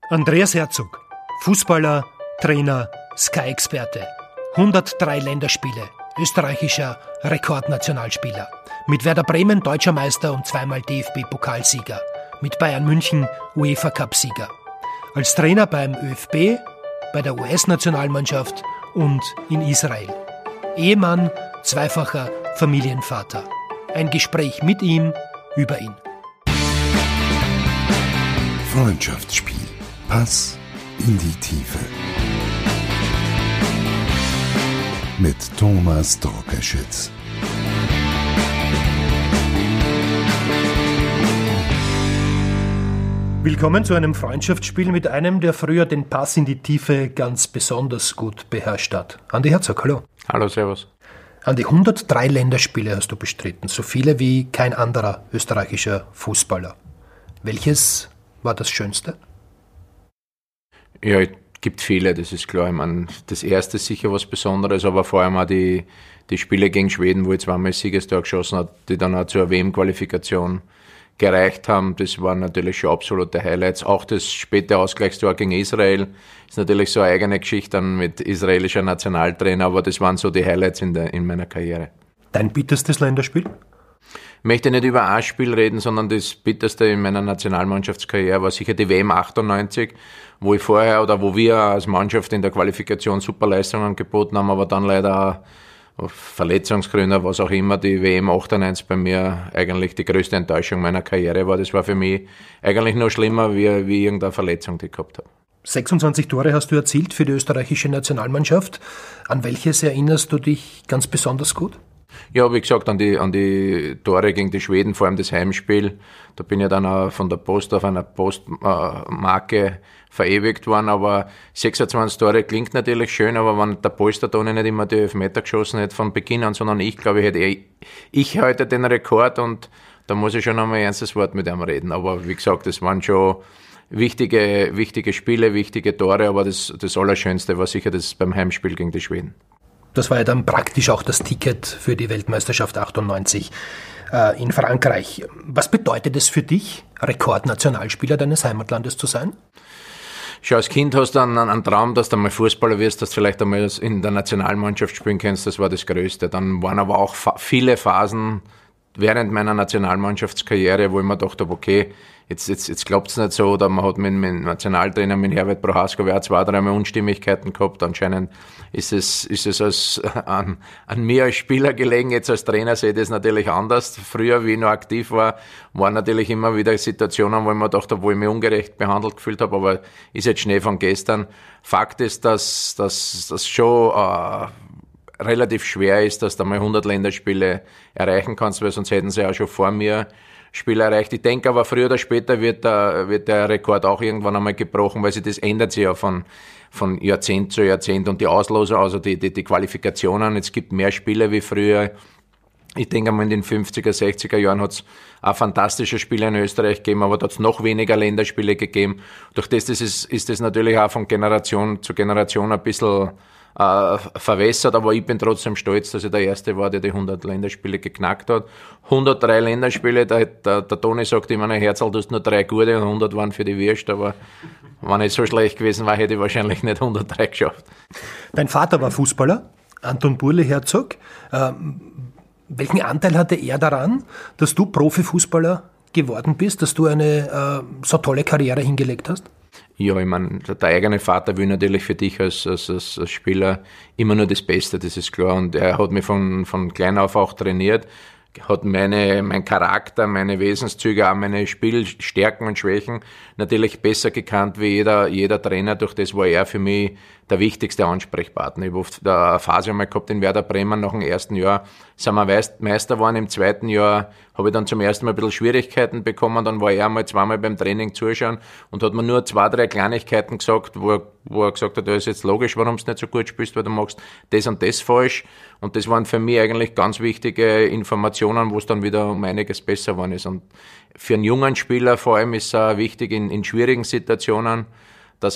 Andreas Herzog, Fußballer, Trainer, Sky-Experte. 103 Länderspiele, österreichischer Rekordnationalspieler. Mit Werder Bremen deutscher Meister und zweimal DFB-Pokalsieger. Mit Bayern München UEFA-Cup-Sieger. Als Trainer beim ÖFB, bei der US-Nationalmannschaft und in Israel. Ehemann, zweifacher Familienvater. Ein Gespräch mit ihm, über ihn. Freundschaftsspiel. Pass in die Tiefe. Mit Thomas Drokeschitz. Willkommen zu einem Freundschaftsspiel mit einem, der früher den Pass in die Tiefe ganz besonders gut beherrscht hat. Andi Herzog, hallo. Hallo, servus. Andi, 103 Länderspiele hast du bestritten, so viele wie kein anderer österreichischer Fußballer. Welches war das Schönste? Ja, es gibt viele, das ist klar. Ich meine, das erste ist sicher was Besonderes, aber vor allem auch die Spiele gegen Schweden, wo ich zweimal Siegestor geschossen habe, die dann auch zur WM-Qualifikation gereicht haben. Das waren natürlich schon absolute Highlights. Auch das späte Ausgleichstor gegen Israel ist natürlich so eine eigene Geschichte dann mit israelischer Nationaltrainer, aber das waren so die Highlights in meiner Karriere. Dein bitterstes Länderspiel? Ich möchte nicht über ein Spiel reden, sondern das bitterste in meiner Nationalmannschaftskarriere war sicher die WM 98, wo wir als Mannschaft in der Qualifikation super Leistungen geboten haben, aber dann leider auf Verletzungsgründe, was auch immer, die WM 98 bei mir eigentlich die größte Enttäuschung meiner Karriere war. Das war für mich eigentlich noch schlimmer, wie irgendeine Verletzung, die ich gehabt habe. 26 Tore hast du erzielt für die österreichische Nationalmannschaft. An welches erinnerst du dich ganz besonders gut? Ja, wie gesagt, an die Tore gegen die Schweden, vor allem das Heimspiel. Da bin ich dann auch von der Post auf einer Postmarke verewigt worden, aber 26 Tore klingt natürlich schön, aber wenn der Polstertone nicht immer die Elfmeter geschossen hätte von Beginn an, sondern ich glaube, ich heute den Rekord und da muss ich schon einmal ein ernstes Wort mit ihm reden. Aber wie gesagt, das waren schon wichtige Spiele, wichtige Tore, aber das Allerschönste war sicher das beim Heimspiel gegen die Schweden. Das war ja dann praktisch auch das Ticket für die Weltmeisterschaft 98 in Frankreich. Was bedeutet es für dich, Rekordnationalspieler deines Heimatlandes zu sein? Schau, als Kind hast du einen Traum, dass du einmal Fußballer wirst, dass du vielleicht einmal in der Nationalmannschaft spielen kannst. Das war das Größte. Dann waren aber auch viele Phasen während meiner Nationalmannschaftskarriere, wo ich mir gedacht habe, okay, jetzt klappt es nicht so, oder man hat mit dem Nationaltrainer, mit Herbert Prohaska, auch 2-3 Mal Unstimmigkeiten gehabt. Anscheinend ist es an mir als Spieler gelegen. Jetzt als Trainer sehe ich das natürlich anders. Früher, wie ich noch aktiv war, waren natürlich immer wieder Situationen, wo ich mir gedacht habe, wo ich mich ungerecht behandelt gefühlt habe, aber ist jetzt Schnee von gestern. Fakt ist, dass das schon relativ schwer ist, dass du mal 100 Länderspiele erreichen kannst, weil sonst hätten sie auch schon vor mir Spiele erreicht. Ich denke aber, früher oder später wird der Rekord auch irgendwann einmal gebrochen, weil das ändert sich ja von Jahrzehnt zu Jahrzehnt und die Ausloser, also die Qualifikationen. Es gibt mehr Spiele wie früher. Ich denke mal, in den 50er, 60er Jahren hat es auch fantastische Spiele in Österreich gegeben, aber da hat es noch weniger Länderspiele gegeben. Durch das ist das natürlich auch von Generation zu Generation ein bisschen verwässert, aber ich bin trotzdem stolz, dass ich der Erste war, der die 100 Länderspiele geknackt hat. 103 Länderspiele, der Toni sagt immer, ein Herzl, du hast nur 3 gute und 100 waren für die Würst, aber wenn ich so schlecht gewesen war, hätte ich wahrscheinlich nicht 103 geschafft. Dein Vater war Fußballer, Anton Burle Herzog. Welchen Anteil hatte er daran, dass du Profifußballer geworden bist, dass du eine so tolle Karriere hingelegt hast? Ja, ich meine, der eigene Vater will natürlich für dich als Spieler immer nur das Beste, das ist klar. Und er hat mich von klein auf auch trainiert, hat mein Charakter, meine Wesenszüge, auch meine Spielstärken und Schwächen natürlich besser gekannt wie jeder Trainer. Durch das war er für mich der wichtigste Ansprechpartner. Ich habe oft eine Phase einmal gehabt in Werder Bremen nach dem ersten Jahr. Sind wir Meister geworden, im zweiten Jahr habe ich dann zum ersten Mal ein bisschen Schwierigkeiten bekommen. Dann war er mal zweimal beim Training zuschauen und hat mir nur 2-3 Kleinigkeiten gesagt, wo er gesagt hat, das ist jetzt logisch, warum du nicht so gut spielst, weil du machst das und das falsch. Und das waren für mich eigentlich ganz wichtige Informationen, wo es dann wieder um einiges besser geworden ist. Und für einen jungen Spieler vor allem ist es wichtig in schwierigen Situationen, dass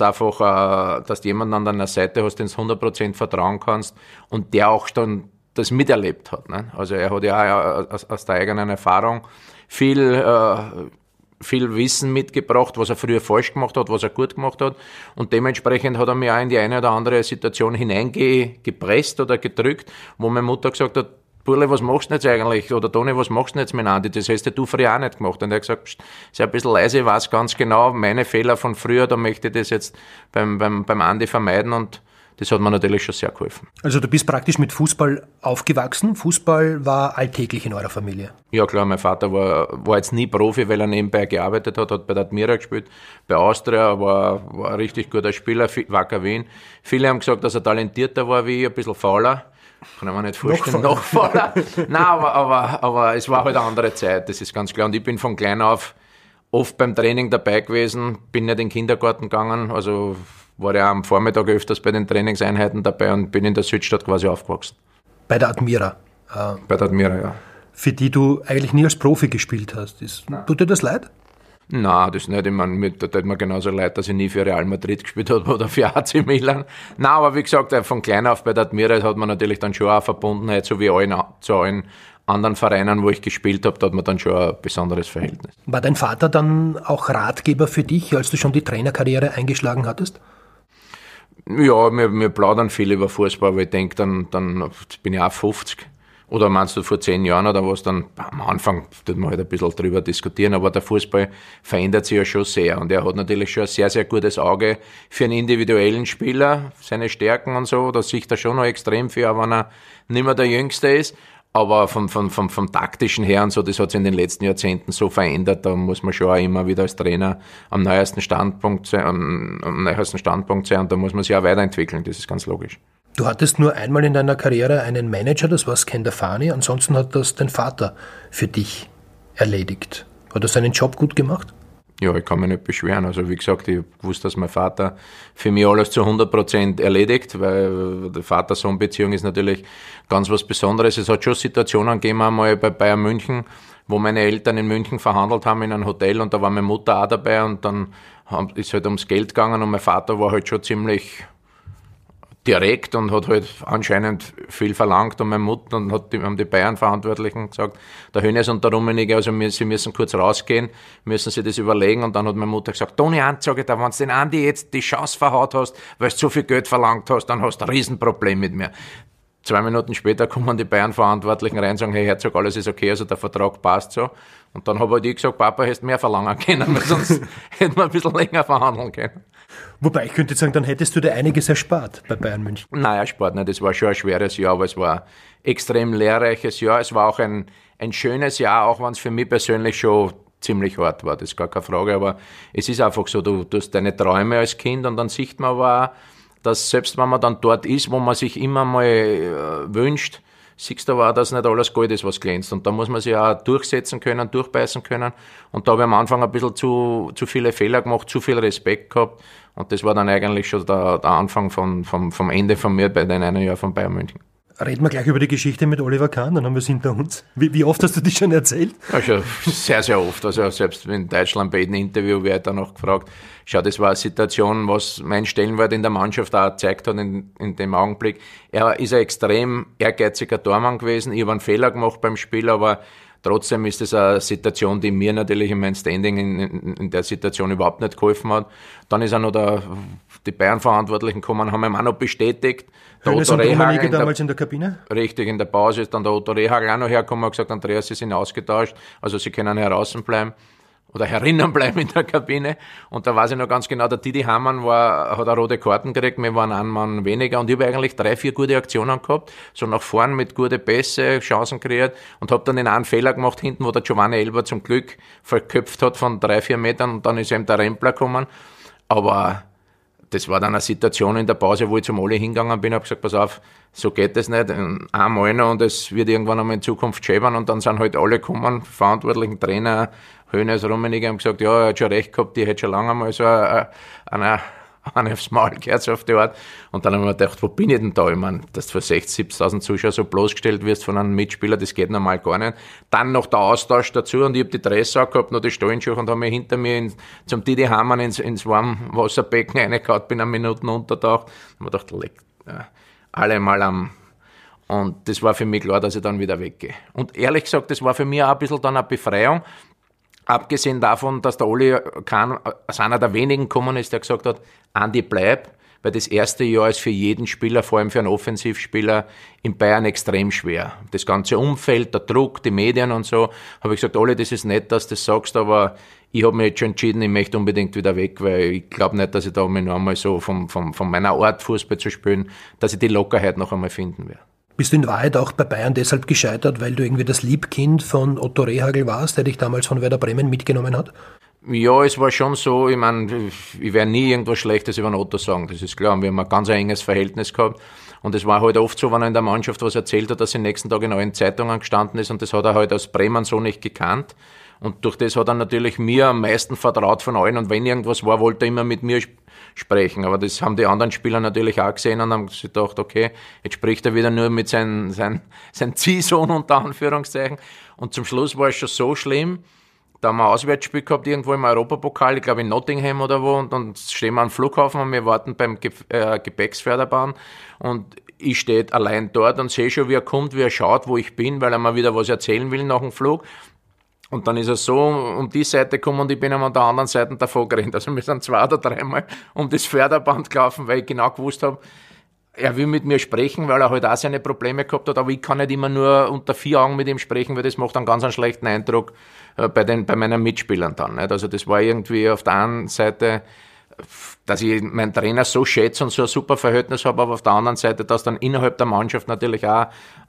du jemanden an deiner Seite hast, den du 100% vertrauen kannst und der auch dann das miterlebt hat. Ne? Also er hat ja auch aus der eigenen Erfahrung viel viel Wissen mitgebracht, was er früher falsch gemacht hat, was er gut gemacht hat. Und dementsprechend hat er mich auch in die eine oder andere Situation hineingepresst oder gedrückt, wo meine Mutter gesagt hat, Burle, was machst du jetzt eigentlich? Oder Toni, was machst du jetzt mit Andi? Das hast du früher auch nicht gemacht. Und er hat gesagt, sei ein bisschen leise, ich weiß ganz genau, meine Fehler von früher, da möchte ich das jetzt beim Andi vermeiden. Und das hat mir natürlich schon sehr geholfen. Also du bist praktisch mit Fußball aufgewachsen. Fußball war alltäglich in eurer Familie. Ja klar, mein Vater war jetzt nie Profi, weil er nebenbei gearbeitet hat bei der Admira gespielt, bei Austria, war ein richtig guter Spieler, Wacker Wien. Viele haben gesagt, dass er talentierter war wie ich, ein bisschen fauler. Kann ich mir nicht vorstellen, noch fauler. Nein, aber es war halt eine andere Zeit, das ist ganz klar. Und ich bin von klein auf oft beim Training dabei gewesen, bin nicht in den Kindergarten gegangen, also war ja am Vormittag öfters bei den Trainingseinheiten dabei und bin in der Südstadt quasi aufgewachsen. Bei der Admira? Bei der Admira, ja. Für die du eigentlich nie als Profi gespielt hast. Tut dir das leid? Nein, das nicht. Ich meine, mir tut mir genauso leid, dass ich nie für Real Madrid gespielt habe oder für AC Milan. Nein, aber wie gesagt, von klein auf bei der Admira hat man natürlich dann schon auch Verbundenheit, so wie zu allen anderen Vereinen, wo ich gespielt habe, da hat man dann schon ein besonderes Verhältnis. War dein Vater dann auch Ratgeber für dich, als du schon die Trainerkarriere eingeschlagen hattest? Ja, wir plaudern viel über Fußball, aber ich denke, dann bin ich auch 50. Oder meinst du vor 10 Jahren oder was, dann am Anfang tut man halt ein bisschen drüber diskutieren, aber der Fußball verändert sich ja schon sehr und er hat natürlich schon ein sehr, sehr gutes Auge für einen individuellen Spieler, seine Stärken und so, da sieht er schon noch extrem viel, auch wenn er nicht mehr der Jüngste ist, aber vom taktischen her und so, das hat sich in den letzten Jahrzehnten so verändert, da muss man schon auch immer wieder als Trainer am neuesten Standpunkt sein und da muss man sich auch weiterentwickeln, das ist ganz logisch. Du hattest nur einmal in deiner Karriere einen Manager, das war Scandafani, ansonsten hat das dein Vater für dich erledigt. Hat er seinen Job gut gemacht? Ja, ich kann mich nicht beschweren. Also wie gesagt, ich wusste, dass mein Vater für mich alles zu 100% erledigt, weil die Vater-Sohn-Beziehung ist natürlich ganz was Besonderes. Es hat schon Situationen gegeben, einmal bei Bayern München, wo meine Eltern in München verhandelt haben in einem Hotel und da war meine Mutter auch dabei und dann ist halt ums Geld gegangen und mein Vater war halt schon ziemlich direkt und hat halt anscheinend viel verlangt und meine Mutter und haben die Bayern-Verantwortlichen gesagt, der Hönes und der Rummenigge, also sie müssen kurz rausgehen, müssen sich das überlegen und dann hat meine Mutter gesagt, Toni, sag ich da, wenn du den Andi jetzt die Chance verhaut hast, weil du so viel Geld verlangt hast, dann hast du ein Riesenproblem mit mir. 2 Minuten später kommen die Bayern-Verantwortlichen rein und sagen, hey Herzog, alles ist okay, also der Vertrag passt so. Und dann habe halt ich gesagt, Papa, hättest mehr verlangen können, weil sonst hätten wir ein bisschen länger verhandeln können. Wobei, ich könnte sagen, dann hättest du dir einiges erspart bei Bayern München. Nein, erspart nicht. Das war schon ein schweres Jahr, aber es war ein extrem lehrreiches Jahr. Es war auch ein schönes Jahr, auch wenn es für mich persönlich schon ziemlich hart war. Das ist gar keine Frage, aber es ist einfach so, du hast deine Träume als Kind und dann sieht man aber auch, dass selbst wenn man dann dort ist, wo man sich immer mal wünscht, siehst du aber auch, dass nicht alles Gold ist, was glänzt. Und da muss man sich auch durchsetzen können, durchbeißen können. Und da habe ich am Anfang ein bisschen zu viele Fehler gemacht, zu viel Respekt gehabt. Und das war dann eigentlich schon der Anfang vom Ende von mir bei den 1 Jahr von Bayern München. Reden wir gleich über die Geschichte mit Oliver Kahn, dann haben wir es hinter uns. Wie oft hast du das schon erzählt? Ja, schon sehr, sehr oft. Also selbst in Deutschland bei jedem Interview werde ich dann noch gefragt. Schau, das war eine Situation, was mein Stellenwert in der Mannschaft auch gezeigt hat in dem Augenblick. Er ist ein extrem ehrgeiziger Tormann gewesen. Ich habe einen Fehler gemacht beim Spiel, aber trotzdem ist das eine Situation, die mir natürlich in meinem Standing in der Situation überhaupt nicht geholfen hat. Dann ist auch noch die Bayern-Verantwortlichen gekommen, haben ihm auch noch bestätigt. Der Otto Rehhagel damals in der Kabine? Richtig, in der Pause ist dann der Otto Rehhagel auch noch hergekommen und gesagt, Andreas, Sie sind ausgetauscht, also Sie können heraus bleiben oder herinnen bleiben in der Kabine. Und da weiß ich noch ganz genau, der Didi Hamann hat eine rote Karten gekriegt, wir waren ein Mann weniger und ich habe eigentlich 3, 4 gute Aktionen gehabt, so nach vorn mit guten Pässe, Chancen kreiert und habe dann den einen Fehler gemacht hinten, wo der Giovanni Elber zum Glück verköpft hat von 3, 4 Metern und dann ist eben der Rempler gekommen. Aber das war dann eine Situation in der Pause, wo ich zum Oli hingegangen bin und habe gesagt, pass auf, so geht das nicht, einmal noch und es wird irgendwann einmal in Zukunft schäbern und dann sind halt alle gekommen, verantwortlichen Trainer, Hönes, Rummenigge, haben gesagt, ja, er hat schon recht gehabt, die hätte schon lange mal so eine aufs Maul gehört, so auf die Art. Und dann haben wir gedacht, wo bin ich denn da? Ich meine, dass du vor 60.000, 70.000 Zuschauern so bloßgestellt wirst von einem Mitspieler, das geht normal gar nicht. Dann noch der Austausch dazu und ich habe die Dresse auch gehabt, noch die Stollenschuhe und habe mich hinter mir zum Didi Hamann ins Warmwasserbecken reingehauen, bin 1 Minute untertaucht. Und mir gedacht, alle mal am... Und das war für mich klar, dass ich dann wieder weggehe. Und ehrlich gesagt, das war für mich auch ein bisschen dann eine Befreiung, Abgesehen davon, dass der Oli Kahn als einer der wenigen gekommen ist, der gesagt hat, Andi, bleib, weil das erste Jahr ist für jeden Spieler, vor allem für einen Offensivspieler, in Bayern extrem schwer. Das ganze Umfeld, der Druck, die Medien und so, habe ich gesagt, Oli, das ist nett, dass du das sagst, aber ich habe mich jetzt schon entschieden, ich möchte unbedingt wieder weg, weil ich glaube nicht, dass ich da noch einmal so von meiner Art Fußball zu spielen, dass ich die Lockerheit noch einmal finden werde. Bist du in Wahrheit auch bei Bayern deshalb gescheitert, weil du irgendwie das Liebkind von Otto Rehhagel warst, der dich damals von Werder Bremen mitgenommen hat? Ja, es war schon so, ich meine, ich werde nie irgendwas Schlechtes über den Otto sagen, das ist klar. Wir haben ein ganz enges Verhältnis gehabt und es war halt oft so, wenn er in der Mannschaft was erzählt hat, dass er am nächsten Tag in allen Zeitungen gestanden ist und das hat er halt aus Bremen so nicht gekannt. Und durch das hat er natürlich mir am meisten vertraut von allen und wenn irgendwas war, wollte er immer mit mir sprechen. Aber das haben die anderen Spieler natürlich auch gesehen und haben sich gedacht, okay, jetzt spricht er wieder nur mit seinem Ziehsohn unter Anführungszeichen. Und zum Schluss war es schon so schlimm, da haben wir ein Auswärtsspiel gehabt, irgendwo im Europapokal, ich glaube in Nottingham oder wo, und dann stehen wir am Flughafen und wir warten beim Gepäcksförderbahn und ich stehe allein dort und sehe schon, wie er kommt, wie er schaut, wo ich bin, weil er mir wieder was erzählen will nach dem Flug. Und dann ist er so um die Seite gekommen und ich bin an der anderen Seite davor gerannt. Also wir sind 2 oder 3 Mal um das Förderband gelaufen, weil ich genau gewusst habe, er will mit mir sprechen, weil er halt auch seine Probleme gehabt hat, aber ich kann nicht immer nur unter 4 Augen mit ihm sprechen, weil das macht einen ganz schlechten Eindruck bei meinen Mitspielern dann. Nicht? Also das war irgendwie auf der einen Seite, dass ich meinen Trainer so schätze und so ein super Verhältnis habe, aber auf der anderen Seite, dass dann innerhalb der Mannschaft natürlich auch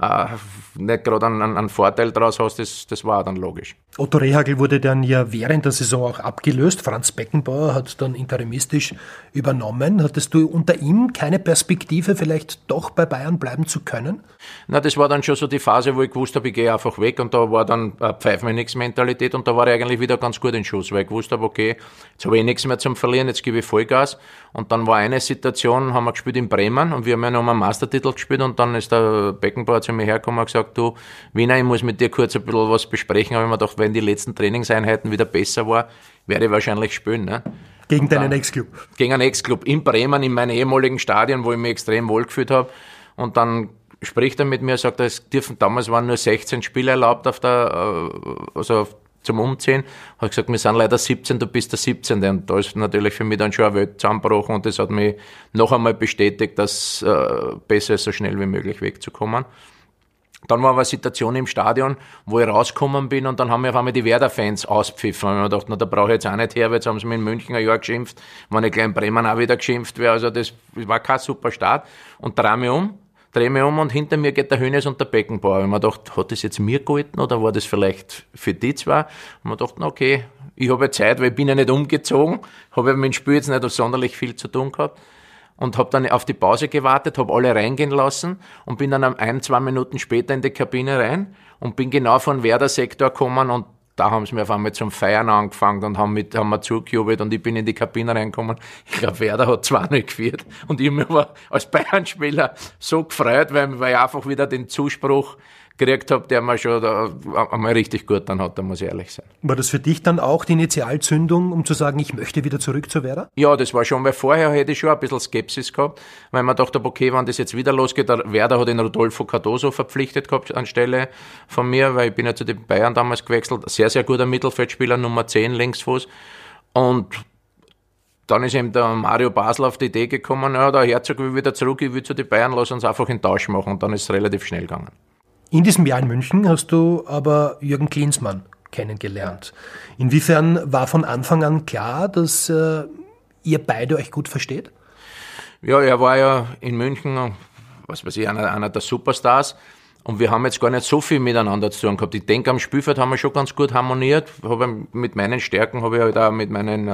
nicht gerade einen Vorteil daraus hast, das war dann logisch. Otto Rehhagel wurde dann ja während der Saison auch abgelöst. Franz Beckenbauer hat dann interimistisch übernommen. Hattest du unter ihm keine Perspektive, vielleicht doch bei Bayern bleiben zu können? Na, das war dann schon so die Phase, wo ich gewusst habe, ich gehe einfach weg und da war dann Pfeif-mir-nix-Mentalität und da war ich eigentlich wieder ganz gut in Schuss, weil ich gewusst habe, okay, jetzt habe ich nichts mehr zum Verlieren, jetzt gebe ich Vollgas. Und dann war eine Situation, haben wir gespielt in Bremen und wir haben ja noch einen Meistertitel gespielt und dann ist der Beckenbauer zu mir hergekommen und gesagt, du Wiener, ich muss mit dir kurz ein bisschen was besprechen, aber ich mir gedacht, wenn die letzten Trainingseinheiten wieder besser war, werde ich wahrscheinlich spielen. Ne? Gegen deinen Ex-Club? Gegen einen Ex-Club in Bremen, in meinem ehemaligen Stadion, wo ich mich extrem wohl gefühlt habe. Und dann spricht er mit mir, sagt er, damals waren nur 16 Spiele erlaubt zum Umziehen. Hat gesagt, wir sind leider 17, du bist der 17. Und da ist natürlich für mich dann schon eine Welt zusammengebrochen und das hat mich noch einmal bestätigt, dass besser ist, so schnell wie möglich wegzukommen. Dann war aber eine Situation im Stadion, wo ich rausgekommen bin und dann haben mir auf einmal die Werder-Fans auspfiffen. Und ich mir gedacht, na, da brauche ich jetzt auch nicht her, weil jetzt haben sie mich in München ein Jahr geschimpft, wenn ich gleich in Bremen auch wieder geschimpft wäre. Also das war kein super Start. Und drehe mich um und hinter mir geht der Hoeneß und der Beckenbauer. Und ich mir gedacht, hat das jetzt mir gehalten oder war das vielleicht für die zwei? Und ich gedacht, na okay, ich habe ja Zeit, weil ich bin ja nicht umgezogen, habe ja mit dem Spiel jetzt nicht sonderlich viel zu tun gehabt. Und habe dann auf die Pause gewartet, habe alle reingehen lassen und bin dann 1-2 Minuten später in die Kabine rein und bin genau von Werder-Sektor gekommen und da haben sie mir auf einmal zum Feiern angefangen und haben mir zugejubelt und ich bin in die Kabine reingekommen. Ich glaube, Werder hat 2-0 geführt und ich habe mich aber als Bayern-Spieler so gefreut, weil ich einfach wieder den Zuspruch gekriegt habe, der mir schon einmal richtig gut dann hat, da muss ich ehrlich sein. War das für dich dann auch die Initialzündung, um zu sagen, ich möchte wieder zurück zu Werder? Ja, das war schon, weil vorher hätte ich schon ein bisschen Skepsis gehabt, weil man dachte, okay, wenn das jetzt wieder losgeht, der Werder hat den Rodolfo Cardoso verpflichtet gehabt anstelle von mir, weil ich bin ja zu den Bayern damals gewechselt, sehr, sehr guter Mittelfeldspieler, Nummer 10, Linksfuß und dann ist eben der Mario Basler auf die Idee gekommen, ja, der Herzog will wieder zurück, ich will zu den Bayern, lass uns einfach einen Tausch machen und dann ist es relativ schnell gegangen. In diesem Jahr in München hast du aber Jürgen Klinsmann kennengelernt. Inwiefern war von Anfang an klar, dass ihr beide euch gut versteht? Ja, er war ja in München, was weiß ich, einer der Superstars. Und wir haben jetzt gar nicht so viel miteinander zu tun gehabt. Ich denke, am Spielfeld haben wir schon ganz gut harmoniert. Mit meinen Stärken habe ich halt auch mit meinen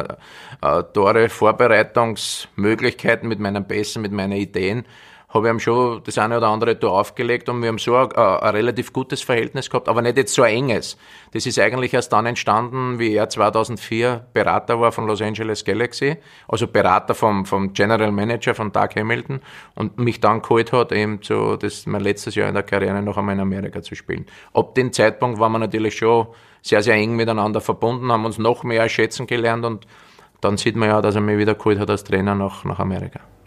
Tore-Vorbereitungsmöglichkeiten, mit meinen Pässen, mit meinen Ideen, habe ich ihm schon das eine oder andere Tor aufgelegt und wir haben so ein relativ gutes Verhältnis gehabt, aber nicht jetzt so ein enges. Das ist eigentlich erst dann entstanden, wie er 2004 Berater war von Los Angeles Galaxy, also Berater vom General Manager von Doug Hamilton und mich dann geholt hat, eben mein letztes Jahr in der Karriere noch einmal in Amerika zu spielen. Ab dem Zeitpunkt waren wir natürlich schon sehr, sehr eng miteinander verbunden, haben uns noch mehr schätzen gelernt und dann sieht man ja, dass er mich wieder geholt hat als Trainer nach Amerika.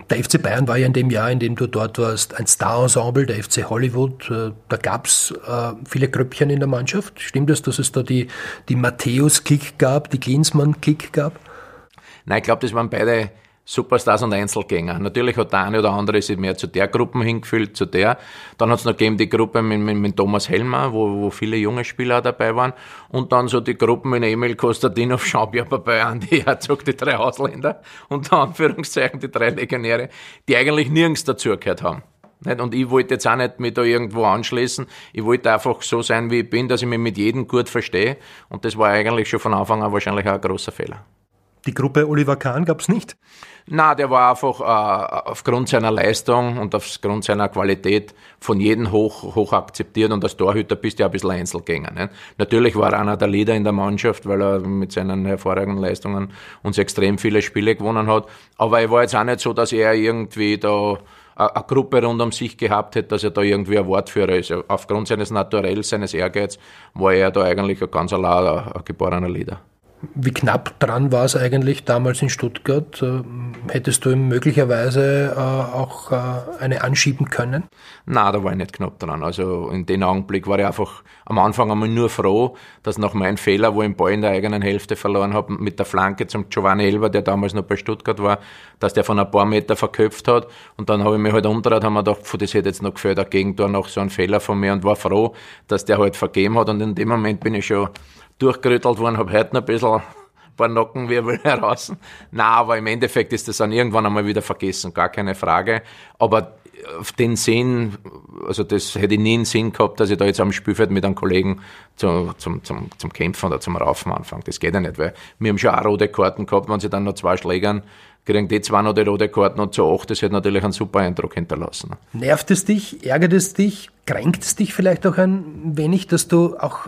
Der FC Bayern war ja in dem Jahr, in dem du dort warst, ein Star-Ensemble, der FC Hollywood. Da gab es viele Grüppchen in der Mannschaft. Stimmt es, dass es da die Matthäus-Klick gab, die Klinsmann-Klick gab? Nein, ich glaube, das waren beide Superstars und Einzelgänger. Natürlich hat der eine oder andere sich mehr zu der Gruppe hingefühlt, zu der. Dann hat es noch gegeben die Gruppe mit Thomas Helmer, wo viele junge Spieler dabei waren. Und dann so die Gruppen mit Emil Kostadinov, Jean-Pierre Papin, Andi Herzog, die 3 Ausländer, unter Anführungszeichen die 3 Legionäre, die eigentlich nirgends dazugehört haben. Und ich wollte jetzt auch nicht mich da irgendwo anschließen. Ich wollte einfach so sein, wie ich bin, dass ich mich mit jedem gut verstehe. Und das war eigentlich schon von Anfang an wahrscheinlich auch ein großer Fehler. Die Gruppe Oliver Kahn gab es nicht? Nein, der war einfach aufgrund seiner Leistung und aufgrund seiner Qualität von jedem hoch akzeptiert, und als Torhüter bist du ja ein bisschen Einzelgänger. Nicht? Natürlich war er einer der Leader in der Mannschaft, weil er mit seinen hervorragenden Leistungen uns extrem viele Spiele gewonnen hat, aber er war jetzt auch nicht so, dass er irgendwie da eine Gruppe rund um sich gehabt hätte, dass er da irgendwie ein Wortführer ist. Aufgrund seines Naturells, seines Ehrgeiz war er da eigentlich ein ganz allein ein geborener Leader. Wie knapp dran war es eigentlich damals in Stuttgart? Hättest du ihm möglicherweise auch eine anschieben können? Nein, da war ich nicht knapp dran. Also in dem Augenblick war ich einfach am Anfang einmal nur froh, dass nach meinem Fehler, wo ich den Ball in der eigenen Hälfte verloren habe, mit der Flanke zum Giovanni Elber, der damals noch bei Stuttgart war, dass der von ein paar Meter verköpft hat. Und dann habe ich mich halt umgedreht, haben mir gedacht, das hätte jetzt noch gefällt, ein Gegentor nach so einem Fehler von mir, und war froh, dass der halt vergeben hat. Und in dem Moment bin ich schon durchgerüttelt worden, habe heute noch ein paar Nackenwirbel heraus. Nein, aber im Endeffekt ist das dann irgendwann einmal wieder vergessen, gar keine Frage. Aber auf den Sinn, also das hätte ich nie in Sinn gehabt, dass ich da jetzt am Spielfeld mit einem Kollegen zum Kämpfen oder zum Raufen anfange. Das geht ja nicht, weil wir haben schon auch rote Karten gehabt, wenn sie dann noch 2 Schlägern kriegen, die 2 noch die rote Karten, und zu 8, das hätte natürlich einen super Eindruck hinterlassen. Nervt es dich, ärgert es dich, kränkt es dich vielleicht auch ein wenig, dass du auch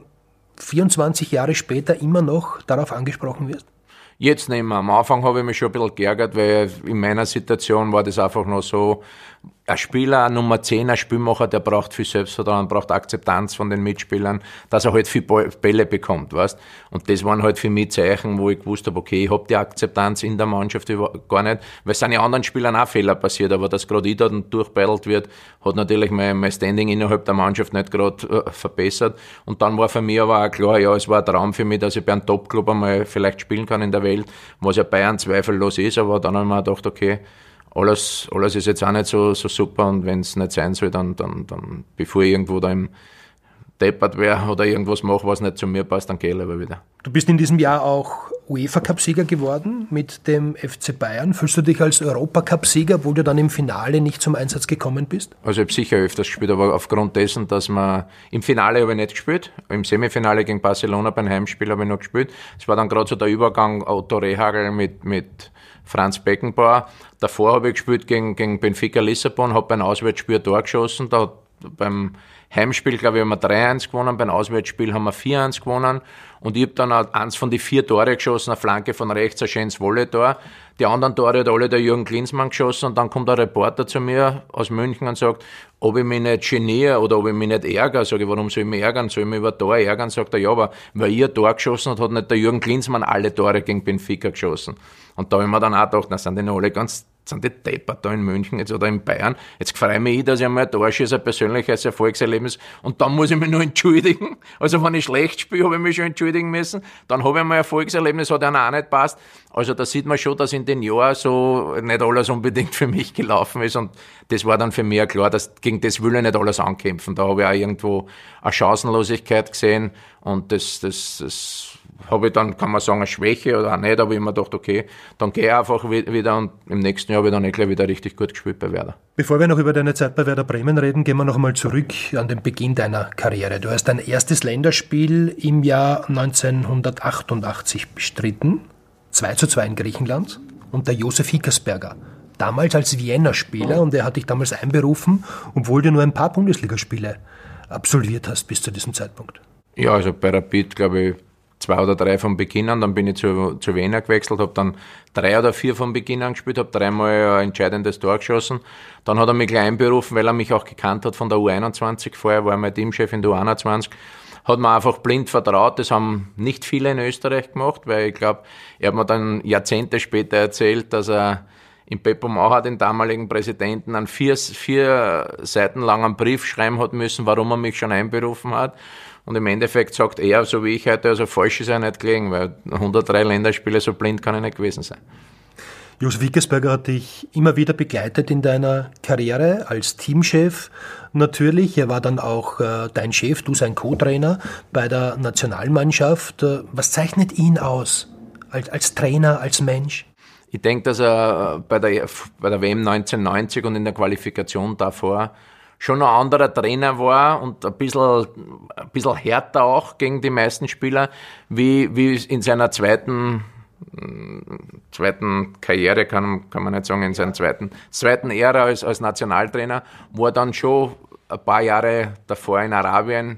24 Jahre später immer noch darauf angesprochen wirst? Jetzt nicht mehr. Am Anfang habe ich mich schon ein bisschen geärgert, weil in meiner Situation war das einfach noch so, ein Spieler, ein Nummer 10, ein Spielmacher, der braucht viel Selbstvertrauen, braucht Akzeptanz von den Mitspielern, dass er halt viel Bälle bekommt, weißt? Und das waren halt für mich Zeichen, wo ich gewusst habe, okay, ich habe die Akzeptanz in der Mannschaft gar nicht, weil es sind ja anderen Spielern auch Fehler passiert, aber dass gerade ich da durchbeidelt wird, hat natürlich mein Standing innerhalb der Mannschaft nicht gerade verbessert. Und dann war für mich aber auch klar, ja, es war ein Traum für mich, dass ich bei einem Top-Club einmal vielleicht spielen kann in der Welt, was ja Bayern zweifellos ist, aber dann habe ich mir gedacht, okay, alles ist jetzt auch nicht so super, und wenn es nicht sein soll, dann bevor ich irgendwo da im deppert wäre oder irgendwas mache, was nicht zu mir passt, dann gehe ich lieber wieder. Du bist in diesem Jahr auch UEFA-Cup-Sieger geworden mit dem FC Bayern. Fühlst du dich als Europacup-Sieger, obwohl du dann im Finale nicht zum Einsatz gekommen bist? Also ich habe sicher öfters gespielt, aber aufgrund dessen, dass man im Finale habe ich nicht gespielt, im Semifinale gegen Barcelona beim Heimspiel habe ich noch gespielt. Es war dann gerade so der Übergang Otto Rehhagel mit Franz Beckenbauer. Davor habe ich gespielt gegen Benfica Lissabon, habe beim Auswärtsspiel ein Tor geschossen. Da beim Heimspiel, glaube ich, haben wir 3-1 gewonnen, beim Auswärtsspiel haben wir 4-1 gewonnen, und ich habe dann eins von den 4 Tore geschossen, eine Flanke von rechts, ein schönes Volley-Tor. Die anderen Tore hat alle der Jürgen Klinsmann geschossen, und dann kommt ein Reporter zu mir aus München und sagt, ob ich mich nicht geniere oder ob ich mich nicht ärgere. Sag ich, warum soll ich mich ärgern? Soll ich mich über ein Tor ärgern? Sagt er, ja, aber weil ihr ein Tor geschossen hat nicht der Jürgen Klinsmann alle Tore gegen Benfica geschossen. Und da habe ich mir dann auch gedacht, na, sind die noch alle sind die deppert da in München jetzt oder in Bayern. Jetzt freue ich mich, dass ich einmal ein Tor schieße, ein persönliches Erfolgserlebnis, und dann muss ich mich noch entschuldigen. Also wenn ich schlecht spiele, habe ich mich schon entschuldigen müssen. Dann habe ich einmal ein Erfolgserlebnis, hat einem auch nicht passt. Also da sieht man schon, dass in den Jahren so nicht alles unbedingt für mich gelaufen ist, und das war dann für mich klar, dass gegen das will ich nicht alles ankämpfen. Da habe ich auch irgendwo eine Chancenlosigkeit gesehen, und das habe ich dann, kann man sagen, eine Schwäche oder auch nicht, aber ich mir gedacht, okay, dann gehe ich einfach wieder, und im nächsten Jahr habe ich dann gleich wieder richtig gut gespielt bei Werder. Bevor wir noch über deine Zeit bei Werder Bremen reden, gehen wir noch einmal zurück an den Beginn deiner Karriere. Du hast dein erstes Länderspiel im Jahr 1988 bestritten, 2:2 in Griechenland, unter Josef Hickersberger, damals als Vienna-Spieler, und er hat dich damals einberufen, obwohl du nur ein paar Bundesligaspiele absolviert hast bis zu diesem Zeitpunkt. Ja, also bei Rapid, glaube ich, 2 oder 3 von Beginn an, dann bin ich zu Vienna gewechselt, habe dann 3 oder 4 von Beginn an gespielt, habe 3-mal ein entscheidendes Tor geschossen. Dann hat er mich gleich einberufen, weil er mich auch gekannt hat von der U21, vorher war er mein Teamchef in der U21, hat mir einfach blind vertraut. Das haben nicht viele in Österreich gemacht, weil ich glaube, er hat mir dann Jahrzehnte später erzählt, dass er im Beppo Maurer, den damaligen Präsidenten, einen 4 Seiten langen Brief schreiben hat müssen, warum er mich schon einberufen hat. Und im Endeffekt sagt er, so wie ich heute, also falsch ist er nicht gelegen, weil 103 Länderspiele, so blind kann er nicht gewesen sein. Josef Wickersberger hat dich immer wieder begleitet in deiner Karriere als Teamchef. Natürlich, er war dann auch dein Chef, du sein Co-Trainer bei der Nationalmannschaft. Was zeichnet ihn aus als Trainer, als Mensch? Ich denke, dass er bei der WM 1990 und in der Qualifikation davor schon ein anderer Trainer war und ein bisschen härter auch gegen die meisten Spieler, wie in seiner zweiten Karriere, kann man nicht sagen, in seiner zweiten Ära als Nationaltrainer, wo er dann schon ein paar Jahre davor in Arabien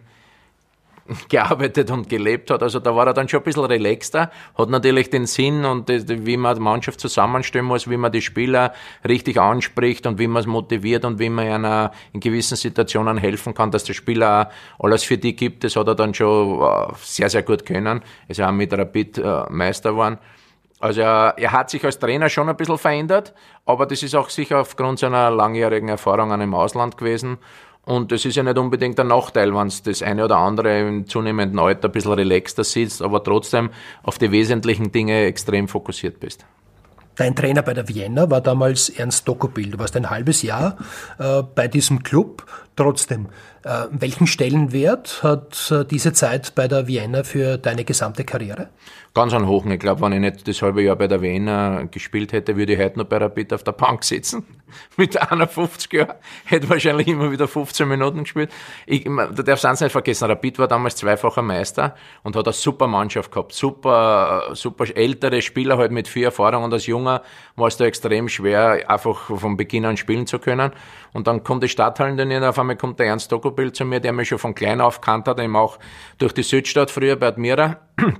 gearbeitet und gelebt hat. Also da war er dann schon ein bisschen relaxter, hat natürlich den Sinn und wie man die Mannschaft zusammenstellen muss, wie man die Spieler richtig anspricht und wie man es motiviert und wie man ihnen in gewissen Situationen helfen kann, dass der Spieler alles für die gibt. Das hat er dann schon sehr, sehr gut können. Ist ja auch mit Rapid Meister geworden. Also er hat sich als Trainer schon ein bisschen verändert, aber das ist auch sicher aufgrund seiner langjährigen Erfahrungen im Ausland gewesen. Und das ist ja nicht unbedingt ein Nachteil, wenn es das eine oder andere im zunehmenden Alter ein bisschen relaxter sitzt, aber trotzdem auf die wesentlichen Dinge extrem fokussiert bist. Dein Trainer bei der Vienna war damals Ernst Dokopil. Du warst ein halbes Jahr bei diesem Club. Trotzdem, welchen Stellenwert hat diese Zeit bei der Vienna für deine gesamte Karriere? Ganz einen hohen. Ich glaube, wenn ich nicht das halbe Jahr bei der Vienna gespielt hätte, würde ich heute noch bei Rapid auf der Bank sitzen. Mit 51 Jahren. Hätte wahrscheinlich immer wieder 15 Minuten gespielt. Du darfst eins nicht vergessen, Rapid war damals zweifacher Meister und hat eine super Mannschaft gehabt. Super ältere Spieler halt mit viel Erfahrung, und als Junger war es da extrem schwer, einfach von Beginn an spielen zu können. Und dann kommt die Stadthallenturnier, auf einmal kommt der Ernst Dokopil zu mir, der mich schon von klein auf gekannt hat, eben auch durch die Südstadt früher bei Admira.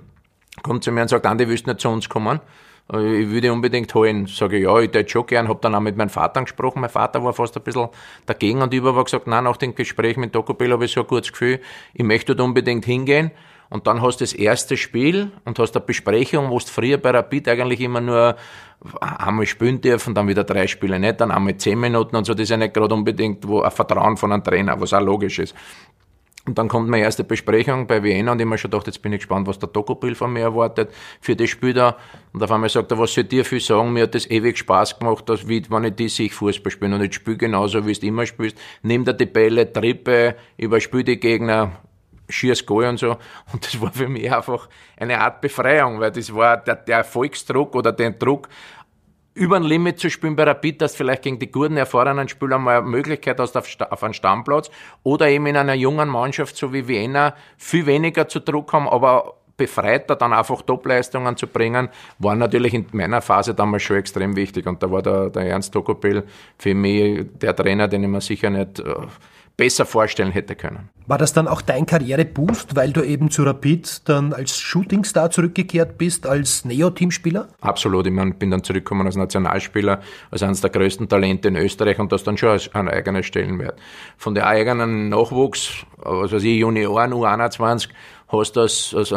Kommt zu mir und sagt, Andi, willst du nicht zu uns kommen? Ich würde unbedingt holen. Sage ich, ja, ich hätte schon gern. Habe dann auch mit meinem Vater gesprochen. Mein Vater war fast ein bisschen dagegen und ich habe aber gesagt, nein, nach dem Gespräch mit Dokopil habe ich so ein gutes Gefühl, ich möchte dort unbedingt hingehen. Und dann hast du das erste Spiel und hast eine Besprechung, wo du früher bei Rapid eigentlich immer nur einmal spielen dürfen, dann wieder 3 Spiele nicht, dann einmal 10 Minuten und so. Das ist ja nicht gerade unbedingt ein Vertrauen von einem Trainer, was auch logisch ist. Und dann kommt meine erste Besprechung bei Vienna und ich habe mir schon gedacht, jetzt bin ich gespannt, was der Dokopil von mir erwartet für das Spiel da. Und auf einmal sagt er, was soll ich dir viel sagen? Mir hat das ewig Spaß gemacht, dass, wie wenn ich sehe, ich Fußball spiele und ich spiele genauso, wie du immer spielst. Nimm dir die Bälle, trippe, überspiel die Gegner, schieß Goal und so. Und das war für mich einfach eine Art Befreiung, weil das war der Erfolgsdruck oder den Druck, über ein Limit zu spielen bei Rapid, dass du vielleicht gegen die guten, erfahrenen Spieler mal eine Möglichkeit hast auf einen Stammplatz oder eben in einer jungen Mannschaft, so wie Vienna, viel weniger zu Druck haben, aber befreiter dann einfach Topleistungen zu bringen, war natürlich in meiner Phase damals schon extrem wichtig. Und da war der Ernst Dokopil für mich der Trainer, den ich mir sicher nicht besser vorstellen hätte können. War das dann auch dein Karriereboost, weil du eben zu Rapid dann als Shootingstar zurückgekehrt bist, als Neo-Teamspieler? Absolut, ich bin dann zurückgekommen als Nationalspieler, als eines der größten Talente in Österreich und das dann schon als ein eigener Stellenwert. Von der eigenen Nachwuchs, was weiß ich, Junioren, U21, hast du als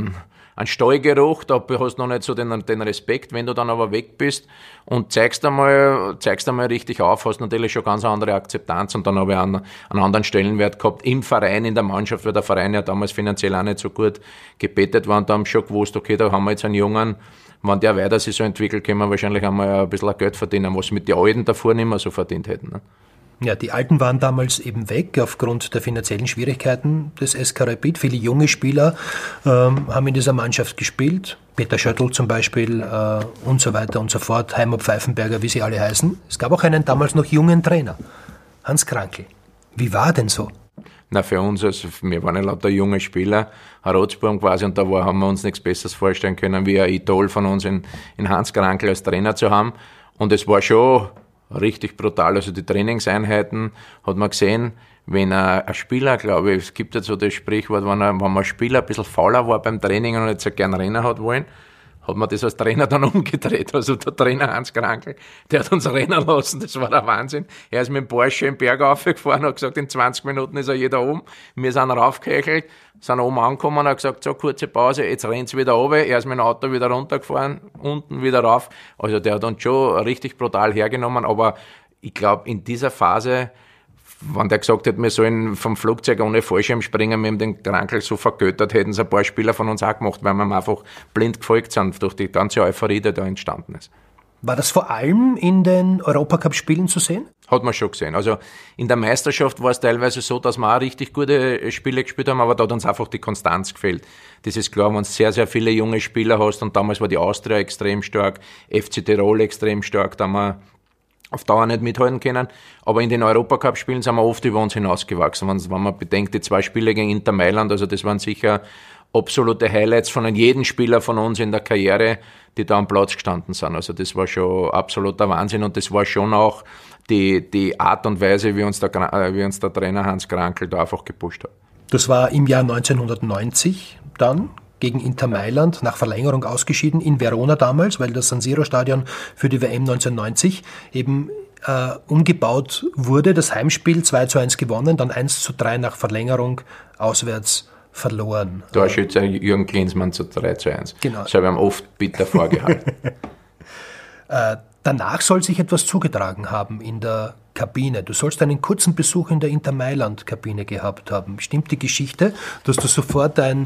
ein Stallgeruch, da hast du noch nicht so den Respekt. Wenn du dann aber weg bist und zeigst einmal richtig auf, hast du natürlich schon ganz andere Akzeptanz und dann habe ich einen anderen Stellenwert gehabt im Verein, in der Mannschaft, weil der Verein ja damals finanziell auch nicht so gut gebettet war und da haben schon gewusst, okay, da haben wir jetzt einen Jungen, wenn der weiter sich so entwickelt, können wir wahrscheinlich einmal ein bisschen Geld verdienen, was mit den Alten davor nicht mehr so verdient hätten. Ne? Ja, die Alten waren damals eben weg aufgrund der finanziellen Schwierigkeiten des SK Rapid. Viele junge Spieler haben in dieser Mannschaft gespielt. Peter Schöttl zum Beispiel und so weiter und so fort. Heimo Pfeifenberger, wie sie alle heißen. Es gab auch einen damals noch jungen Trainer, Hans Krankl. Wie war denn so? Na, für uns, also wir waren ja lauter junge Spieler, ein Rotzburm quasi, und da haben wir uns nichts Besseres vorstellen können, wie ein Idol von uns in Hans Krankl als Trainer zu haben. Und es war schon richtig brutal. Also die Trainingseinheiten hat man gesehen, wenn ein Spieler, glaube ich, es gibt ja so das Sprichwort, wenn ein Spieler ein bisschen fauler war beim Training und nicht so gern rennen hat wollen, hat man das als Trainer dann umgedreht. Also der Trainer Hans Krankl, der hat uns rennen lassen, das war der Wahnsinn. Er ist mit dem Porsche den Berg aufgefahren, hat gesagt, in 20 Minuten ist er jeder oben. Wir sind raufgehechelt, sind oben angekommen und hat gesagt, so, kurze Pause, jetzt rennt's wieder runter. Er ist mit dem Auto wieder runtergefahren, unten wieder rauf. Also der hat uns schon richtig brutal hergenommen, aber ich glaube, in dieser Phase, wenn der gesagt hätte, wir sollen vom Flugzeug ohne Fallschirm springen, wir haben den Krankl so vergöttert, hätten es ein paar Spieler von uns auch gemacht, weil wir ihm einfach blind gefolgt sind durch die ganze Euphorie, die da entstanden ist. War das vor allem in den Europacup-Spielen zu sehen? Hat man schon gesehen. Also in der Meisterschaft war es teilweise so, dass wir auch richtig gute Spiele gespielt haben, aber da hat uns einfach die Konstanz gefehlt. Das ist klar, wenn du sehr, sehr viele junge Spieler hast, und damals war die Austria extrem stark, FC Tirol extrem stark, da haben wir auf Dauer nicht mithalten können. Aber in den Europacup-Spielen sind wir oft über uns hinausgewachsen. Wenn man bedenkt, die 2 Spiele gegen Inter Mailand, also das waren sicher absolute Highlights von jedem Spieler von uns in der Karriere, die da am Platz gestanden sind. Also das war schon absoluter Wahnsinn, und das war schon auch die Art und Weise, wie uns der Trainer Hans Krankl da einfach gepusht hat. Das war im Jahr 1990 dann, gegen Inter Mailand, nach Verlängerung ausgeschieden, in Verona damals, weil das San Siro-Stadion für die WM 1990 eben umgebaut wurde. Das Heimspiel 2:1 gewonnen, dann 1:3 nach Verlängerung auswärts verloren. Torschütze Jürgen Klinsmann zu 3:1. Genau. Das habe ich ihm oft bitter vorgehalten. Danach soll sich etwas zugetragen haben in der Kabine. Du sollst einen kurzen Besuch in der Inter Mailand-Kabine gehabt haben. Stimmt die Geschichte, dass du sofort ein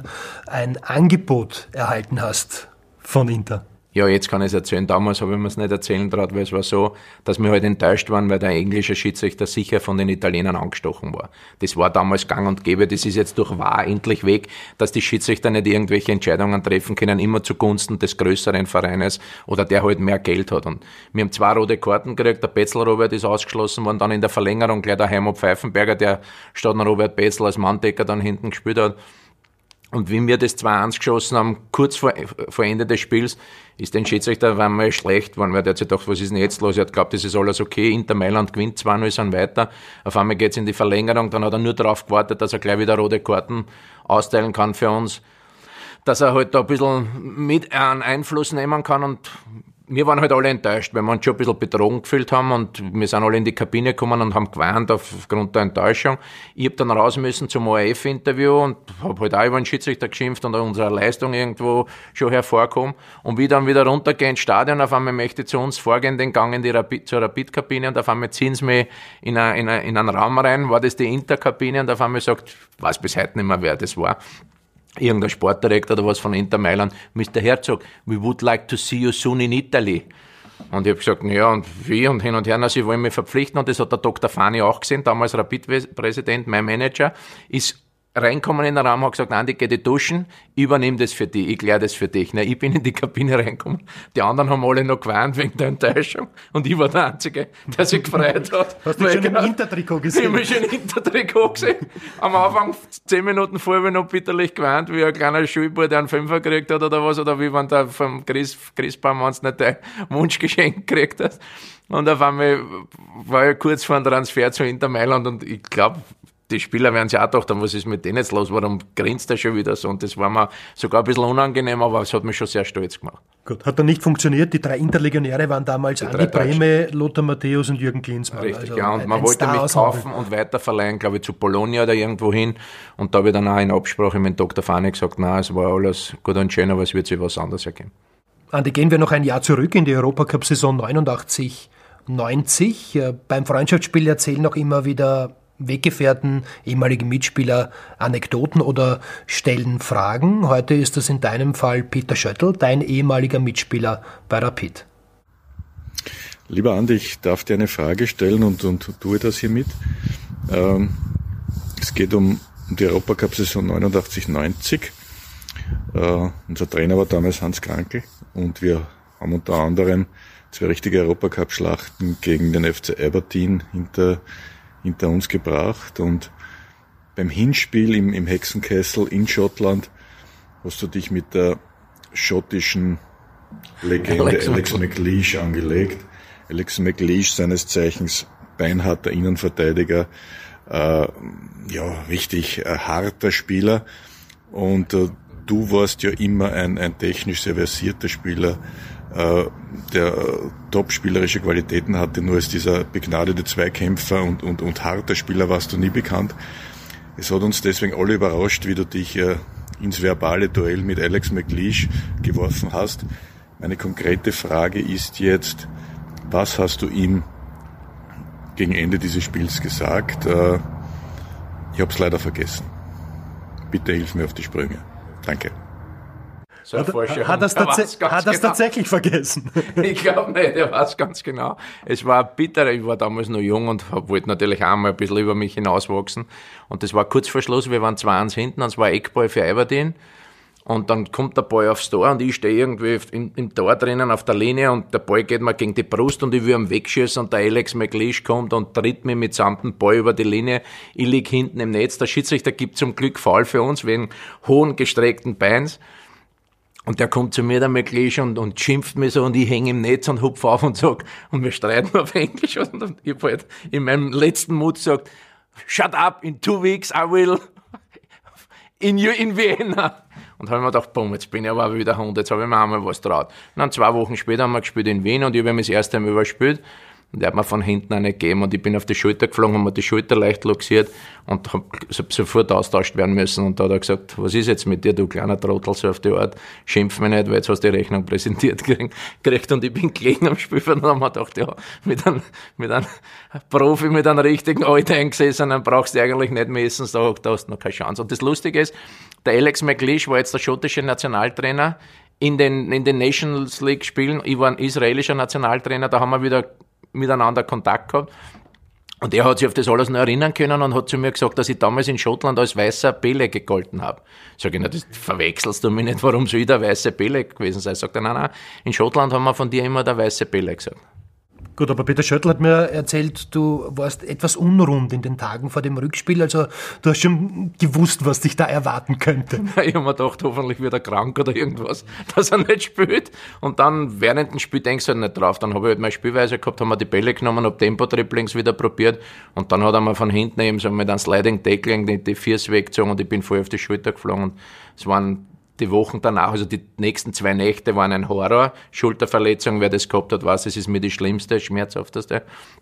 Angebot erhalten hast von Inter? Ja, jetzt kann ich es erzählen. Damals habe ich mir es nicht erzählen traut, weil es war so, dass wir halt enttäuscht waren, weil der englische Schiedsrichter sicher von den Italienern angestochen war. Das war damals gang und gäbe. Das ist jetzt durch wahr endlich weg, dass die Schiedsrichter nicht irgendwelche Entscheidungen treffen können, immer zugunsten des größeren Vereines oder der halt mehr Geld hat. Und wir haben 2 rote Karten gekriegt. Der Petzl-Robert ist ausgeschlossen worden, dann in der Verlängerung gleich der Heimo Pfeifenberger, der statt Robert Petzl als Manndecker dann hinten gespielt hat. Und wie wir das 2:1 geschossen haben, kurz vor Ende des Spiels, ist den Schiedsrichter einmal schlecht geworden, weil der hat sich gedacht, was ist denn jetzt los? Er hat geglaubt, das ist alles okay, Inter Mailand gewinnt 2:0, sind weiter. Auf einmal geht's in die Verlängerung, dann hat er nur darauf gewartet, dass er gleich wieder rote Karten austeilen kann für uns, dass er halt da ein bisschen mit einen Einfluss nehmen kann, und wir waren halt alle enttäuscht, weil wir uns schon ein bisschen betrogen gefühlt haben, und wir sind alle in die Kabine gekommen und haben geweint aufgrund der Enttäuschung. Ich habe dann raus müssen zum ORF-Interview und habe halt auch über den Schiedsrichter geschimpft und unsere Leistung irgendwo schon hervorgehoben. Und wie dann wieder runtergehe ins Stadion, auf einmal möchte ich zu uns vorgehen, den Gang in zur Rapid-Kabine, und auf einmal ziehen sie mich in einen Raum rein, war das die Inter-Kabine, und auf einmal sagt, ich weiß bis heute nicht mehr, wer das war, irgendein Sportdirektor oder was von Inter Mailand, Mr. Herzog, we would like to see you soon in Italy. Und ich habe gesagt, ja, und wie, und hin und her, sie wollen mich verpflichten, und das hat der Dr. Fani auch gesehen, damals Rapid-Präsident, mein Manager, ist reinkommen in den Raum, hat gesagt, Andi, geh die duschen, übernimm das für dich, ich kläre das für dich. Na, ich bin in die Kabine reingekommen, die anderen haben alle noch geweint wegen der Enttäuschung, und ich war der Einzige, der sich gefreut hat. Hast du schon im Intertrikot gesehen? Ich habe mich schon im Intertrikot gesehen. Am Anfang, 10 Minuten vorher, habe ich noch bitterlich geweint, wie ein kleiner Schulbub, der einen Fünfer gekriegt hat oder was, oder wie wenn der vom Christbaum, wenn du nicht dein Wunschgeschenk gekriegt hast. Und auf einmal war ich kurz vor dem Transfer zu Inter Mailand, und ich glaube, die Spieler werden sich auch gedacht haben, was ist mit denen jetzt los, warum grinst er schon wieder so? Und das war mir sogar ein bisschen unangenehm, aber es hat mich schon sehr stolz gemacht. Gut, hat dann nicht funktioniert. Die 3 Interlegionäre waren damals Andi Brehme, Lothar Matthäus und Jürgen Klinsmann. Richtig, also ja, und man wollte mich kaufen und weiterverleihen, glaube ich, zu Bologna oder irgendwo hin. Und da habe ich dann auch in Absprache mit Dr. Fani gesagt, nein, es war alles gut und schön, aber es wird sich was anderes ergeben. Andi, gehen wir noch ein Jahr zurück in die Europacup-Saison 89/90. Beim Freundschaftsspiel erzählen noch immer wieder Weggefährten, ehemalige Mitspieler Anekdoten oder stellen Fragen. Heute ist das in deinem Fall Peter Schöttl, dein ehemaliger Mitspieler bei Rapid. Lieber Andi, ich darf dir eine Frage stellen und tue das hiermit. Es geht um die Europacup-Saison 89/90. Unser Trainer war damals Hans Krankl, und wir haben unter anderem 2 richtige Europacup-Schlachten gegen den FC Aberdeen hinter uns gebracht, und beim Hinspiel im Hexenkessel in Schottland hast du dich mit der schottischen Legende Alex McLeish angelegt. Alex McLeish, seines Zeichens beinharter Innenverteidiger, richtig harter Spieler, und du warst ja immer ein technisch sehr versierter Spieler, der top-spielerische Qualitäten hatte, nur als dieser begnadete Zweikämpfer und harter Spieler warst du nie bekannt. Es hat uns deswegen alle überrascht, wie du dich ins verbale Duell mit Alex McLeish geworfen hast. Meine konkrete Frage ist jetzt, was hast du ihm gegen Ende dieses Spiels gesagt? Ich habe es leider vergessen. Bitte hilf mir auf die Sprünge. Danke. So hat er es tatsächlich vergessen? Ich glaube nicht, er weiß ganz genau. Es war bitter, ich war damals noch jung und wollte natürlich auch mal ein bisschen über mich hinauswachsen. Und das war kurz vor Schluss, wir waren 2-1 hinten und es war Eckball für Aberdeen. Und dann kommt der Ball aufs Tor und ich stehe irgendwie im Tor drinnen auf der Linie und der Ball geht mir gegen die Brust und ich will ihn wegschießen und der Alex McLeish kommt und tritt mir mitsamt dem Ball über die Linie. Ich lieg hinten im Netz. Der Schiedsrichter gibt zum Glück Foul für uns wegen hohen gestreckten Beins. Und der kommt zu mir, der McLeish, und schimpft mich so und ich hänge im Netz und hupf auf und sag, und wir streiten auf Englisch und ich hab halt in meinem letzten Mut gesagt, shut up, in 2 weeks I will in Vienna. Und habe mir gedacht, boom, jetzt bin ich aber wieder Hund, jetzt habe ich mir einmal was traut. Und dann 2 Wochen später haben wir gespielt in Wien und ich habe mich das erste Mal überspielt. Und der hat mir von hinten eine gegeben und ich bin auf die Schulter geflogen, habe mir die Schulter leicht luxiert und habe sofort austauscht werden müssen. Und da hat er gesagt, was ist jetzt mit dir, du kleiner Trottel, so auf die Art, schimpf mich nicht, weil jetzt hast du die Rechnung präsentiert gekriegt und ich bin gelegen am Spielfeld und habe mir gedacht, ja, mit einem Profi, mit einem richtigen Alteingesessenen brauchst du eigentlich nicht messen, da hast du noch keine Chance. Und das Lustige ist, der Alex McLeish war jetzt der schottische Nationaltrainer in den Nations League Spielen. Ich war ein israelischer Nationaltrainer, da haben wir wieder miteinander Kontakt gehabt. Und er hat sich auf das alles noch erinnern können und hat zu mir gesagt, dass ich damals in Schottland als weißer Pele gegolten habe. Sag ich, na, das verwechselst du mich nicht, warum soll ich der weiße Pele gewesen sein? Sagt er, nein, in Schottland haben wir von dir immer der weiße Pele gesagt. Gut, aber Peter Schöttl hat mir erzählt, du warst etwas unrund in den Tagen vor dem Rückspiel, also du hast schon gewusst, was dich da erwarten könnte. Ich habe mir gedacht, hoffentlich wird er krank oder irgendwas, dass er nicht spielt. Und dann während dem Spiel denkst du halt nicht drauf. Dann habe ich halt meine Spielweise gehabt, haben wir die Bälle genommen, habe Tempo-Dribblings wieder probiert und dann hat er mir von hinten eben so mit einem Sliding Tackling die Füße weggezogen und ich bin voll auf die Schulter geflogen. Und es waren die Wochen danach, also die nächsten 2 Nächte waren ein Horror. Schulterverletzung, wer das gehabt hat, weiß, es ist mir die schlimmste, schmerzhafteste.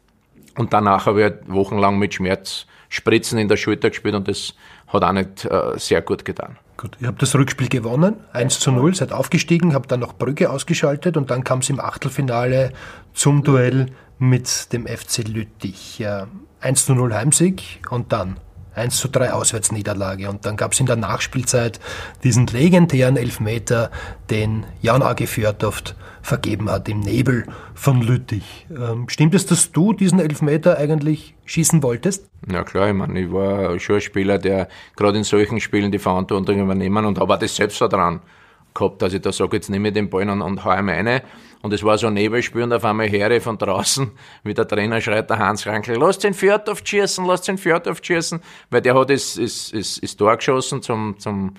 Und danach habe ich halt wochenlang mit Schmerzspritzen in der Schulter gespielt und das hat auch nicht sehr gut getan. Gut, ihr habt das Rückspiel gewonnen, 1-0, seid aufgestiegen, habt dann noch Brügge ausgeschaltet und dann kam es im Achtelfinale zum Duell mit dem FC Lüttich. 1-0 Heimsieg und dann 1-3 Auswärtsniederlage. Und dann gab es in der Nachspielzeit diesen legendären Elfmeter, den Jan A.G. Fjørtoft vergeben hat im Nebel von Lüttich. Stimmt es, dass du diesen Elfmeter eigentlich schießen wolltest? Ja klar, ich meine, ich war schon ein Spieler, der gerade in solchen Spielen die Verantwortung übernehmen und habe auch das Selbstvertrauen gehabt, dass ich da sage, jetzt nehme ich den Ball und hau ihm rein. Und es war so ein Nebelspiel und auf einmal höre ich von draußen, wie der Trainer schreit, der Hans Rankl, lass den Fjørtoft schießen, weil der hat das Tor geschossen zum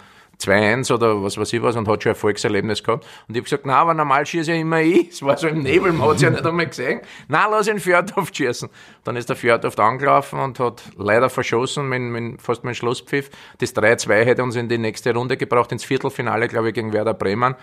2-1 oder was weiß ich was und hat schon ein Erfolgserlebnis gehabt. Und ich habe gesagt, nein, aber normal schieße ja immer ich. Es war so im Nebel, man hat es ja nicht einmal gesehen. Nein, lass den Fjørtoft schießen. Dann ist der Fjørtoft angelaufen und hat leider verschossen, fast mit dem Schlusspfiff. Das 3-2 hätte uns in die nächste Runde gebracht, ins Viertelfinale, glaube ich, gegen Werder Bremen.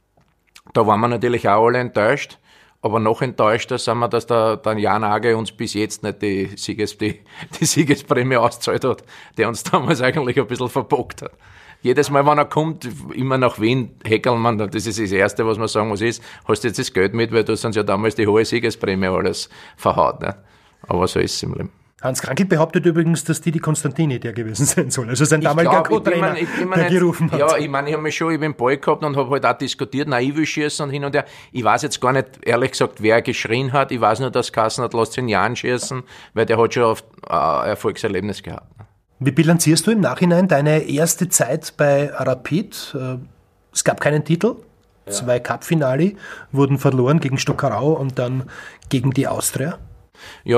Da waren wir natürlich auch alle enttäuscht. Aber noch enttäuschter sind wir, dass der Jan A.G. uns bis jetzt nicht die Siegesprämie ausgezahlt hat, der uns damals eigentlich ein bisschen verbockt hat. Jedes Mal, wenn er kommt, immer nach Wien häkeln man, das ist das Erste, was man sagen muss, ist, hast du jetzt das Geld mit, weil du hast uns ja damals die hohe Siegesprämie alles verhaut. Ne? Aber so ist es im Leben. Hans Krankl behauptet übrigens, dass Didi Constantini der gewesen sein soll. Also sein damaliger Co-Trainer, der gerufen hat. Ja, ich meine, ich habe mich schon über den Ball gehabt und habe halt auch diskutiert, nein, ich will schießen und hin und her. Ich weiß jetzt gar nicht, ehrlich gesagt, wer geschrien hat. Ich weiß nur, dass Kassen hat, lasst den Jan schießen, weil der hat schon oft ein Erfolgserlebnis gehabt. Wie bilanzierst du im Nachhinein deine erste Zeit bei Rapid? Es gab keinen Titel. Ja. 2 Cup-Finale wurden verloren gegen Stockerau und dann gegen die Austria. Ja,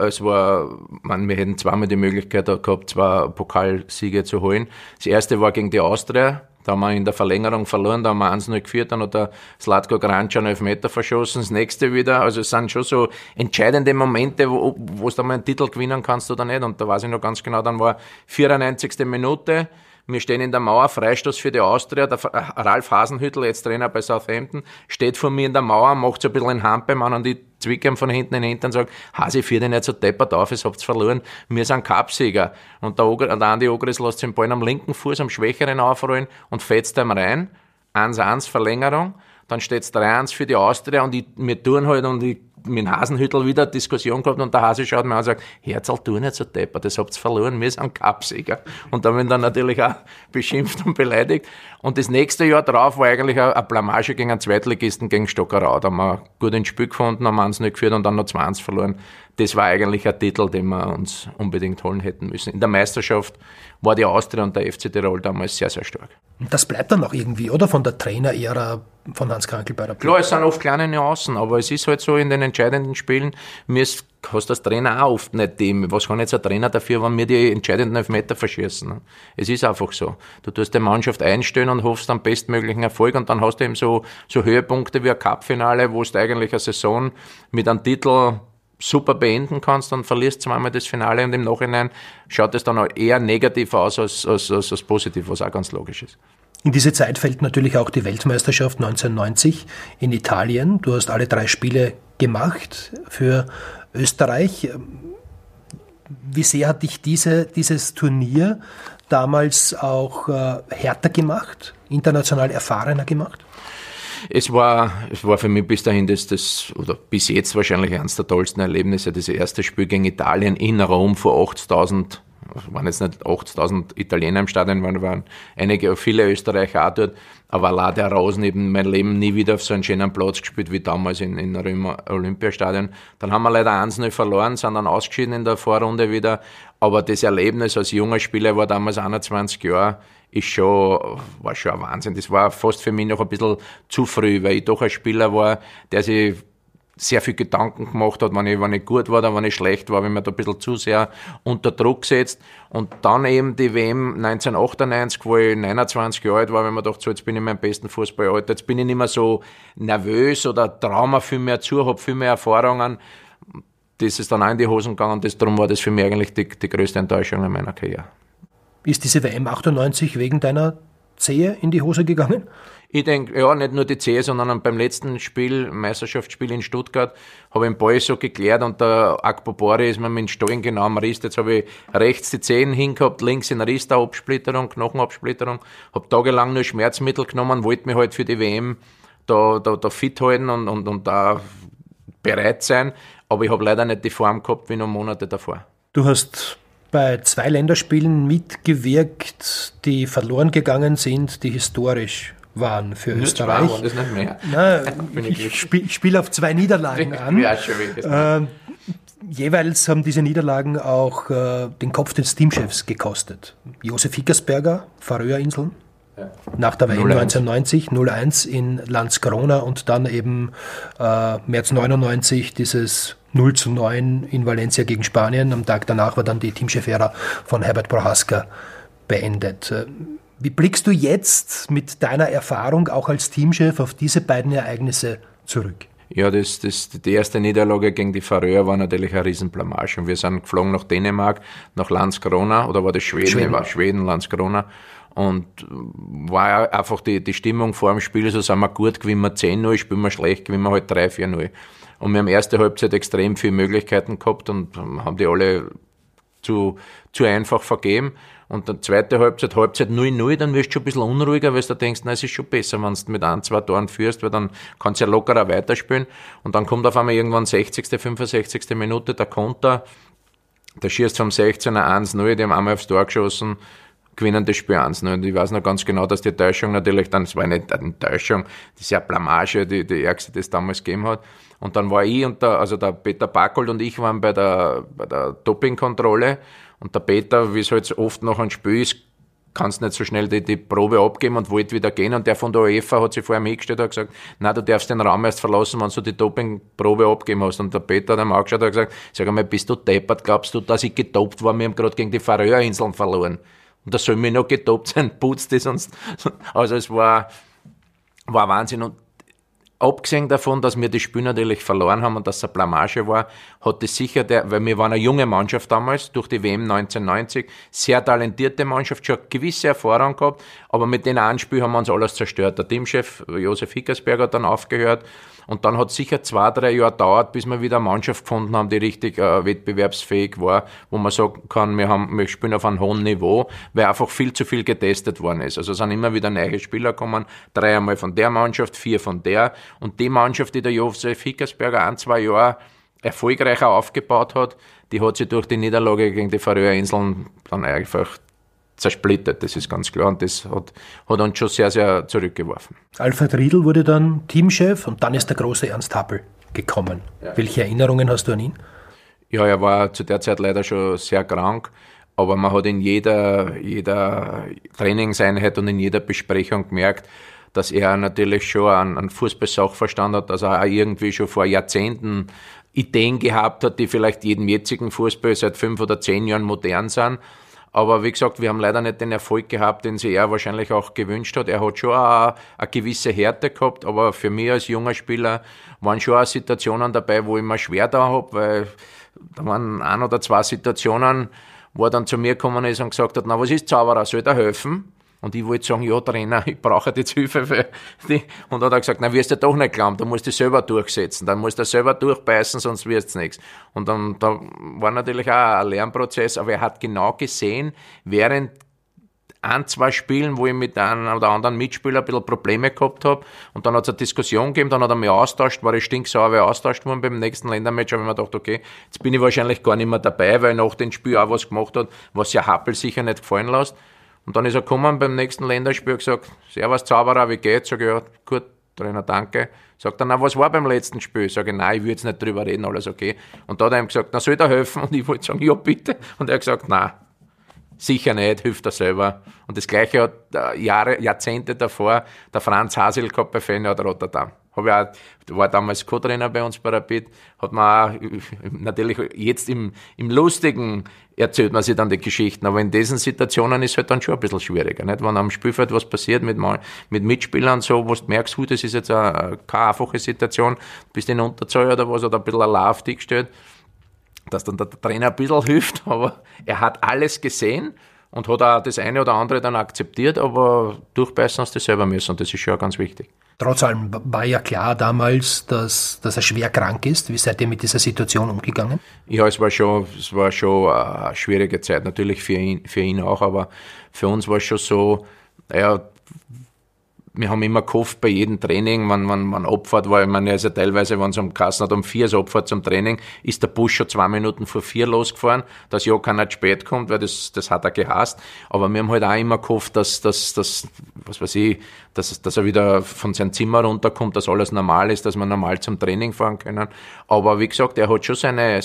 wir hätten zweimal die Möglichkeit gehabt, 2 Pokalsiege zu holen. Das erste war gegen die Austria. Da haben wir in der Verlängerung verloren, da haben wir 1-0 geführt, dann hat der Zlatko Kranjčar einen Elfmeter verschossen, das nächste wieder. Also es sind schon so entscheidende Momente, wo du mal einen Titel gewinnen kannst oder nicht. Und da weiß ich noch ganz genau, dann war 94. Minute, Wir stehen in der Mauer, Freistoß für die Austria. Der Ralf Hasenhüttl, jetzt Trainer bei Southampton, steht vor mir in der Mauer, macht so ein bisschen einen Handbemann und ich zwicke ihm von hinten in den Hintern und sage, Hasi, führ dich nicht so deppert auf, ihr habt's verloren, wir sind Cupsieger. Und der Andi Ogris lässt den Ball am linken Fuß am Schwächeren aufrollen und fetzt ihm rein. 1-1 Verlängerung. Dann steht's 3-1 für die Austria und wir tun halt und ich mit dem Hasenhüttl wieder eine Diskussion gehabt und der Hase schaut mir an und sagt, Herzl, tu nicht so deppert, das habt's verloren, wir sind Cupsieger. Und da bin ich dann natürlich auch beschimpft und beleidigt. Und das nächste Jahr drauf war eigentlich eine Blamage gegen einen Zweitligisten gegen Stockerau. Da haben wir gut ins Spiel gefunden, haben 1-0 geführt und dann noch 2-1 verloren. Das war eigentlich ein Titel, den wir uns unbedingt holen hätten müssen. In der Meisterschaft war die Austria und der FC Tirol damals sehr, sehr stark. Und das bleibt dann auch irgendwie, oder? Von der Trainer-Ära von Hans Krankl bei der Bundesliga. Klar, es sind oft kleine Nuancen, aber es ist halt so in den entscheidenden Spielen, hast das Trainer auch oft nicht dem. Was kann jetzt ein Trainer dafür, wenn wir die entscheidenden Elfmeter verschießen? Es ist einfach so. Du tust die Mannschaft einstellen und hoffst am bestmöglichen Erfolg und dann hast du eben so Höhepunkte wie ein Cup-Finale, wo du eigentlich eine Saison mit einem Titel super beenden kannst, dann verlierst zweimal das Finale und im Nachhinein schaut es dann auch eher negativ aus als positiv, was auch ganz logisch ist. In diese Zeit fällt natürlich auch die Weltmeisterschaft 1990 in Italien. Du hast alle 3 Spiele gemacht für Österreich. Wie sehr hat dich dieses Turnier damals auch härter gemacht, international erfahrener gemacht? Es war für mich bis dahin oder bis jetzt wahrscheinlich eines der tollsten Erlebnisse, das erste Spiel gegen Italien in Rom vor 80.000, waren jetzt nicht 80.000 Italiener im Stadion, waren viele Österreicher auch dort, aber allein der Rosen eben mein Leben nie wieder auf so einen schönen Platz gespielt wie damals in Rom Olympiastadion. Dann haben wir leider 1-0 verloren, sind dann ausgeschieden in der Vorrunde wieder, aber das Erlebnis als junger Spieler, war damals 21 Jahre, war schon ein Wahnsinn. Das war fast für mich noch ein bisschen zu früh, weil ich doch ein Spieler war, der sich sehr viel Gedanken gemacht hat, wenn ich gut war oder wenn ich schlecht war, wenn man da ein bisschen zu sehr unter Druck gesetzt. Und dann eben die WM 1998, wo ich 29 Jahre alt war, wenn man dachte, so, jetzt bin ich in meinem besten Fußballalter, jetzt bin ich nicht mehr so nervös oder traue viel mehr zu, habe viel mehr Erfahrungen. Das ist dann auch in die Hosen gegangen und darum war das für mich eigentlich die größte Enttäuschung in meiner Karriere. Ist diese WM 98 wegen deiner Zehe in die Hose gegangen? Ich denke, ja, nicht nur die Zehe, sondern beim letzten Spiel, Meisterschaftsspiel in Stuttgart, habe ich den Ball so geklärt und der Akpobori ist mir mit dem Stollen genau am Riss. Jetzt habe ich rechts die Zehen hingehabt, links in Risterabsplitterung, Knochenabsplitterung, habe tagelang nur Schmerzmittel genommen, wollte mich halt für die WM da fit halten und da bereit sein, aber ich habe leider nicht die Form gehabt wie noch Monate davor. Du hast bei 2 Länderspielen mitgewirkt, die verloren gegangen sind, die historisch waren für Österreich. Waren das nicht mehr? Nein, ich spiele auf 2 Niederlagen an. Ja, schon Jeweils haben diese Niederlagen auch den Kopf des Teamchefs gekostet. Josef Hickersberger, Färöerinseln, nach der WM 1990, 0-1 in Landskrona und dann eben März 99 dieses 0-9 in Valencia gegen Spanien. Am Tag danach war dann die Teamchef-Ära von Herbert Prohaska beendet. Wie blickst du jetzt mit deiner Erfahrung auch als Teamchef auf diese beiden Ereignisse zurück? Ja, die erste Niederlage gegen die Färöer war natürlich eine Riesenblamage. Und wir sind geflogen nach Dänemark, nach Landskrona, oder war das Schweden? War Schweden, Landskrona. Und war einfach die Stimmung vor dem Spiel, so sind wir gut, gewinnen wir 10-0, spielen wir schlecht, gewinnen wir halt 3-4-0. Und wir haben erste Halbzeit extrem viele Möglichkeiten gehabt und haben die alle zu einfach vergeben. Und dann zweite Halbzeit 0-0, dann wirst du schon ein bisschen unruhiger, weil du denkst, na, es ist schon besser, wenn du mit 1-2 Toren führst, weil dann kannst du ja lockerer weiterspielen. Und dann kommt auf einmal irgendwann 60., 65. Minute der Konter, der schießt vom 16er 1-0, die haben einmal aufs Tor geschossen, gewinnen das Spiel 1-0. Und ich weiß noch ganz genau, dass die Täuschung natürlich dann, es war nicht eine Täuschung, das ist ja Blamage, die ärgste, die es damals gegeben hat. Und dann war ich und der Peter Backold und ich waren bei der Dopingkontrolle. Und der Peter, wie es halt so oft nach einem Spiel ist, kannst nicht so schnell die Probe abgeben und wollte wieder gehen. Und der von der UEFA hat sich vor ihm hingestellt und hat gesagt, nein, du darfst den Raum erst verlassen, wenn du die Dopingprobe abgeben hast. Und der Peter hat ihm angeschaut und hat gesagt, sag einmal, bist du deppert, glaubst du, dass ich gedopt war? Wir haben gerade gegen die Färöerinseln verloren. Und da soll mir noch gedopt sein, putzt das sonst. Also es war Wahnsinn. Und abgesehen davon, dass wir das Spiel natürlich verloren haben und dass es eine Blamage war, hat es sicher, weil wir waren eine junge Mannschaft damals, durch die WM 1990, sehr talentierte Mannschaft, schon eine gewisse Erfahrung gehabt, aber mit den einen Spiel haben wir uns alles zerstört. Der Teamchef Josef Hickersberger hat dann aufgehört und dann hat es sicher 2-3 Jahre gedauert, bis wir wieder eine Mannschaft gefunden haben, die richtig wettbewerbsfähig war, wo man sagen kann, wir spielen auf einem hohen Niveau, weil einfach viel zu viel getestet worden ist. Also es sind immer wieder neue Spieler gekommen, 3 einmal von der Mannschaft, 4 von der. Und die Mannschaft, die der Josef Hickersberger 1-2 Jahre erfolgreicher aufgebaut hat, die hat sich durch die Niederlage gegen die Färöerinseln dann einfach zersplittert, das ist ganz klar. Und das hat uns schon sehr, sehr zurückgeworfen. Alfred Riedl wurde dann Teamchef und dann ist der große Ernst Happel gekommen. Ja. Welche Erinnerungen hast du an ihn? Ja, er war zu der Zeit leider schon sehr krank, aber man hat in jeder Trainingseinheit und in jeder Besprechung gemerkt, dass er natürlich schon einen Fußball-Sachverstand hat, dass er auch irgendwie schon vor Jahrzehnten Ideen gehabt hat, die vielleicht jedem jetzigen Fußball seit 5 oder 10 Jahren modern sind. Aber wie gesagt, wir haben leider nicht den Erfolg gehabt, den sich er wahrscheinlich auch gewünscht hat. Er hat schon eine gewisse Härte gehabt, aber für mich als junger Spieler waren schon auch Situationen dabei, wo ich mir schwer da habe, weil da waren 1 oder 2 Situationen, wo er dann zu mir gekommen ist und gesagt hat, na, was ist Zauberer, soll der helfen? Und ich wollte sagen, ja Trainer, ich brauche jetzt Hilfe für die. Und dann hat er gesagt, na, wirst du doch nicht glauben, du musst dich selber durchsetzen, dann musst du selber durchbeißen, sonst wird's nichts. Und dann da war natürlich auch ein Lernprozess, aber er hat genau gesehen, während 1, 2 Spielen, wo ich mit einem oder anderen Mitspieler ein bisschen Probleme gehabt habe, und dann hat es eine Diskussion gegeben, dann hat er mich austauscht, war ich stinksauer, weil austauscht worden beim nächsten Ländermatch, habe ich mir gedacht, okay, jetzt bin ich wahrscheinlich gar nicht mehr dabei, weil nach dem Spiel auch was gemacht hat, was ja Happel sicher nicht gefallen lässt. Und dann ist er gekommen beim nächsten Länderspiel und gesagt, Servus Zauberer, wie geht's? Sag ich, ja, gut, Trainer, danke. Sagt er, na, was war beim letzten Spiel? Sag ich, nein, ich will jetzt nicht drüber reden, alles okay. Und da hat er ihm gesagt, na, soll er helfen? Und ich wollte sagen, ja, bitte. Und er hat gesagt, nein, sicher nicht, hilft er selber. Und das Gleiche hat Jahrzehnte davor der Franz Hasil gehabt bei Feyenoord Rotterdam. War damals Co-Trainer bei uns bei Rapid, hat man auch, natürlich jetzt im Lustigen erzählt man sich dann die Geschichten, aber in diesen Situationen ist es halt dann schon ein bisschen schwieriger, nicht? Wenn am Spielfeld was passiert mit Mitspielern so, wo du merkst, das ist jetzt keine einfache Situation, bist in Unterzahl oder was, oder ein bisschen allein auf dich gestellt, dass dann der Trainer ein bisschen hilft, aber er hat alles gesehen und hat auch das eine oder andere dann akzeptiert, aber durchbeißen hast du selber müssen und das ist schon ganz wichtig. Trotz allem war ja klar damals, dass er schwer krank ist. Wie seid ihr mit dieser Situation umgegangen? Ja, es war schon eine schwierige Zeit, natürlich für ihn auch, aber für uns war es schon so, ja, wir haben immer gehofft bei jedem Training, wenn man abfahrt war, ich meine, also teilweise, wenn es am Kassen hat, um 4 ist Abfahrt zum Training, ist der Bus schon 2 Minuten vor 4 losgefahren, dass ja keiner zu spät kommt, weil das hat er gehasst. Aber wir haben halt auch immer gehofft, dass er wieder von seinem Zimmer runterkommt, dass alles normal ist, dass wir normal zum Training fahren können. Aber wie gesagt, er hat schon seine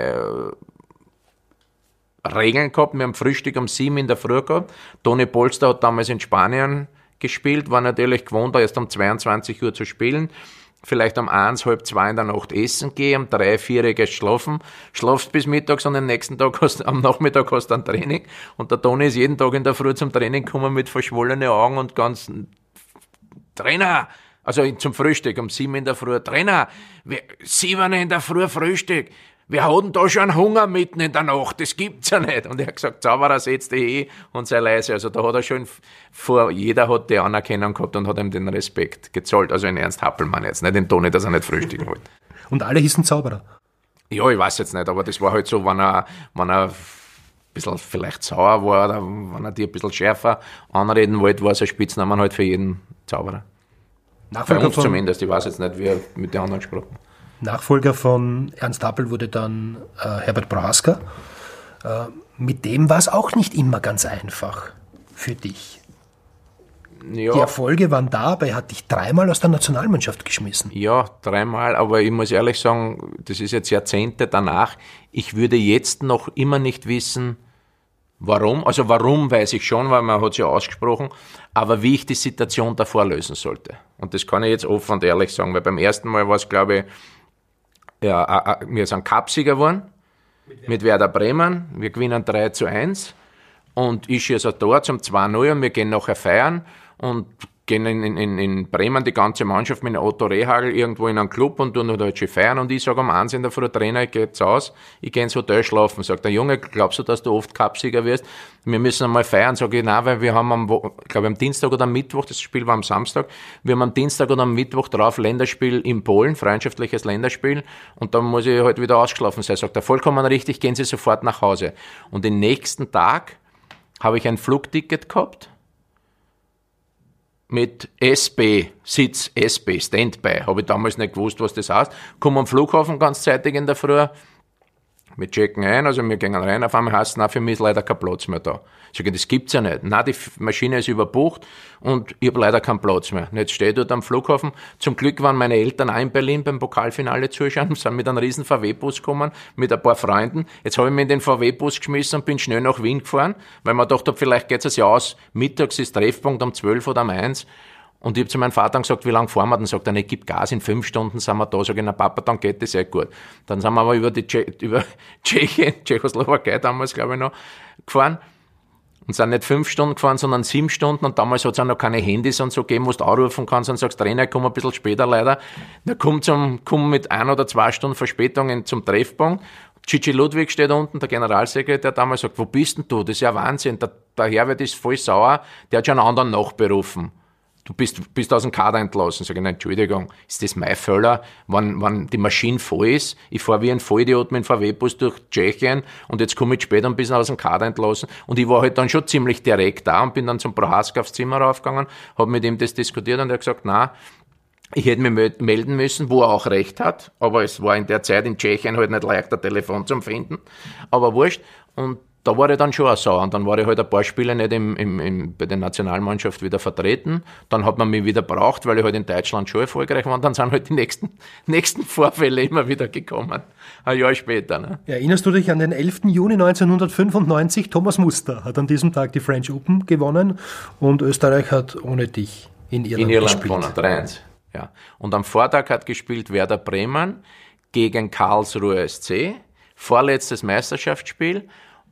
Regeln gehabt. Wir haben Frühstück um 7 in der Früh gehabt. Toni Polster hat damals in Spanien gespielt, war natürlich gewohnt, erst um 22 Uhr zu spielen, vielleicht um 1, halb 2 in der Nacht essen gehen, um 3, 4 gehst schlafen, schlafst bis mittags und am nächsten Tag am Nachmittag hast du ein Training und der Toni ist jeden Tag in der Früh zum Training gekommen mit verschwollenen Augen und ganz Trainer, also zum Frühstück um 7 in der Früh, Trainer, 7 in der Früh Frühstück, wir hatten da schon Hunger mitten in der Nacht, das gibt's ja nicht. Und er hat gesagt, Zauberer, setz dich und sei leise. Also da hat er schon jeder hat die Anerkennung gehabt und hat ihm den Respekt gezollt. Also in Ernst Happelmann jetzt, nicht in Toni, dass er nicht frühstücken wollte. Und alle hießen Zauberer? Ja, ich weiß jetzt nicht, aber das war halt so, wenn er ein bisschen vielleicht sauer war oder wenn er die ein bisschen schärfer anreden wollte, war sein Spitznamen halt für jeden Zauberer. Bei uns zumindest, ich weiß jetzt nicht, wie er mit den anderen gesprochen hat. Nachfolger von Ernst Happel wurde dann Herbert Prohaska. Mit dem war es auch nicht immer ganz einfach für dich. Ja. Die Erfolge waren da, aber er hat dich 3-mal aus der Nationalmannschaft geschmissen. Ja, 3-mal, aber ich muss ehrlich sagen, das ist jetzt Jahrzehnte danach. Ich würde jetzt noch immer nicht wissen, warum. Also warum weiß ich schon, weil man hat es ja ausgesprochen, aber wie ich die Situation davor lösen sollte. Und das kann ich jetzt offen und ehrlich sagen, weil beim ersten Mal war es, glaube ich, ja, wir sind Cupsieger geworden mit Werder Bremen. Wir gewinnen 3-1 und ich schieße ein Tor zum 2-0 und wir gehen nachher feiern. Und gehen in Bremen die ganze Mannschaft mit Otto Rehagel irgendwo in einen Club und tun halt schön feiern und ich sage um 1 in der Früh, Trainer, ich gehe jetzt aus, ich gehe ins Hotel schlafen. Sagt der Junge, glaubst du, dass du oft Cupsieger wirst? Wir müssen einmal feiern. Sag ich, nein, weil wir haben am Dienstag oder am Mittwoch, das Spiel war am Samstag, wir haben am Dienstag oder am Mittwoch drauf Länderspiel in Polen, freundschaftliches Länderspiel und dann muss ich halt wieder ausgeschlafen sein. Sagt er, vollkommen richtig, gehen Sie sofort nach Hause. Und den nächsten Tag habe ich ein Flugticket gehabt, mit SB, Sitz SB, Standby. Habe ich damals nicht gewusst, was das heißt. Komme am Flughafen ganz zeitig in der Früh. Wir checken ein, also wir gehen rein. Auf einmal heißt es, nein, für mich ist leider kein Platz mehr da. Ich sage, das gibt's ja nicht. Nein, die Maschine ist überbucht und ich habe leider keinen Platz mehr. Und jetzt stehe ich dort am Flughafen. Zum Glück waren meine Eltern auch in Berlin beim Pokalfinale zuschauen, sind mit einem riesen VW-Bus gekommen, mit ein paar Freunden. Jetzt habe ich mich in den VW-Bus geschmissen und bin schnell nach Wien gefahren, weil man dachte, vielleicht geht es ja aus. Mittags ist Treffpunkt um 12 oder um 1. Und ich habe zu meinem Vater gesagt, wie lange fahren wir? Dann sagt er, ne, gib Gas, in 5 Stunden sind wir da. Sag ich, na Papa, dann geht das gut. Dann sind wir aber über Tschechoslowakei damals, glaube ich, noch gefahren. Und sind nicht 5 Stunden gefahren, sondern 7 Stunden. Und damals hat es auch noch keine Handys und so gegeben, wo du anrufen kannst und sagst, Trainer, ich komme ein bisschen später leider. Dann komm mit 1 oder 2 Stunden Verspätung zum Treffpunkt. Gigi Ludwig steht unten, der Generalsekretär damals, sagt, wo bist denn du? Das ist ja Wahnsinn. Der Herbert ist voll sauer, der hat schon einen anderen nachberufen. Du bist aus dem Kader entlassen. Sag ich, nein, Entschuldigung, ist das mein Fehler, wenn die Maschine voll ist? Ich fahre wie ein Vollidiot mit dem VW-Bus durch Tschechien und jetzt komme ich später ein bisschen aus dem Kader entlassen. Und ich war halt dann schon ziemlich direkt da und bin dann zum Prohaska aufs Zimmer raufgegangen, habe mit ihm das diskutiert und er hat gesagt, nein, ich hätte mich melden müssen, wo er auch recht hat, aber es war in der Zeit in Tschechien halt nicht leicht, ein Telefon zu finden. Aber wurscht. Und da war ich dann schon auch sauer. Und dann war ich halt ein paar Spiele nicht bei der Nationalmannschaft wieder vertreten. Dann hat man mich wieder braucht, weil ich halt in Deutschland schon erfolgreich war. Und dann sind halt die nächsten Vorfälle immer wieder gekommen. Ein Jahr später. Ne? Erinnerst du dich an den 11. Juni 1995? Thomas Muster hat an diesem Tag die French Open gewonnen und Österreich hat ohne dich in Irland gespielt. Gewonnen, 3-1. Ja. Und am Vortag hat gespielt Werder Bremen gegen Karlsruhe SC. Vorletztes Meisterschaftsspiel.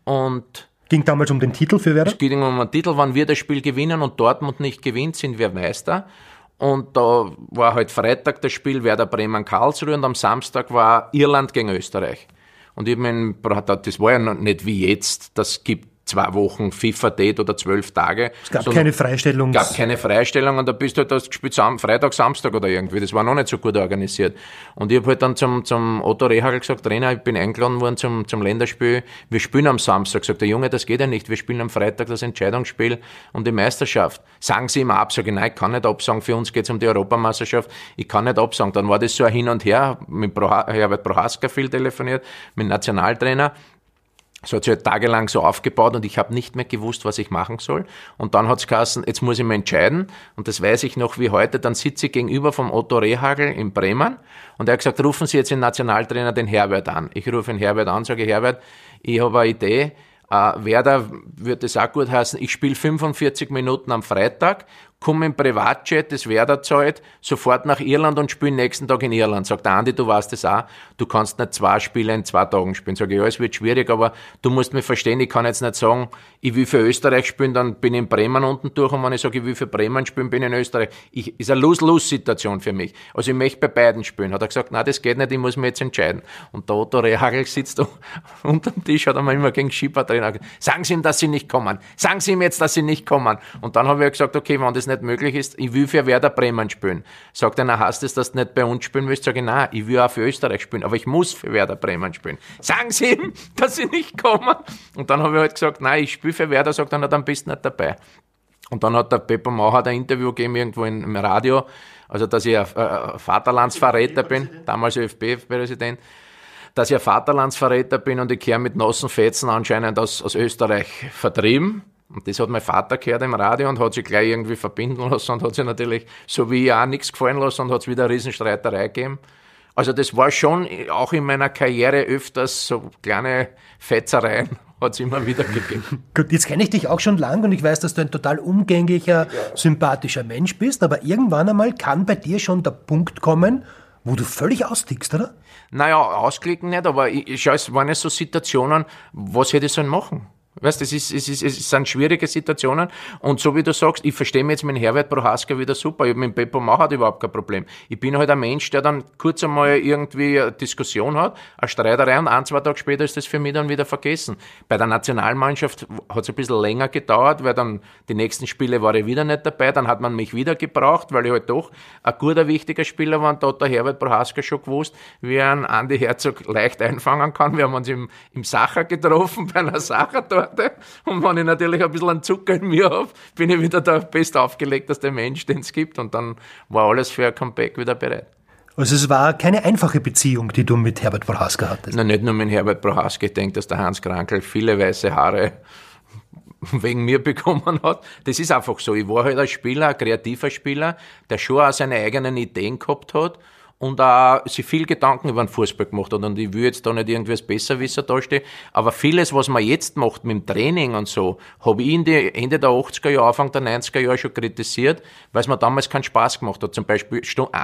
Und ging damals um den Titel für Werder? Es ging um den Titel, wenn wir das Spiel gewinnen und Dortmund nicht gewinnt, sind wir Meister. Und da war halt Freitag das Spiel Werder Bremen Karlsruhe und am Samstag war Irland gegen Österreich. Und das war ja noch nicht wie jetzt, das gibt 2 Wochen FIFA-Date oder 12 Tage. Es gab keine Freistellung. Es gab keine Freistellung und da bist du halt das gespielt Freitag, Samstag oder irgendwie. Das war noch nicht so gut organisiert. Und ich habe halt dann zum Otto Rehagel gesagt, Trainer, ich bin eingeladen worden zum Länderspiel. Wir spielen am Samstag. Sagt der Junge, das geht ja nicht. Wir spielen am Freitag das Entscheidungsspiel um die Meisterschaft. Sagen Sie immer ab. Sag ich, nein, ich kann nicht absagen. Für uns geht es um die Europameisterschaft. Ich kann nicht absagen. Dann war das so ein Hin und Her. Mit Herbert Prohaska viel telefoniert, mit dem Nationaltrainer. So hat sich halt tagelang so aufgebaut und ich habe nicht mehr gewusst, was ich machen soll. Und dann hat's geheißen, jetzt muss ich mich entscheiden. Und das weiß ich noch wie heute. Dann sitze ich gegenüber vom Otto Rehagel in Bremen und er hat gesagt, rufen Sie jetzt den Nationaltrainer, den Herbert, an. Ich rufe den Herbert an, sage, Herbert, ich habe eine Idee. Werder wird das auch gut heißen. Ich spiele 45 Minuten am Freitag, komme im Privatjet, das Werder zahlt, sofort nach Irland und spiele nächsten Tag in Irland. Sagt der Andi, du weißt das auch, du kannst nicht 2 Spiele in 2 Tagen spielen. Sag ich, ja, es wird schwierig, aber du musst mich verstehen, ich kann jetzt nicht sagen, ich will für Österreich spielen, dann bin ich in Bremen unten durch und wenn ich sage, ich will für Bremen spielen, bin ich in Österreich. Ist eine Lose-Lose-Situation für mich. Also ich möchte bei beiden spielen. Hat er gesagt, nein, das geht nicht, ich muss mich jetzt entscheiden. Und der Otto Rehagel sitzt da unterm Tisch, hat er mir immer gegen Schipper drin gesagt, sagen Sie ihm, dass Sie nicht kommen. Sagen Sie ihm jetzt, dass Sie nicht kommen. Und dann habe ich gesagt, okay, wenn das nicht möglich ist, ich will für Werder Bremen spielen. Sagt er, na, heißt das, dass du nicht bei uns spielen willst? Sag ich, nein, ich will auch für Österreich spielen, aber ich muss für Werder Bremen spielen. Sagen Sie ihm, dass Sie nicht kommen. Und dann habe ich halt gesagt, nein, ich spiele für Werder. Sagt er, na, dann bist du nicht dabei. Und dann hat der Pepper Mauer ein Interview gegeben irgendwo im Radio, also dass ich ein Vaterlandsverräter bin, damals ÖFB-Präsident, dass ich ein Vaterlandsverräter bin und ich gehöre mit nassen Fetzen anscheinend aus Österreich vertrieben. Und das hat mein Vater gehört im Radio und hat sich gleich irgendwie verbinden lassen und hat sich natürlich, so wie ich auch, nichts gefallen lassen und hat es wieder eine Riesenstreiterei gegeben. Also das war schon auch in meiner Karriere öfters so kleine Fetzereien, hat es immer wieder gegeben. Gut, jetzt kenne ich dich auch schon lang und ich weiß, dass du ein total umgänglicher, sympathischer Mensch bist, aber irgendwann einmal kann bei dir schon der Punkt kommen, wo du völlig austickst, oder? Naja, ausklicken nicht, aber es waren ja so Situationen, was hätte ich sollen machen? Weißt, es sind schwierige Situationen und so wie du sagst, ich verstehe mich jetzt mit Herbert Prohaska wieder super, ich habe mit Beppo Machert überhaupt kein Problem. Ich bin halt ein Mensch, der dann kurz einmal irgendwie eine Diskussion hat, eine Streiterei und 1-2 Tage später ist das für mich dann wieder vergessen. Bei der Nationalmannschaft hat es ein bisschen länger gedauert, weil dann die nächsten Spiele war ich wieder nicht dabei, dann hat man mich wieder gebraucht, weil ich halt doch ein guter, wichtiger Spieler war und da hat der Herbert Prohaska schon gewusst, wie er einen Andi Herzog leicht einfangen kann. Wir haben uns im Sacher getroffen, bei einer Sachertorte. Und wenn ich natürlich ein bisschen einen Zucker in mir habe, bin ich wieder der best aufgelegteste Mensch, den es gibt. Und dann war alles für ein Comeback wieder bereit. Also es war keine einfache Beziehung, die du mit Herbert Prohaska hattest? Nein, nicht nur mit Herbert Prohaska. Ich denke, dass der Hans Krankl viele weiße Haare wegen mir bekommen hat. Das ist einfach so. Ich war halt ein Spieler, ein kreativer Spieler, der schon auch seine eigenen Ideen gehabt hat und auch sich viel Gedanken über den Fußball gemacht hat. Und ich will jetzt da nicht irgendwie als Besserwisser dastehen, aber vieles, was man jetzt macht mit dem Training und so, habe ich in die Ende der 80er Jahre, Anfang der 90er Jahre schon kritisiert, weil es mir damals keinen Spaß gemacht hat. Zum Beispiel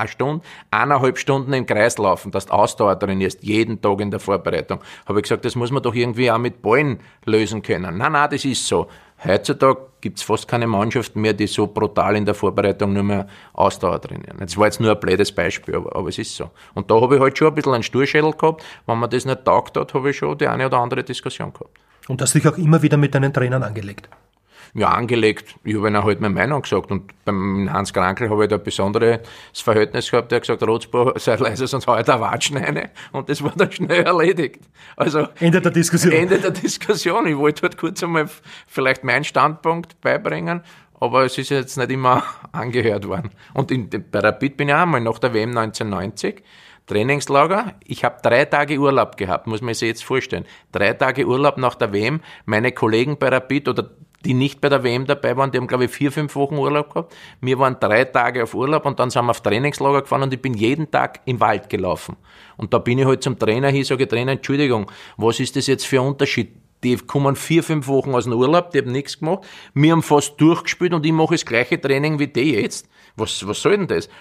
1,5 Stunden im Kreis laufen, dass du Ausdauer trainierst, jeden Tag in der Vorbereitung. Habe ich gesagt, das muss man doch irgendwie auch mit Ballen lösen können. Nein, das ist so. Heutzutage gibt es fast keine Mannschaft mehr, die so brutal in der Vorbereitung nur mehr Ausdauer trainieren. Das war jetzt nur ein blödes Beispiel, aber es ist so. Und da habe ich halt schon ein bisschen einen Sturschädel gehabt. Wenn mir das nicht taugt hat, habe ich schon die eine oder andere Diskussion gehabt. Und hast dich auch immer wieder mit deinen Trainern angelegt? Ja, angelegt. Ich habe ihnen halt meine Meinung gesagt. Und beim Hans Krankl habe ich da ein besonderes Verhältnis gehabt. Der hat gesagt, Rotzbauer, sei leise, sonst hau ich da Watschen rein. Und das war dann schnell erledigt. Also, Ende der Diskussion. Ende der Diskussion. Ich wollte halt kurz einmal vielleicht meinen Standpunkt beibringen. Aber es ist jetzt nicht immer angehört worden. Und bei Rapid bin ich auch einmal nach der WM 1990 Trainingslager. Ich habe 3 Tage Urlaub gehabt, muss man sich jetzt vorstellen. 3 Tage Urlaub nach der WM. Meine Kollegen bei Rapid oder die nicht bei der WM dabei waren, die haben, glaube ich, 4-5 Wochen Urlaub gehabt. Wir waren 3 Tage auf Urlaub und dann sind wir auf Trainingslager gefahren und ich bin jeden Tag im Wald gelaufen. Und da bin ich halt zum Trainer hin, sage, Trainer, Entschuldigung, was ist das jetzt für ein Unterschied? Die kommen 4-5 Wochen aus dem Urlaub, die haben nichts gemacht. Wir haben fast durchgespielt und ich mache das gleiche Training wie die jetzt. Was soll denn das?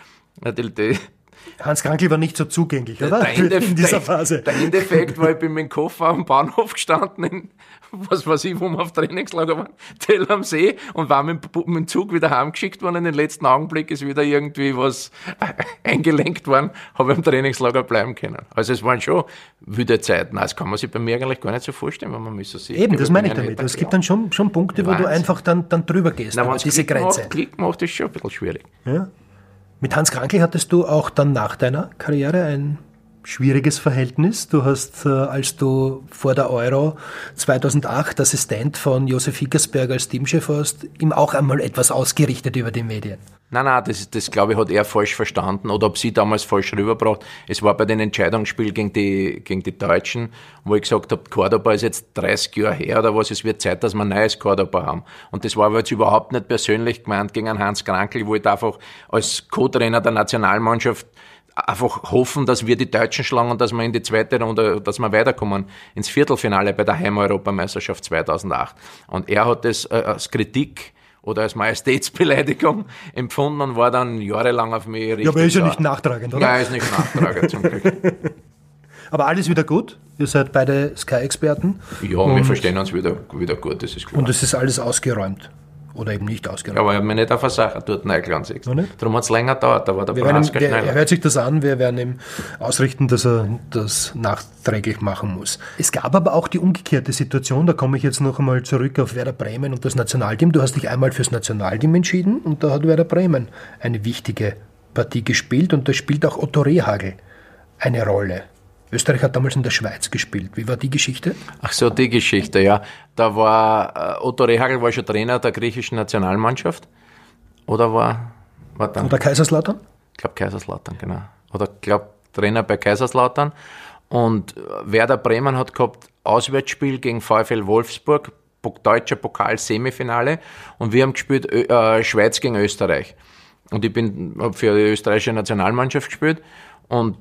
Hans Krankl war nicht so zugänglich, oder? In dieser Phase. Der Endeffekt war, ich bin mit dem Koffer am Bahnhof gestanden, was weiß ich, wo wir auf Trainingslager waren, Tell am See, und war mit dem Zug wieder heimgeschickt worden. In den letzten Augenblick ist wieder irgendwie was eingelenkt worden, habe ich am Trainingslager bleiben können. Also es waren schon wilde Zeiten. Das kann man sich bei mir eigentlich gar nicht so vorstellen, wenn man mich so sieht. Eben, das meine ich damit. Es gibt dann schon Punkte, wo du einfach dann drüber gehst, über diese Grenze. Klick macht, ist schon ein bisschen schwierig. Ja. Mit Hans Krankl hattest du auch dann nach deiner Karriere ein schwieriges Verhältnis. Du hast, als du vor der Euro 2008 Assistent von Josef Hickersberger als Teamchef warst, ihm auch einmal etwas ausgerichtet über die Medien. Nein, das glaube ich, hat er falsch verstanden oder ob sie damals falsch rübergebracht. Es war bei den Entscheidungsspielen gegen die Deutschen, wo ich gesagt habe, Cordoba ist jetzt 30 Jahre her oder was, es wird Zeit, dass wir ein neues Cordoba haben. Und das war aber jetzt überhaupt nicht persönlich gemeint gegen Hans Krankl, wo ich einfach als Co-Trainer der Nationalmannschaft einfach hoffen, dass wir die Deutschen schlagen und dass wir in die zweite Runde, dass wir weiterkommen ins Viertelfinale bei der Heim-Europameisterschaft 2008. Und er hat das als Kritik oder als Majestätsbeleidigung empfunden und war dann jahrelang auf mich richtig. Ja, aber er ist ja nicht nachtragend, oder? Nein, er ist nicht nachtragend, zum Glück. Aber alles wieder gut? Ihr seid beide Sky-Experten? Ja, wir verstehen uns wieder gut, das ist klar. Und es ist alles ausgeräumt? Oder eben nicht ausgeräumt? Ja, aber ich habe mich nicht auf eine Sache dort reingelassen. Darum hat es länger gedauert, da war der Prohaska schneller. Er hört sich das an, wir werden ihm ausrichten, dass er das nachträglich machen muss. Es gab aber auch die umgekehrte Situation, da komme ich jetzt noch einmal zurück auf Werder Bremen und das Nationalteam. Du hast dich einmal fürs Nationalteam entschieden und da hat Werder Bremen eine wichtige Partie gespielt und da spielt auch Otto Rehhagel eine Rolle. Österreich hat damals in der Schweiz gespielt. Wie war die Geschichte? Ach so, die Geschichte, ja. Da war Otto Rehhagel war schon Trainer der griechischen Nationalmannschaft. Oder war dann? Oder Kaiserslautern? Ich glaube Kaiserslautern, genau. Oder ich glaube Trainer bei Kaiserslautern. Und Werder Bremen hat gehabt Auswärtsspiel gegen VfL Wolfsburg, deutscher Pokal-Semifinale. Und wir haben gespielt Schweiz gegen Österreich. Und ich habe für die österreichische Nationalmannschaft gespielt. Und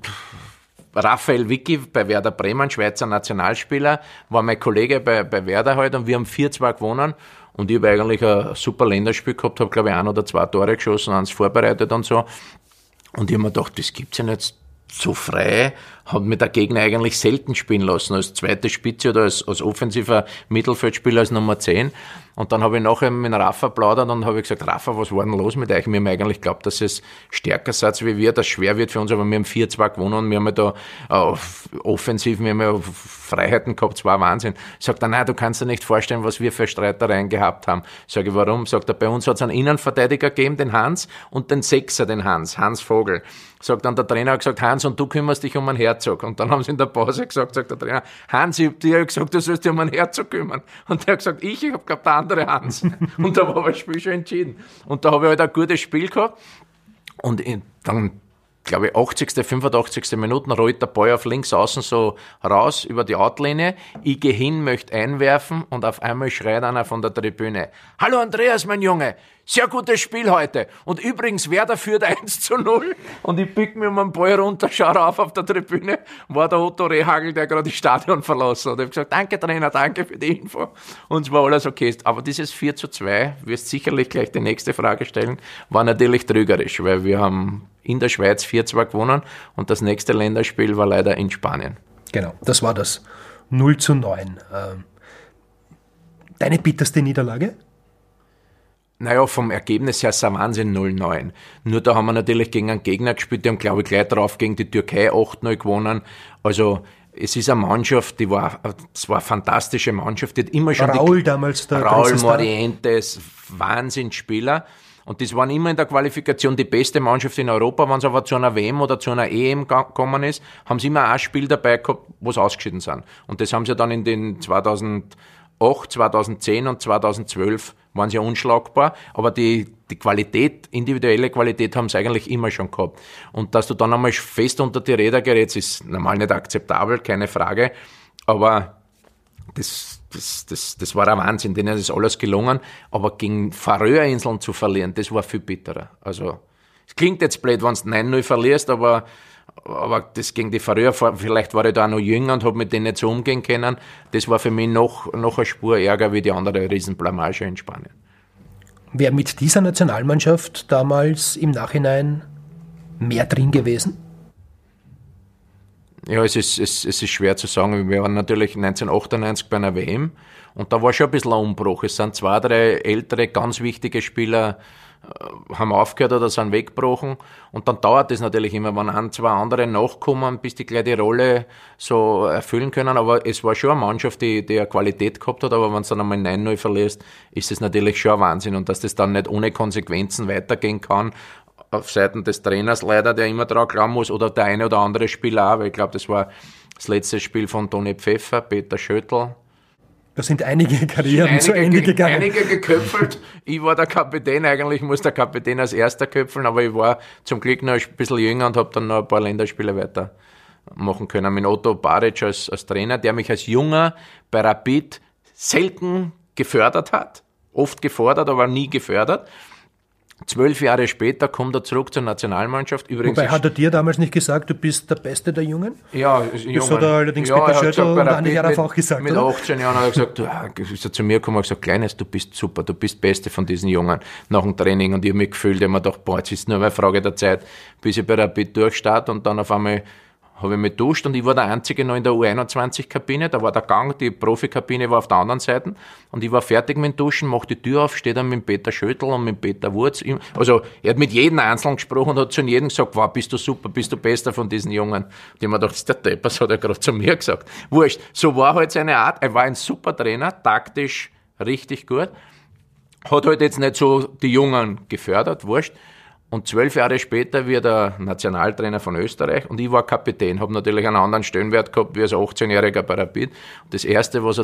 Raphael Vicky bei Werder Bremen, Schweizer Nationalspieler, war mein Kollege bei Werder halt und wir haben 4-2 gewonnen und ich habe eigentlich ein super Länderspiel gehabt, habe glaube ich 1 oder 2 Tore geschossen, eins vorbereitet und so und ich habe mir gedacht, das gibt's ja nicht, zu frei, hat mir der Gegner eigentlich selten spielen lassen, als zweite Spitze oder als offensiver Mittelfeldspieler als Nummer 10. Und dann habe ich nachher mit Rafa plaudert und habe gesagt, Rafa, was war denn los mit euch? Wir haben eigentlich geglaubt, dass es stärker seid wie wir, dass es schwer wird für uns, aber wir haben 4-2 gewonnen und wir haben ja da offensiv, wir haben ja Freiheiten gehabt, das war Wahnsinn. Sagt er, nein, du kannst dir nicht vorstellen, was wir für Streitereien gehabt haben. Sage ich, warum? Sagt er, bei uns hat es einen Innenverteidiger gegeben, den Hans, und den Sechser, den Hans Vogel. Sagt dann der Trainer, hat gesagt, Hans, und du kümmerst dich um einen Herzog. Und dann haben sie in der Pause gesagt, sagt der Trainer, Hans, ich hab dir gesagt, du sollst dich um einen Herzog kümmern. Und der hat gesagt, ich hab geglaubt, der andere Hans. Und da war aber das Spiel schon entschieden. Und da habe ich halt ein gutes Spiel gehabt. Und dann, glaube ich, 80., 85. Minuten rollt der Ball auf links außen so raus über die Outlinie. Ich gehe hin, möchte einwerfen und auf einmal schreit einer von der Tribüne, Hallo Andreas, mein Junge, sehr gutes Spiel heute. Und übrigens, Werder führt 1-0. Und ich pick mir um den Ball runter, schau rauf auf der Tribüne, war der Otto Rehagel, der gerade das Stadion verlassen hat. Ich habe gesagt, danke Trainer, danke für die Info. Und es war alles okay. Aber dieses 4-2, wirst sicherlich gleich die nächste Frage stellen, war natürlich trügerisch, weil wir haben in der Schweiz 4-2 gewonnen und das nächste Länderspiel war leider in Spanien. Genau, das war das 0-9. Deine bitterste Niederlage? Naja, vom Ergebnis her ist es ein Wahnsinn 0-9. Nur da haben wir natürlich gegen einen Gegner gespielt, die haben, glaube ich, gleich darauf gegen die Türkei 8-0 gewonnen. Also es ist eine Mannschaft, es war eine fantastische Mannschaft, die hat immer schon Raul damals, der Raul Morientes, Wahnsinnsspieler. Und das waren immer in der Qualifikation die beste Mannschaft in Europa. Wenn es aber zu einer WM oder zu einer EM gekommen ist, haben sie immer ein Spiel dabei gehabt, wo sie ausgeschieden sind. Und das haben sie dann in den 2008, 2010 und 2012 waren sie ja unschlagbar, aber die Qualität, individuelle Qualität haben sie eigentlich immer schon gehabt. Und dass du dann einmal fest unter die Räder gerätst, ist normal nicht akzeptabel, keine Frage, aber das war ein Wahnsinn, denen ist alles gelungen, aber gegen Färöerinseln zu verlieren, das war viel bitterer. Also, es klingt jetzt blöd, wenn du 9-0 verlierst, aber das gegen die Färöer, vielleicht war ich da auch noch jünger und habe mit denen nicht so umgehen können, das war für mich noch eine Spur ärger wie die andere Riesenblamage in Spanien. Wäre mit dieser Nationalmannschaft damals im Nachhinein mehr drin gewesen? Ja, es ist schwer zu sagen. Wir waren natürlich 1998 bei einer WM und da war schon ein bisschen ein Umbruch. Es sind 2, 3 ältere, ganz wichtige Spieler haben aufgehört oder sind weggebrochen und dann dauert es natürlich immer, wenn 1, 2 andere nachkommen, bis die gleich die Rolle so erfüllen können, aber es war schon eine Mannschaft, die eine Qualität gehabt hat, aber wenn du dann einmal 9-0 verlierst, ist es natürlich schon ein Wahnsinn und dass das dann nicht ohne Konsequenzen weitergehen kann, auf Seiten des Trainers leider, der immer dran glauben muss, oder der eine oder andere Spieler auch, weil ich glaube, das war das letzte Spiel von Toni Pfeffer, Peter Schöttl. Da sind einige Karrieren zu Ende gegangen. Einige geköpfelt. Ich war der Kapitän, eigentlich muss der Kapitän als erster köpfeln, aber ich war zum Glück noch ein bisschen jünger und habe dann noch ein paar Länderspiele weitermachen können. Mit Otto Baric als Trainer, der mich als Junger bei Rapid selten gefördert hat. Oft gefordert, aber nie gefördert. 12 Jahre später kommt er zurück zur Nationalmannschaft. Übrigens, wobei, hat er dir damals nicht gesagt, du bist der Beste der Jungen? Ja, das hat er allerdings Peter Schöttl und Andi Jaraf auch gesagt. Mit 18 Jahren hat er gesagt, ist er zu mir gekommen und gesagt, Kleines, du bist super, du bist Beste von diesen Jungen nach dem Training. Und ich habe mich gefühlt, ich habe mir gedacht, jetzt ist nur eine Frage der Zeit, bis ich bei Rapid durchstarte. Und dann auf einmal habe ich mich duscht und ich war der Einzige noch in der U21-Kabine, da war der Gang, die Profikabine war auf der anderen Seite und ich war fertig mit dem Duschen, mach die Tür auf, steht dann mit Peter Schöttl und mit Peter Wurz. Also er hat mit jedem Einzelnen gesprochen und hat zu jedem gesagt, wow, bist du super, bist du Bester von diesen Jungen. Und ich habe mir gedacht, das ist der Depp, das hat er gerade zu mir gesagt. Wurscht, so war halt seine Art, er war ein super Trainer, taktisch richtig gut, hat halt jetzt nicht so die Jungen gefördert, wurscht. Und 12 Jahre später wird er Nationaltrainer von Österreich und ich war Kapitän, habe natürlich einen anderen Stellenwert gehabt wie als 18-Jähriger bei Rapid. Und das Erste, was er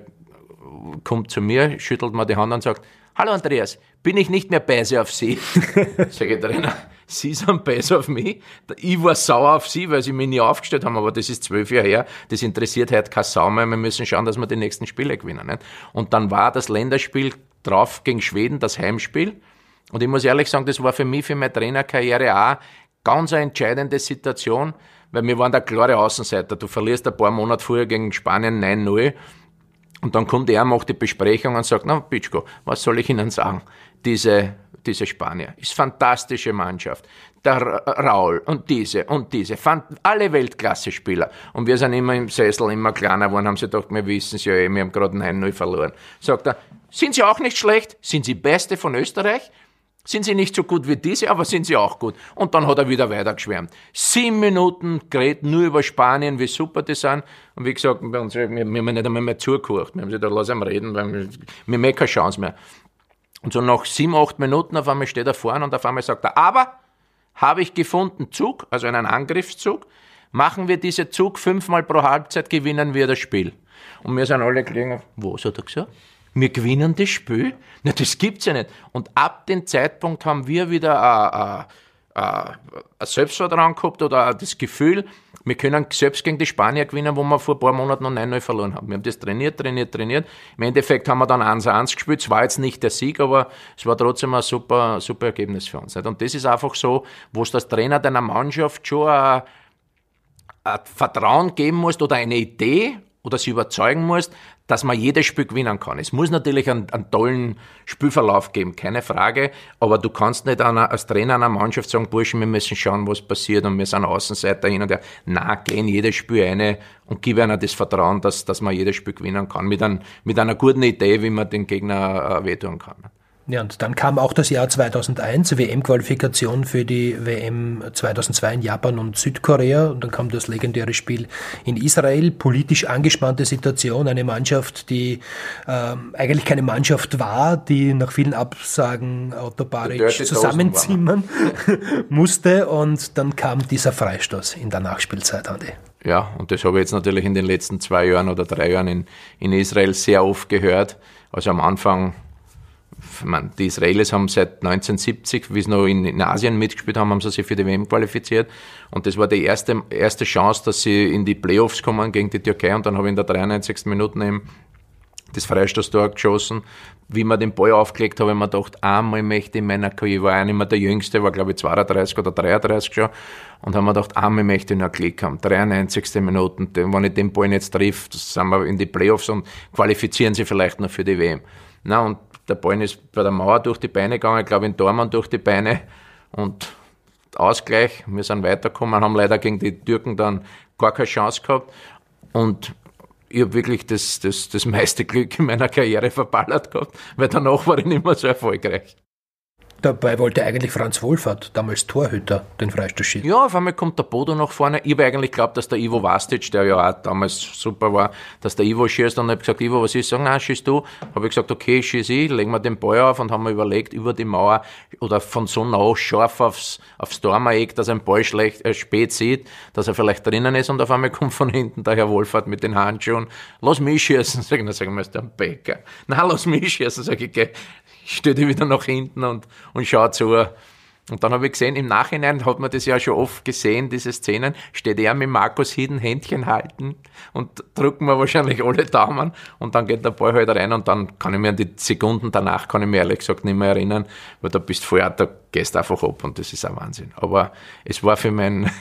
kommt zu mir, schüttelt mir die Hand und sagt, hallo Andreas, bin ich nicht mehr böse auf Sie? Sag ich, Trainer, Sie sind böse auf mich? Ich war sauer auf Sie, weil Sie mich nie aufgestellt haben, aber das ist 12 Jahre her, das interessiert heute keine Sau mehr, wir müssen schauen, dass wir die nächsten Spiele gewinnen. Nicht? Und dann war das Länderspiel drauf gegen Schweden, das Heimspiel. Und ich muss ehrlich sagen, das war für mich, für meine Trainerkarriere auch ganz eine entscheidende Situation, weil wir waren der klare Außenseiter. Du verlierst ein paar Monate vorher gegen Spanien 9-0 Und dann kommt er, macht die Besprechung und sagt, na Pitschko, was soll ich Ihnen sagen? Diese Spanier ist fantastische Mannschaft. Der Raul und diese, alle Weltklasse-Spieler. Und wir sind immer im Sessel, immer kleiner geworden, haben sie gedacht, wir wissen es ja wir haben gerade 9-0 verloren. Sagt er, sind Sie auch nicht schlecht? Sind Sie Beste von Österreich? Sind Sie nicht so gut wie diese, aber sind Sie auch gut? Und dann hat er wieder weitergeschwärmt. 7 Minuten geredet nur über Spanien, wie super die sind. Und wie gesagt, bei uns, wir haben nicht einmal mehr zugehört. Wir haben gesagt, lass ihn reden, weil wir haben keine Chance mehr. Und so nach 7-8 Minuten auf einmal steht er vorne und auf einmal sagt er, aber habe ich gefunden, Zug, also einen Angriffszug, machen wir diesen Zug 5-mal pro Halbzeit, gewinnen wir das Spiel. Und wir sind alle gelegen, was hat er gesagt? Wir gewinnen das Spiel? Na, das gibt's ja nicht. Und ab dem Zeitpunkt haben wir wieder ein Selbstvertrauen gehabt oder das Gefühl, wir können selbst gegen die Spanier gewinnen, wo wir vor ein paar Monaten noch 9-0 verloren haben. Wir haben das trainiert. Im Endeffekt haben wir dann 1-1 gespielt. Es war jetzt nicht der Sieg, aber es war trotzdem ein super Ergebnis für uns. Und das ist einfach so, wo es das Trainer deiner Mannschaft schon ein Vertrauen geben musst oder eine Idee oder sie überzeugen musst, dass man jedes Spiel gewinnen kann. Es muss natürlich einen tollen Spielverlauf geben, keine Frage, aber du kannst nicht als Trainer einer Mannschaft sagen, Burschen, wir müssen schauen, was passiert und wir sind Außenseiter hin und her. Nein, geh in jedes Spiel rein und gib einer das Vertrauen, dass man jedes Spiel gewinnen kann, mit einer guten Idee, wie man den Gegner wehtun kann. Ja, und dann kam auch das Jahr 2001, WM-Qualifikation für die WM 2002 in Japan und Südkorea. Und dann kam das legendäre Spiel in Israel. Politisch angespannte Situation, eine Mannschaft, die eigentlich keine Mannschaft war, die nach vielen Absagen Otto Baric zusammenzimmern musste. Und dann kam dieser Freistoß in der Nachspielzeit, Andi. Ja, und das habe ich jetzt natürlich in den letzten 2 Jahren oder 3 Jahren in Israel sehr oft gehört. Also am Anfang, die Israelis haben seit 1970, wie sie noch in Asien mitgespielt haben, haben sie sich für die WM qualifiziert. Und das war die erste Chance, dass sie in die Playoffs kommen gegen die Türkei. Und dann habe ich in der 93. Minute eben das Freistoßtor geschossen. Wie wir den Ball aufgelegt habe, habe ich mir gedacht, einmal möchte ich in meiner Karriere, ich war ja nicht mehr der Jüngste, war glaube ich 32 oder 33 schon. Und habe mir gedacht, einmal möchte ich noch einen Klick haben. 93. Minute, wenn ich den Ball jetzt treffe, sind wir in die Playoffs und qualifizieren sie vielleicht noch für die WM. Na, und der Ball ist bei der Mauer durch die Beine gegangen, ich glaube in Dortmund durch die Beine und Ausgleich, wir sind weitergekommen, haben leider gegen die Türken dann gar keine Chance gehabt und ich habe wirklich das meiste Glück in meiner Karriere verballert gehabt, weil danach war ich nicht mehr so erfolgreich. Dabei wollte eigentlich Franz Wohlfahrt, damals Torhüter, den Freistoß schießen. Ja, auf einmal kommt der Bodo nach vorne. Ich habe eigentlich geglaubt, dass der Ivo Vastic, der ja auch damals super war, dass der Ivo schießt. Und ich habe gesagt, Ivo, was ist? Sagen, nein, schießt du. Habe ich gesagt, okay, schieß ich, legen wir den Ball auf und haben mir überlegt, über die Mauer oder von so nah scharf aufs Dormereck, dass er den Ball spät sieht, dass er vielleicht drinnen ist. Und auf einmal kommt von hinten der Herr Wohlfahrt mit den Handschuhen. Lass mich schießen. Sag ich, sagen wir, ist der Bäcker. Nein, lass mich schießen. Sag ich, okay. Steht wieder nach hinten und schaut zu. Und dann habe ich gesehen, im Nachhinein hat man das ja schon oft gesehen, diese Szenen, steht er mit Markus Hieden Händchen halten und drücken wir wahrscheinlich alle Daumen und dann geht der Ball halt rein und dann kann ich mir an die Sekunden danach, kann ich mir ehrlich gesagt nicht mehr erinnern, weil da bist du vorher, da gehst einfach ab und das ist ein Wahnsinn. Aber es war für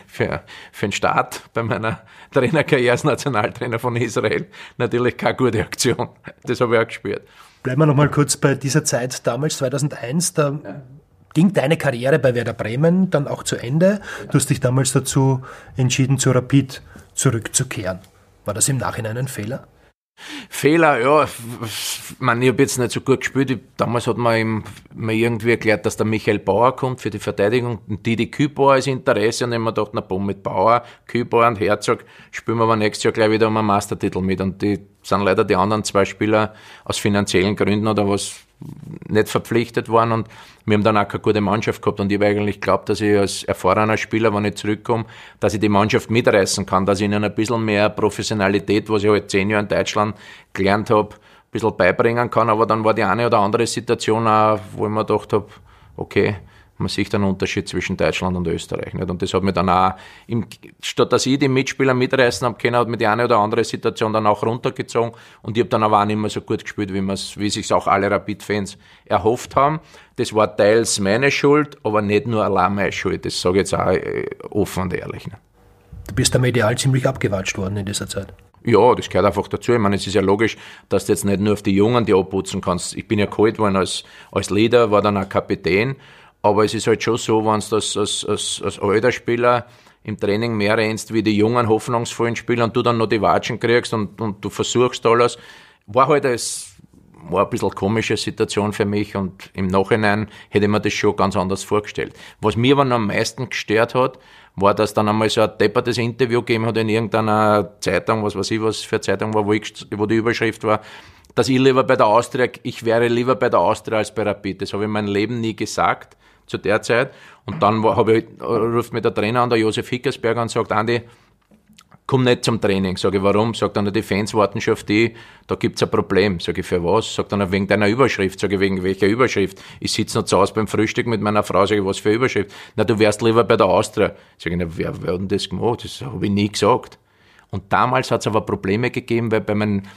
den Start bei meiner Trainerkarriere als Nationaltrainer von Israel natürlich keine gute Aktion. Das habe ich auch gespürt. Bleiben wir noch mal kurz bei dieser Zeit damals, 2001, da ging deine Karriere bei Werder Bremen dann auch zu Ende. Du hast dich damals dazu entschieden, zu Rapid zurückzukehren. War das im Nachhinein ein Fehler? Fehler, ja, ich habe jetzt nicht so gut gespielt. Damals hat man mir irgendwie erklärt, dass der Michael Bauer kommt für die Verteidigung und Didi Kübauer als Interesse und ich habe mir gedacht, na boom, mit Bauer, Kübauer und Herzog spielen wir aber nächstes Jahr gleich wieder um einen Meistertitel mit und die sind leider die anderen 2 Spieler aus finanziellen Gründen oder was nicht verpflichtet worden und wir haben dann auch keine gute Mannschaft gehabt und ich habe eigentlich geglaubt, dass ich als erfahrener Spieler, wenn ich zurückkomme, dass ich die Mannschaft mitreißen kann, dass ich ihnen ein bisschen mehr Professionalität, was ich halt 10 Jahre in Deutschland gelernt habe, ein bisschen beibringen kann, aber dann war die eine oder andere Situation auch, wo ich mir gedacht habe, okay, man sieht einen Unterschied zwischen Deutschland und Österreich. Nicht? Und das hat mich dann auch, statt dass ich die Mitspieler mitreißen habe können, hat mich die eine oder andere Situation dann auch runtergezogen. Und ich habe dann aber auch nicht mehr so gut gespielt, wie sich auch alle Rapid-Fans erhofft haben. Das war teils meine Schuld, aber nicht nur allein meine Schuld. Das sage ich jetzt auch offen und ehrlich. Nicht? Du bist da medial ziemlich abgewatscht worden in dieser Zeit. Ja, das gehört einfach dazu. Ich meine, es ist ja logisch, dass du jetzt nicht nur auf die Jungen die abputzen kannst. Ich bin ja geholt worden als Leader, war dann auch Kapitän, aber es ist halt schon so, wenn du als alter Spieler im Training mehr rennst wie die jungen, hoffnungsvollen Spieler und du dann noch die Watschen kriegst und du versuchst alles. War ein bisschen komische Situation für mich und im Nachhinein hätte ich mir das schon ganz anders vorgestellt. Was mir aber noch am meisten gestört hat, war, dass dann einmal so ein deppertes Interview gegeben hat in irgendeiner Zeitung, was weiß ich, was für eine Zeitung war, wo die Überschrift war, dass ich wäre lieber bei der Austria als bei Rapid. Das habe ich mein Leben nie gesagt zu der Zeit. Und dann ruft mir der Trainer an, der Josef Hickersberger, und sagt, Andi, komm nicht zum Training. Sag ich, warum? Sagt dann, die Fans warten schon auf die, da gibt's ein Problem. Sag ich, für was? Sagt dann, wegen deiner Überschrift. Sag ich, wegen welcher Überschrift? Ich sitze noch zu Hause beim Frühstück mit meiner Frau, sag ich, was für eine Überschrift? Na, du wärst lieber bei der Austria. Sag ich, na, wer hat denn das gemacht? Das habe ich nie gesagt. Und damals hat's aber Probleme gegeben, weil bei meinem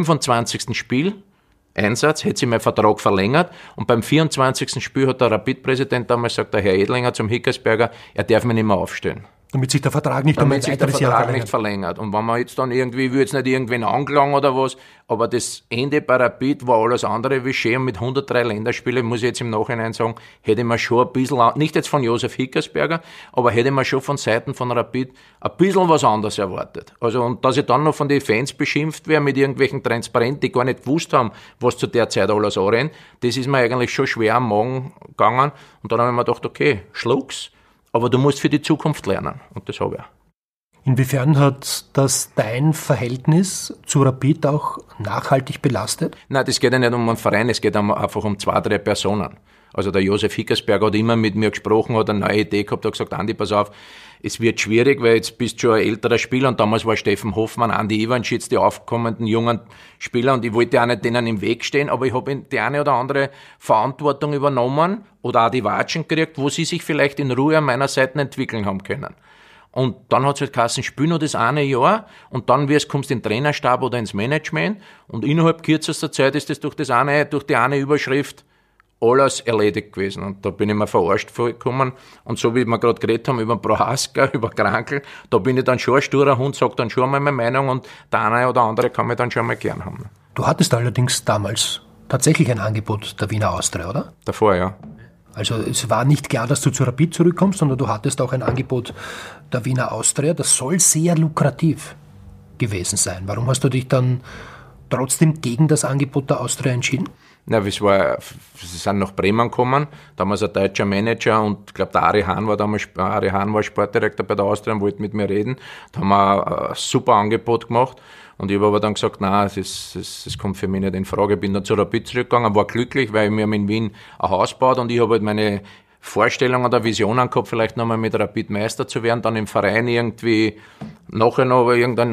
25. Spiel-Einsatz hätte sich mein Vertrag verlängert und beim 24. Spiel hat der Rapid-Präsident damals gesagt, der Herr Edlinger zum Hickersberger, er darf mich nicht mehr aufstellen. Damit sich der Vertrag nicht verlängert. Und wenn man jetzt dann irgendwie, ich will jetzt nicht irgendwen anklagen oder was, aber das Ende bei Rapid war alles andere wie schön und mit 103 Länderspielen, muss ich jetzt im Nachhinein sagen, hätte ich mir schon ein bisschen, nicht jetzt von Josef Hickersberger, aber hätte ich mir schon von Seiten von Rapid ein bisschen was anderes erwartet. Also, und dass ich dann noch von den Fans beschimpft wäre mit irgendwelchen Transparenten, die gar nicht gewusst haben, was zu der Zeit alles anrennt, das ist mir eigentlich schon schwer am Magen gegangen. Und dann habe ich mir gedacht, okay, schluck's. Aber du musst für die Zukunft lernen. Und das habe ich. Inwiefern hat das dein Verhältnis zu Rapid auch nachhaltig belastet? Nein, das geht ja nicht um einen Verein, es geht einfach um 2, 3 Personen. Also der Josef Hickersberger hat immer mit mir gesprochen, hat eine neue Idee gehabt, hat gesagt, Andi, pass auf, es wird schwierig, weil jetzt bist du schon ein älterer Spieler und damals war Steffen Hoffmann, Andi Ivanschitz, die aufkommenden jungen Spieler und ich wollte auch nicht denen im Weg stehen, aber ich habe die eine oder andere Verantwortung übernommen oder auch die Watschen gekriegt, wo sie sich vielleicht in Ruhe an meiner Seite entwickeln haben können. Und dann hat es halt geheißen, spiel nur das eine Jahr und dann kommst du in den Trainerstab oder ins Management und innerhalb kürzester Zeit ist das durch die eine Überschrift alles erledigt gewesen. Und da bin ich mir verarscht vorgekommen. Und so wie wir gerade geredet haben über Prohaska, über Krankl, da bin ich dann schon ein sturer Hund, sag dann schon mal meine Meinung und der eine oder andere kann mich dann schon mal gern haben. Du hattest allerdings damals tatsächlich ein Angebot der Wiener Austria, oder? Davor, ja. Also es war nicht klar, dass du zu Rapid zurückkommst, sondern du hattest auch ein Angebot der Wiener Austria. Das soll sehr lukrativ gewesen sein. Warum hast du dich dann trotzdem gegen das Angebot der Austria entschieden? Na, sie sind nach Bremen gekommen, damals ein deutscher Manager und ich glaube, der Ari Hahn war Sportdirektor bei der Austria und wollte mit mir reden. Da haben wir ein super Angebot gemacht und ich habe aber dann gesagt, nein, das kommt für mich nicht in Frage. Ich bin dann zu Rapid zurückgegangen, war glücklich, weil wir haben in Wien ein Haus gebaut und ich habe halt meine Vorstellungen oder Visionen gehabt, vielleicht nochmal mit Rapid Meister zu werden, dann im Verein irgendwie nachher noch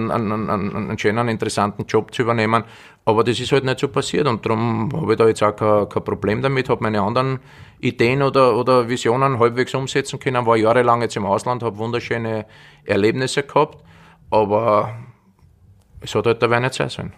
einen schönen, interessanten Job zu übernehmen. Aber das ist halt nicht so passiert und darum habe ich da jetzt auch kein Problem damit, habe meine anderen Ideen oder Visionen halbwegs umsetzen können, war jahrelang jetzt im Ausland, habe wunderschöne Erlebnisse gehabt, aber es hat halt dabei nicht sein sollen.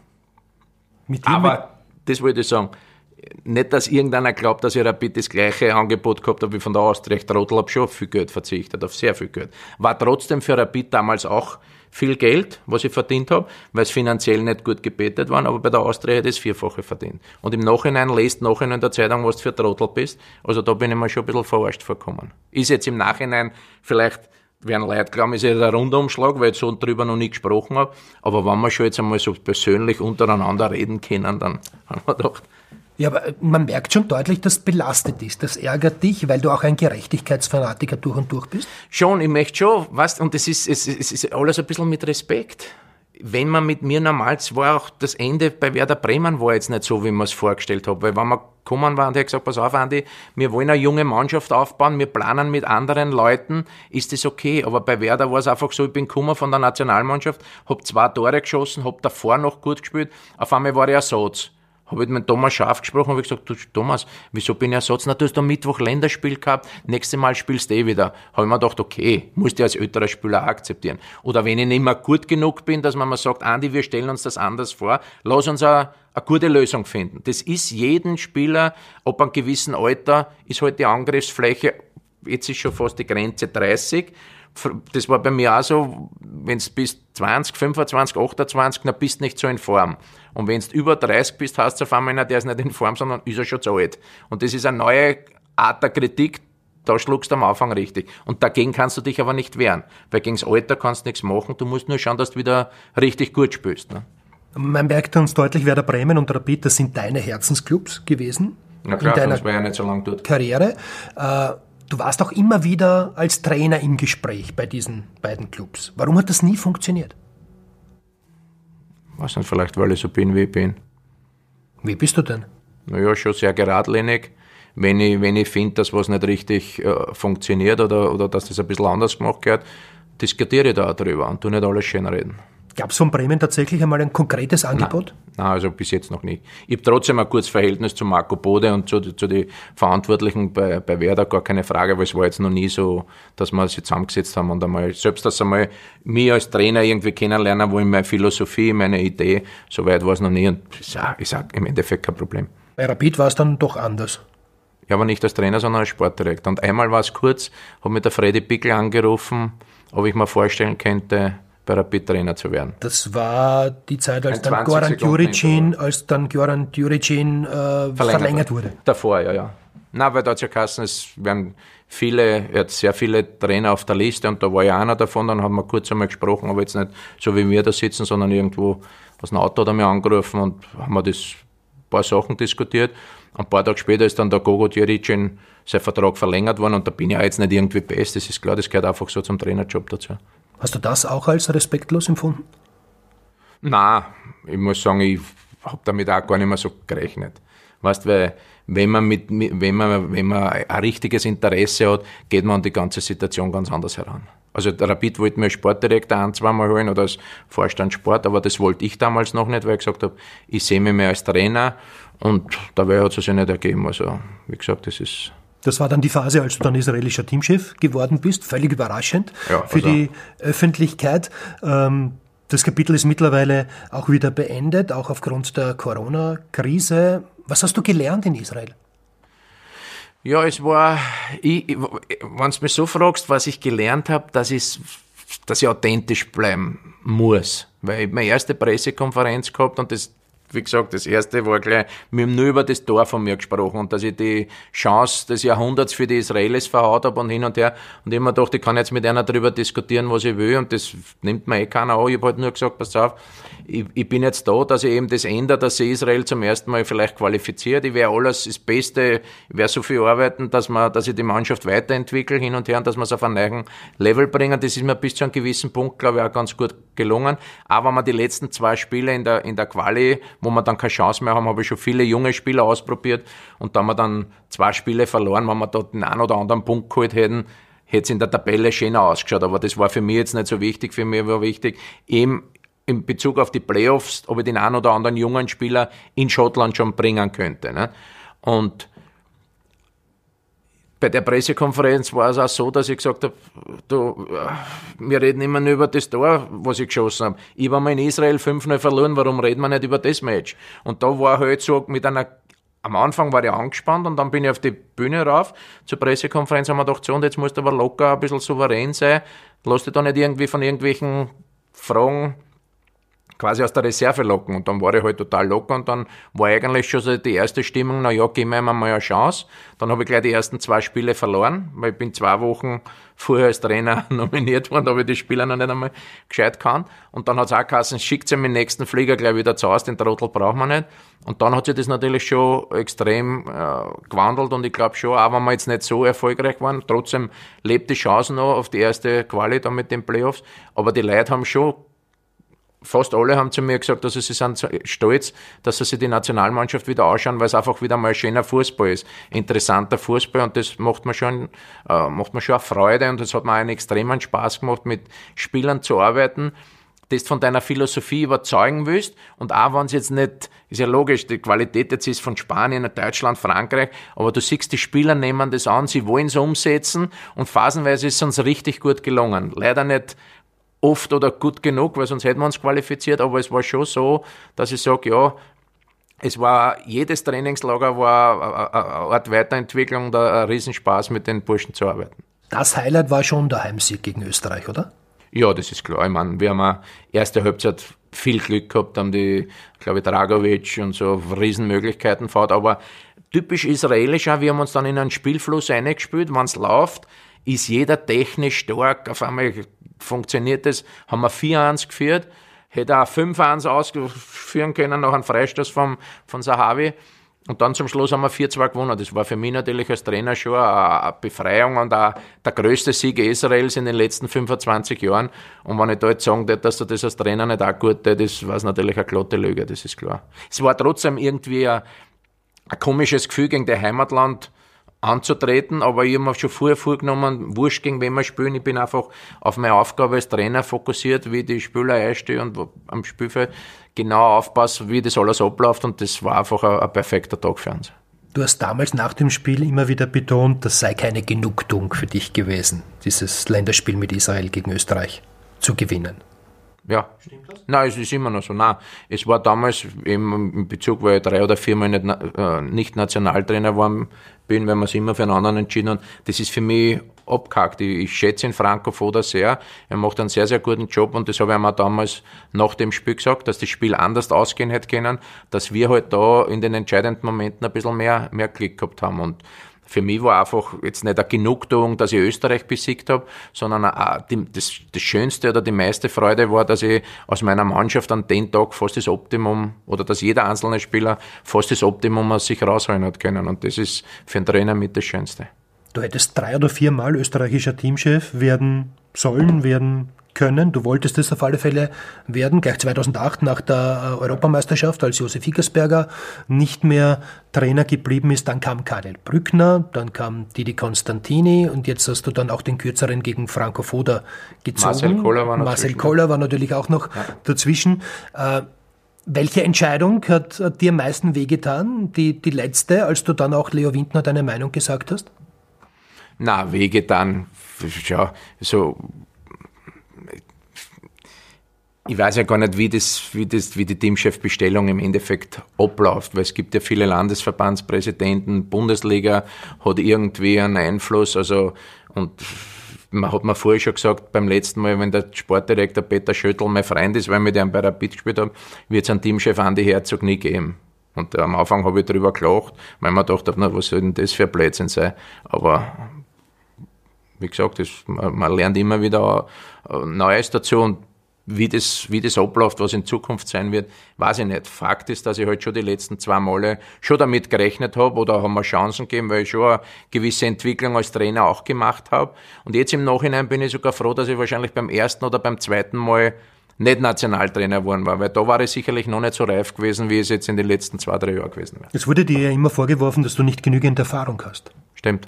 Aber das wollte ich sagen, nicht, dass irgendeiner glaubt, dass ich Rapid das gleiche Angebot gehabt habe wie von der Austria. Ich Trottel habe schon auf viel Geld verzichtet, auf sehr viel Geld. War trotzdem für Rapid damals auch viel Geld, was ich verdient habe, weil es finanziell nicht gut gebetet war, aber bei der Austria hätte ich das Vierfache verdient. Und im Nachhinein lest in der Zeitung, was du für Trottel bist. Also da bin ich mir schon ein bisschen verarscht vorgekommen. Ist jetzt im Nachhinein vielleicht, werden Leute glauben, ist ja der Rundumschlag, weil ich so drüber noch nie gesprochen habe. Aber wenn wir schon jetzt einmal so persönlich untereinander reden können, dann haben wir gedacht. Ja, aber man merkt schon deutlich, dass belastet ist. Das ärgert dich, weil du auch ein Gerechtigkeitsfanatiker durch und durch bist? Schon, ich möchte schon, weißt, und es ist alles ein bisschen mit Respekt. Wenn man mit mir normal, es war auch das Ende bei Werder Bremen war jetzt nicht so, wie man es vorgestellt hat. Weil wenn wir gekommen waren und hat gesagt, pass auf Andi, wir wollen eine junge Mannschaft aufbauen, wir planen mit anderen Leuten, ist das okay. Aber bei Werder war es einfach so, ich bin gekommen von der Nationalmannschaft, habe 2 Tore geschossen, habe davor noch gut gespielt, auf einmal war ich Ersatz. Habe ich mit Thomas Schaaf gesprochen, habe gesagt, du Thomas, wieso bin ich Ersatz? Na, du hast am Mittwoch Länderspiel gehabt, nächstes Mal spielst du wieder. Habe ich mir gedacht, okay, musst du als älterer Spieler auch akzeptieren. Oder wenn ich nicht mehr gut genug bin, dass man mir sagt, Andi, wir stellen uns das anders vor, lass uns eine gute Lösung finden. Das ist jeden Spieler, ab einem gewissen Alter, ist halt die Angriffsfläche, jetzt ist schon fast die Grenze 30, Das war bei mir auch so, wenn du bis 20, 25, 28, dann bist du nicht so in Form. Und wenn du über 30 bist, heißt es auf einmal, der ist nicht in Form, sondern ist er schon zu alt. Und das ist eine neue Art der Kritik, da schluckst du am Anfang richtig. Und dagegen kannst du dich aber nicht wehren. Weil gegen das Alter kannst du nichts machen, du musst nur schauen, dass du wieder richtig gut spielst. Ne? Man merkt uns deutlich, Werder Bremen und Rapid, das sind deine Herzensclubs gewesen. Na klar, in deiner das war ja nicht so lange dort. Karriere. Du warst auch immer wieder als Trainer im Gespräch bei diesen beiden Clubs. Warum hat das nie funktioniert? Weiß nicht, vielleicht weil ich so bin, wie ich bin. Wie bist du denn? Naja, schon sehr geradlinig. Wenn ich finde, dass was nicht richtig funktioniert oder dass das ein bisschen anders gemacht wird, diskutiere ich da auch drüber und tu nicht alles schön reden. Gab es von Bremen tatsächlich einmal ein konkretes Angebot? Nein, also bis jetzt noch nicht. Ich habe trotzdem ein gutes Verhältnis zu Marco Bode und zu den Verantwortlichen bei Werder, gar keine Frage, aber es war jetzt noch nie so, dass wir sich zusammengesetzt haben und einmal, selbst dass einmal mich als Trainer irgendwie kennenlernen, wo ich meine Philosophie, meine Idee, so weit war es noch nie und ich sag im Endeffekt kein Problem. Bei Rapid war es dann doch anders. Ja, aber nicht als Trainer, sondern als Sportdirektor. Und einmal war es kurz, habe mich der Freddy Pickel angerufen, ob ich mir vorstellen könnte, bei Rapid Trainer zu werden. Das war die Zeit, als dann Goran Djuricin verlängert wurde. Davor, ja. Nein, weil da hat es ja geheißen, er hat sehr viele Trainer auf der Liste und da war ja einer davon, dann haben wir kurz einmal gesprochen, aber jetzt nicht so wie wir da sitzen, sondern irgendwo aus dem Auto hat er mich angerufen und haben wir das ein paar Sachen diskutiert. Ein paar Tage später ist dann der Gogo Djuricin sein Vertrag verlängert worden und da bin ich auch jetzt nicht irgendwie best, das ist klar, das gehört einfach so zum Trainerjob dazu. Hast du das auch als respektlos empfunden? Nein, ich muss sagen, ich habe damit auch gar nicht mehr so gerechnet. Weißt, weil wenn man ein richtiges Interesse hat, geht man an die ganze Situation ganz anders heran. Also der Rapid wollte mir als Sportdirektor 1-2 Mal holen oder als Vorstand Sport, aber das wollte ich damals noch nicht, weil ich gesagt habe, ich sehe mich mehr als Trainer und dabei hat es sich nicht ergeben. Also wie gesagt, Das war dann die Phase, als du dann israelischer Teamchef geworden bist, völlig überraschend für die Öffentlichkeit. Das Kapitel ist mittlerweile auch wieder beendet, auch aufgrund der Corona-Krise. Was hast du gelernt in Israel? Ja, es war, wenn du mich so fragst, was ich gelernt habe, dass ich authentisch bleiben muss. Weil ich meine erste Pressekonferenz gehabt und das, wie gesagt, das erste war gleich, wir haben nur über das Tor von mir gesprochen und dass ich die Chance des Jahrhunderts für die Israelis verhaut habe und hin und her. Und ich habe mir gedacht, ich kann jetzt mit einer darüber diskutieren, was ich will und das nimmt mir keiner an. Ich habe halt nur gesagt, pass auf, ich bin jetzt da, dass ich eben das ändere, dass sich Israel zum ersten Mal vielleicht qualifiziert. Ich werde alles das Beste, ich werde so viel arbeiten, dass ich die Mannschaft weiterentwickle hin und her und dass wir es auf einen neuen Level bringen. Das ist mir bis zu einem gewissen Punkt, glaube ich, auch ganz gut gelungen. Aber wenn man die letzten 2 Spiele in der Quali, wo wir dann keine Chance mehr haben, habe ich schon viele junge Spieler ausprobiert und da haben wir dann 2 Spiele verloren. Wenn wir dort den einen oder anderen Punkt geholt hätten, hätte es in der Tabelle schöner ausgeschaut. Aber das war für mich jetzt nicht so wichtig. Für mich war wichtig, eben in Bezug auf die Playoffs, ob ich den einen oder anderen jungen Spieler in Schottland schon bringen könnte. Ne? Und bei der Pressekonferenz war es auch so, dass ich gesagt habe, wir reden immer nur über das Tor, was ich geschossen habe. Ich habe mal in Israel 5-0 verloren, warum reden wir nicht über das Match? Und da war halt so am Anfang war ich angespannt und dann bin ich auf die Bühne rauf, zur Pressekonferenz haben wir gedacht, so, und jetzt musst du aber locker ein bisschen souverän sein, lass dich da nicht irgendwie von irgendwelchen Fragen quasi aus der Reserve locken. Und dann war ich halt total locker und dann war eigentlich schon so die erste Stimmung, geben wir ihm mal eine Chance. Dann habe ich gleich die ersten 2 Spiele verloren, weil ich bin 2 Wochen vorher als Trainer nominiert worden, da habe ich die Spieler noch nicht einmal gescheit gekannt. Und dann hat es auch geheißen, schickt sie mit dem nächsten Flieger gleich wieder zu Hause, den Trottel braucht man nicht. Und dann hat sich das natürlich schon extrem gewandelt und ich glaube schon, auch wenn wir jetzt nicht so erfolgreich waren, trotzdem lebt die Chance noch auf die erste Quali da mit den Playoffs. Aber die Leute haben schon, fast alle haben zu mir gesagt, dass sie sind stolz, dass sie sich die Nationalmannschaft wieder anschauen, weil es einfach wieder mal schöner Fußball ist. Interessanter Fußball und das macht mir schon eine Freude und es hat mir einen extremen Spaß gemacht, mit Spielern zu arbeiten, dass du von deiner Philosophie überzeugen willst und auch wenn es jetzt nicht, ist ja logisch, die Qualität jetzt ist von Spanien, Deutschland, Frankreich, aber du siehst, die Spieler nehmen das an, sie wollen es umsetzen und phasenweise ist es uns richtig gut gelungen. Leider nicht oft oder gut genug, weil sonst hätten wir uns qualifiziert, aber es war schon so, dass ich sage, ja, jedes Trainingslager war eine Art Weiterentwicklung und ein Riesenspaß, mit den Burschen zu arbeiten. Das Highlight war schon der Heimsieg gegen Österreich, oder? Ja, das ist klar. Ich meine, wir haben eine erste Halbzeit viel Glück gehabt, haben die, glaube ich, Dragovic und so Riesenmöglichkeiten gehabt, aber typisch israelisch auch, wir haben uns dann in einen Spielfluss eingespielt, wenn es läuft, ist jeder technisch stark, auf einmal funktioniert das, haben wir 4-1 geführt, hätte auch 5-1 ausführen können nach einem Freistoß von Zahavi. Und dann zum Schluss haben wir 4-2 gewonnen. Das war für mich natürlich als Trainer schon eine Befreiung und auch der größte Sieg Israels in den letzten 25 Jahren. Und wenn ich da jetzt sagen würde, dass du das als Trainer nicht auch gut tät, das war natürlich eine glatte Lüge, das ist klar. Es war trotzdem irgendwie ein komisches Gefühl, gegen das Heimatland anzutreten, aber ich habe mir schon vorher vorgenommen, wurscht gegen wen wir spielen, ich bin einfach auf meine Aufgabe als Trainer fokussiert, wie die Spieler einstehe und am Spielfeld genau aufpasse, wie das alles abläuft, und das war einfach ein perfekter Tag für uns. Du hast damals nach dem Spiel immer wieder betont, das sei keine Genugtuung für dich gewesen, dieses Länderspiel mit Israel gegen Österreich zu gewinnen. Ja. Stimmt das? Nein, es ist immer noch so. Nein, es war damals eben in Bezug, weil ich 3 oder 4 Mal nicht Nationaltrainer geworden bin, weil wir es immer für einen anderen entschieden haben. Das ist für mich abgehakt. Ich schätze ihn Franco Foda sehr. Er macht einen sehr, sehr guten Job, und das habe ich ihm auch damals nach dem Spiel gesagt, dass das Spiel anders ausgehen hätte können, dass wir halt da in den entscheidenden Momenten ein bisschen mehr Glück gehabt haben. Und für mich war einfach jetzt nicht eine Genugtuung, dass ich Österreich besiegt habe, sondern das Schönste oder die meiste Freude war, dass ich aus meiner Mannschaft an den Tag fast das Optimum, oder dass jeder einzelne Spieler fast das Optimum aus sich rausholen hat können. Und das ist für einen Trainer mit das Schönste. Du hättest 3 oder 4 Mal österreichischer Teamchef werden sollen, werden können. Du wolltest es auf alle Fälle werden. Gleich 2008 nach der Europameisterschaft, als Josef Hickersberger nicht mehr Trainer geblieben ist. Dann kam Karel Brückner, dann kam Didi Constantini, und jetzt hast du dann auch den kürzeren gegen Franco Foda gezogen. Marcel Koller war natürlich auch noch dazwischen. Welche Entscheidung hat dir am meisten wehgetan? Die letzte, als du dann auch Leo Windner deine Meinung gesagt hast? Na, wehgetan, ja, so. Ich weiß ja gar nicht, wie die Teamchefbestellung im Endeffekt abläuft, weil es gibt ja viele Landesverbandspräsidenten, Bundesliga hat irgendwie einen Einfluss, also, und man hat mir vorher schon gesagt, beim letzten Mal, wenn der Sportdirektor Peter Schöttl mein Freund ist, weil wir den bei Rapid gespielt haben, wird es einen Teamchef Andi Herzog nie geben. Und am Anfang habe ich darüber gelacht, weil man gedacht habe, was soll denn das für ein Blödsinn sein, aber wie gesagt, man lernt immer wieder Neues dazu, und wie das abläuft, was in Zukunft sein wird, weiß ich nicht. Fakt ist, dass ich halt schon die letzten 2 Male schon damit gerechnet habe, oder haben mir Chancen gegeben, weil ich schon eine gewisse Entwicklung als Trainer auch gemacht habe. Und jetzt im Nachhinein bin ich sogar froh, dass ich wahrscheinlich beim ersten oder beim zweiten Mal nicht Nationaltrainer geworden war, weil da war ich sicherlich noch nicht so reif gewesen, wie es jetzt in den letzten 2-3 Jahren gewesen wäre. Es wurde dir ja immer vorgeworfen, dass du nicht genügend Erfahrung hast. Stimmt.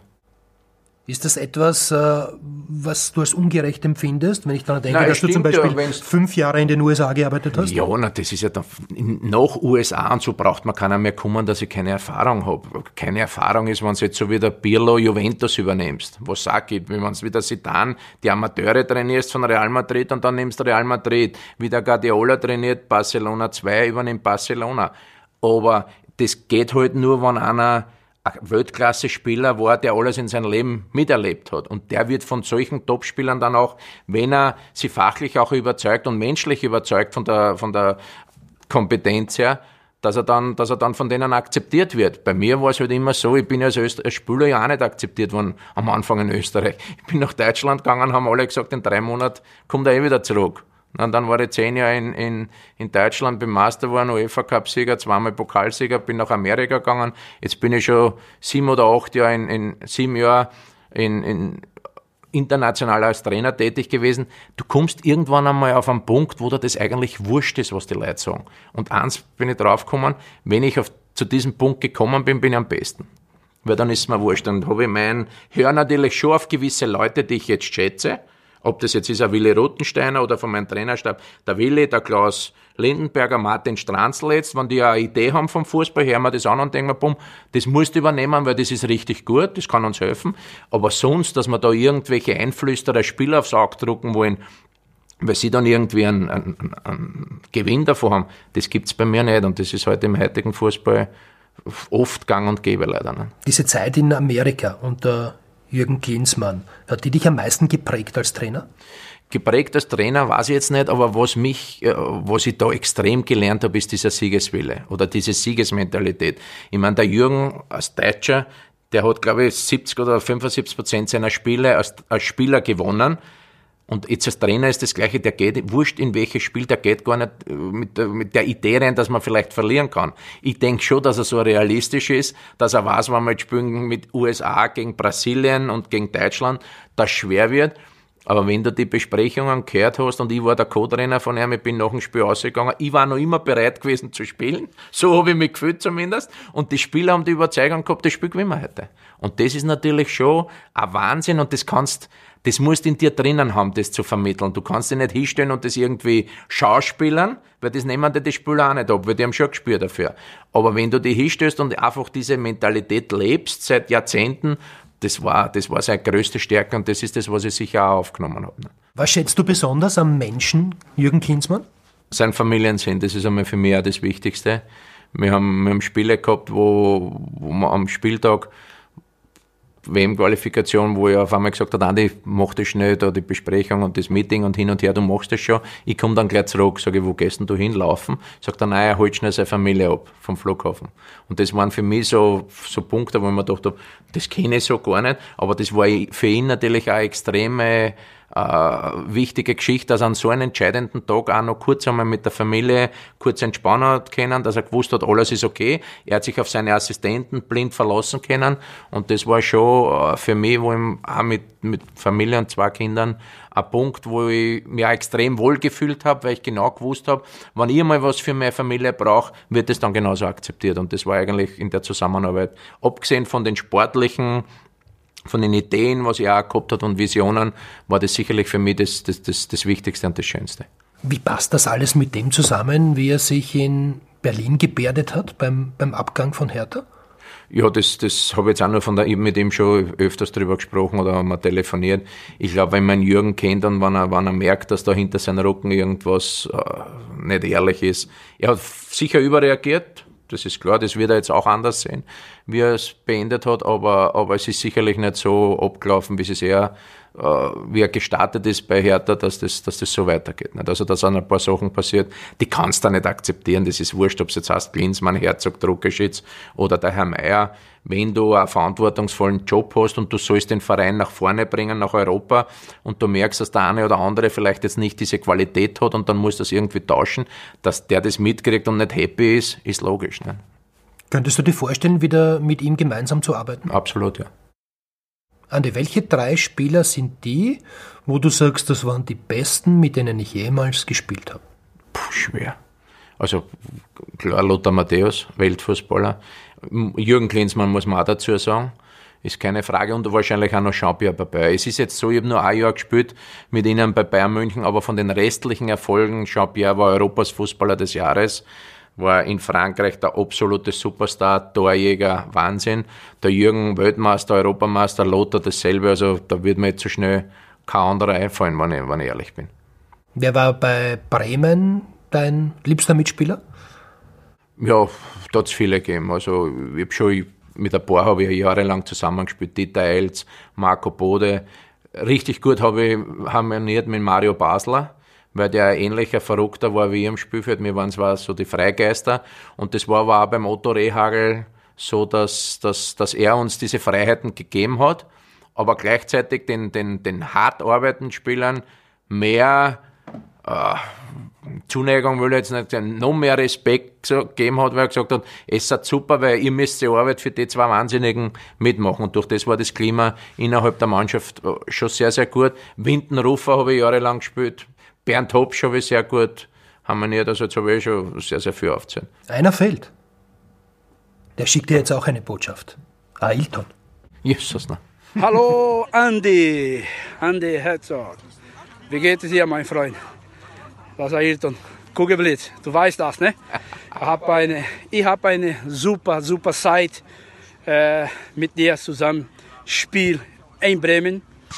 Ist das etwas, was du als ungerecht empfindest, wenn ich daran denke, dass du zum Beispiel 5 Jahre in den USA gearbeitet hast? Ja, das ist ja dann, nach USA und so braucht man keiner mehr kommen, dass ich keine Erfahrung habe. Keine Erfahrung ist, wenn du jetzt so wie der Pirlo Juventus übernimmst, was es auch gibt. Wenn du wie der Zidane die Amateure trainierst von Real Madrid und dann nimmst du Real Madrid. Wie der Guardiola trainiert Barcelona 2, übernimmt Barcelona. Aber das geht halt nur, wenn einer ein Weltklasse-Spieler war, der alles in seinem Leben miterlebt hat. Und der wird von solchen Topspielern dann auch, wenn er sie fachlich auch überzeugt und menschlich überzeugt von der Kompetenz her, dass er dann von denen akzeptiert wird. Bei mir war es halt immer so, ich bin als Spieler ja auch nicht akzeptiert worden am Anfang in Österreich. Ich bin nach Deutschland gegangen, haben alle gesagt, in 3 Monaten kommt er wieder zurück. Und dann war ich 10 Jahre in Deutschland beim Meister geworden, UEFA-Cup-Sieger, 2-mal Pokalsieger, bin nach Amerika gegangen. Jetzt bin ich schon 7 oder 8 Jahre in 7 Jahren in international als Trainer tätig gewesen. Du kommst irgendwann einmal auf einen Punkt, wo dir das eigentlich wurscht ist, was die Leute sagen. Und eins bin ich draufgekommen, wenn ich zu diesem Punkt gekommen bin, bin ich am besten. Weil dann ist es mir wurscht. Dann habe ich höre natürlich schon auf gewisse Leute, die ich jetzt schätze. Ob das jetzt ist ein Willi Rothensteiner oder von meinem Trainerstab, der Willi, der Klaus Lindenberger, Martin Stranzl jetzt, wenn die eine Idee haben vom Fußball, hören wir das an und denken wir, bumm, das musst du übernehmen, weil das ist richtig gut, das kann uns helfen. Aber sonst, dass wir da irgendwelche Einflüsterer Spieler aufs Auge drucken wollen, weil sie dann irgendwie einen Gewinn davon haben, das gibt's bei mir nicht. Und das ist heute im heutigen Fußball oft gang und gäbe leider. Ne? Diese Zeit in Amerika unter Jürgen Klinsmann, hat die dich am meisten geprägt als Trainer? Geprägt als Trainer weiß ich jetzt nicht, aber was ich da extrem gelernt habe, ist dieser Siegeswille oder diese Siegesmentalität. Ich meine, der Jürgen als Deutscher, der hat, glaube ich, 70 oder 75% seiner Spiele als Spieler gewonnen. Und jetzt als Trainer ist das Gleiche, der geht, wurscht in welches Spiel, der geht gar nicht mit der Idee rein, dass man vielleicht verlieren kann. Ich denke schon, dass er so realistisch ist, dass er weiß, wenn wir jetzt spielen mit USA gegen Brasilien und gegen Deutschland, das schwer wird. Aber wenn du die Besprechungen gehört hast und ich war der Co-Trainer von ihm, ich bin nach dem Spiel rausgegangen, ich war noch immer bereit gewesen zu spielen, so habe ich mich gefühlt zumindest, und die Spieler haben die Überzeugung gehabt, das Spiel gewinnen wir heute. Und das ist natürlich schon ein Wahnsinn und das musst du in dir drinnen haben, das zu vermitteln. Du kannst dich nicht hinstellen und das irgendwie schauspielern, weil das nehmen die Spieler auch nicht ab, weil die haben schon ein Gespür dafür. Aber wenn du dich hinstellst und einfach diese Mentalität lebst seit Jahrzehnten, das war seine größte Stärke und das ist das, was ich sicher auch aufgenommen habe. Was schätzt du besonders am Menschen Jürgen Klinsmann? Sein Familiensinn, das ist einmal für mich auch das Wichtigste. Wir haben Spiele gehabt, wo wir am Spieltag WM-Qualifikation, wo er auf einmal gesagt hat, Andi, mach das schnell, da die Besprechung und das Meeting und hin und her, du machst das schon. Ich komme dann gleich zurück, sage ich, wo gehst denn du hinlaufen? Sagt er, nein, er holt schnell seine Familie ab vom Flughafen. Und das waren für mich so Punkte, wo ich mir gedacht habe, das kenne ich so gar nicht, aber das war für ihn natürlich auch extreme wichtige Geschichte, dass er an so einem entscheidenden Tag auch noch kurz einmal mit der Familie kurz entspannen hat können, dass er gewusst hat, alles ist okay. Er hat sich auf seine Assistenten blind verlassen können und das war schon für mich, wo ich auch mit Familie und 2 Kindern ein Punkt, wo ich mich auch extrem wohl gefühlt habe, weil ich genau gewusst habe, wenn ich mal was für meine Familie brauche, wird das dann genauso akzeptiert und das war eigentlich in der Zusammenarbeit, abgesehen von den sportlichen, von den Ideen, was er auch gehabt hat und Visionen, war das sicherlich für mich das Wichtigste und das Schönste. Wie passt das alles mit dem zusammen, wie er sich in Berlin gebärdet hat beim Abgang von Hertha? Ja, das habe ich jetzt auch noch mit ihm schon öfters drüber gesprochen oder mal telefoniert. Ich glaube, wenn man Jürgen kennt und wenn er merkt, dass da hinter seinem Rücken irgendwas nicht ehrlich ist, er hat sicher überreagiert. Das ist klar, das wird er jetzt auch anders sehen, wie er es beendet hat, aber es ist sicherlich nicht so abgelaufen, wie er gestartet ist bei Hertha, dass das so weitergeht. Nicht? Also, dass ein paar Sachen passiert, die kannst du nicht akzeptieren, das ist wurscht, ob es jetzt heißt Klinsmann, Herzog, Druckerschitz oder der Herr Meier. Wenn du einen verantwortungsvollen Job hast und du sollst den Verein nach vorne bringen, nach Europa, und du merkst, dass der eine oder andere vielleicht jetzt nicht diese Qualität hat und dann musst du das irgendwie tauschen, dass der das mitkriegt und nicht happy ist logisch. Ne? Könntest du dir vorstellen, wieder mit ihm gemeinsam zu arbeiten? Absolut, ja. Andi, welche 3 Spieler sind die, wo du sagst, das waren die besten, mit denen ich jemals gespielt habe? Schwer. Also klar, Lothar Matthäus, Weltfußballer. Jürgen Klinsmann muss man auch dazu sagen, ist keine Frage. Und wahrscheinlich auch noch Jean-Pierre Papin. Es ist jetzt so, ich habe nur ein Jahr gespielt mit ihnen bei Bayern München, aber von den restlichen Erfolgen, Jean-Pierre war Europas Fußballer des Jahres, war in Frankreich der absolute Superstar, Torjäger, Wahnsinn. Der Jürgen Weltmeister, Europameister, Lothar dasselbe, also da wird mir jetzt so schnell kein anderer einfallen, wenn ich ehrlich bin. Wer war bei Bremen dein liebster Mitspieler? Ja, da hat es viele gegeben. Also ich habe schon mit ein paar habe ich jahrelang zusammengespielt. Dieter Eilz, Marco Bode. Richtig gut habe ich harmoniert mit Mario Basler, weil der ein ähnlicher Verrückter war wie ich im Spielfeld. Wir waren zwar so die Freigeister und das war aber auch beim Otto Rehhagel so, dass er uns diese Freiheiten gegeben hat, aber gleichzeitig den hart arbeitenden Spielern mehr Zuneigung will ich jetzt nicht sagen, noch mehr Respekt gegeben hat, weil er gesagt hat, es ist super, weil ihr müsst die Arbeit für die 2 Wahnsinnigen mitmachen. Und durch das war das Klima innerhalb der Mannschaft schon sehr, sehr gut. Windenrufer habe ich jahrelang gespielt. Bernd Hopsch habe ich sehr gut harmoniert. Also jetzt habe ich schon sehr, sehr viel aufzählen. Einer fehlt. Der schickt dir jetzt auch eine Botschaft. Ailton. Jesus, ne? Hallo Andi Herzog. Wie geht es dir, mein Freund? Das ist Ailton. Kugelblitz, du weißt das, ne? Ich habe eine super Zeit mit dir zusammen. Spiel in Bremen.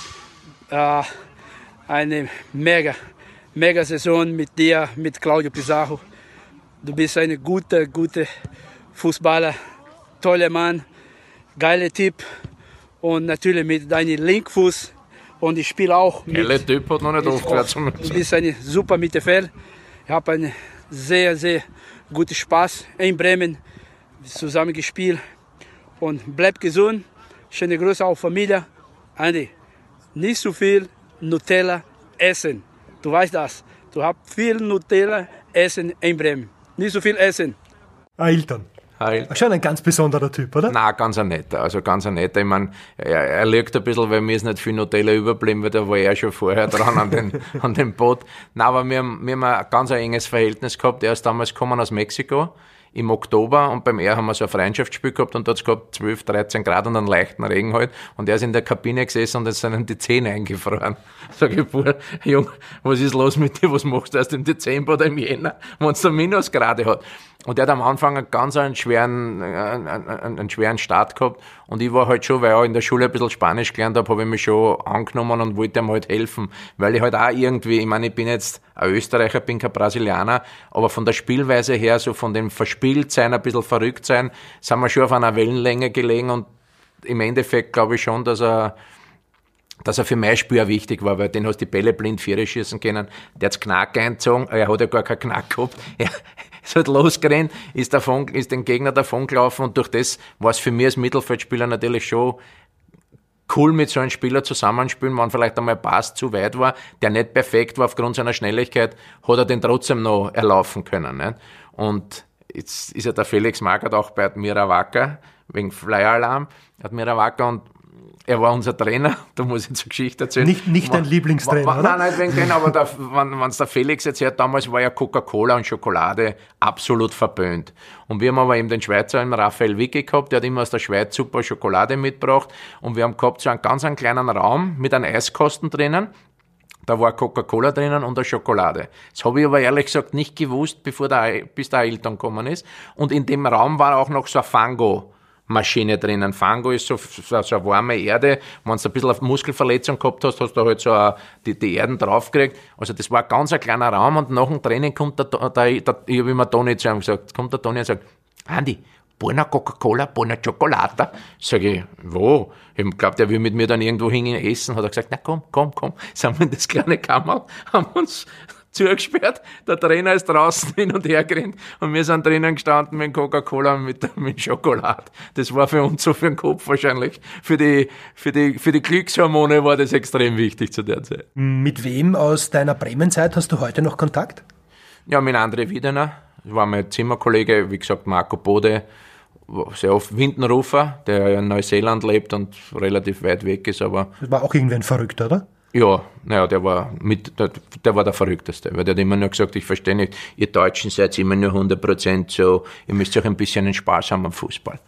Eine mega Saison mit dir, mit Claudio Pizarro. Du bist ein guter Fußballer, toller Mann, geiler Typ. und natürlich mit deinem Linkfuß und ich spiele auch mit. Der Typ hat noch nicht aufgehört zu Du bist eine super Mittelfeld. Ich habe einen sehr, sehr guten Spaß in Bremen zusammen gespielt und bleib gesund. Schöne Grüße auf Familie. Andi, nicht so viel Nutella essen. Du weißt das. Du hast viel Nutella essen in Bremen. Nicht so viel essen. Ailton. Schon ein ganz besonderer Typ, oder? Nein, ganz ein netter. Also ganz ein netter. Ich meine, er lügt ein bisschen, weil mir ist nicht viel Nutella überblieben, weil da war er schon vorher dran an dem Boot. Nein, aber wir haben ein ganz enges Verhältnis gehabt. Er ist damals gekommen aus Mexiko im Oktober und beim haben wir so ein Freundschaftsspiel gehabt und dort gehabt 12, 13 Grad und einen leichten Regen halt und er ist in der Kabine gesessen und es sind ihm die Zähne eingefroren. Sag ich, Junge, was ist los mit dir, was machst du erst im Dezember oder im Jänner, wenn es da Minusgrade hat? Und er hat am Anfang einen schweren Start gehabt und ich war halt schon, weil ich auch in der Schule ein bisschen Spanisch gelernt habe ich mich schon angenommen und wollte ihm halt helfen, weil ich halt auch irgendwie, ich meine, ich bin jetzt ein Österreicher, bin kein Brasilianer, aber von der Spielweise her, so von dem Verspieltsein, ein bisschen verrückt sein, sind wir schon auf einer Wellenlänge gelegen und im Endeffekt glaube ich schon, dass er für mein Spiel auch wichtig war, weil den hast die Bälle blind Viere schießen können, der hat's Knack eingezogen, er hat ja gar keinen Knack gehabt, er ist halt losgerannt, ist den Gegner davon gelaufen und durch das war es für mich als Mittelfeldspieler natürlich schon cool, mit so einem Spieler zusammenspielen, wenn vielleicht einmal ein Pass zu weit war, der nicht perfekt war aufgrund seiner Schnelligkeit, hat er den trotzdem noch erlaufen können. Nicht? Und jetzt ist ja der Felix Magath auch bei Admira Wacker, wegen Flyer-Alarm, Admira Wacker und er war unser Trainer, da muss ich zur Geschichte erzählen. Nicht dein Lieblingstrainer, oder? Nein, nicht wegen dem, aber wenn es der Felix erzählt, damals war ja Coca-Cola und Schokolade absolut verböhnt. Und wir haben aber eben den Schweizer, den Raphael Wicki gehabt, der hat immer aus der Schweiz super Schokolade mitgebracht und wir haben gehabt so einen ganz kleinen Raum mit einem Eiskosten drinnen. Da war Coca-Cola drinnen und eine Schokolade. Das habe ich aber ehrlich gesagt nicht gewusst, bis der Ailton gekommen ist. Und in dem Raum war auch noch so ein Fango-Maschine drinnen. Fango ist so eine warme Erde. Wenn du ein bisschen eine Muskelverletzung gehabt hast, hast du halt so die Erden draufgekriegt. Also das war ein ganz kleiner Raum und nach dem Training kommt ich habe immer Toni zu ihm gesagt, kommt der Toni und sagt, Andi, buona Coca-Cola, buona Chocolata. Sag ich, wo? Ich glaube, der will mit mir dann irgendwo hingehen essen. Hat er gesagt, na komm. Sind wir in das kleine Kammer, haben uns zugesperrt. Der Trainer ist draußen hin und her gerannt und wir sind drinnen gestanden mit Coca-Cola und mit Schokolade. Das war für uns so für den Kopf wahrscheinlich. Für die Glückshormone war das extrem wichtig zu der Zeit. Mit wem aus deiner Bremen-Zeit hast du heute noch Kontakt? Ja, mit André Wiedener. Das war mein Zimmerkollege, wie gesagt, Marco Bode, sehr oft Windenrufer, der in Neuseeland lebt und relativ weit weg ist, aber... Das war auch irgendwie ein Verrückter, oder? Ja, naja, der war der Verrückteste, weil der hat immer nur gesagt, ich verstehe nicht, ihr Deutschen seid immer nur 100% so, ihr müsst euch ein bisschen einen Spaß haben am Fußball.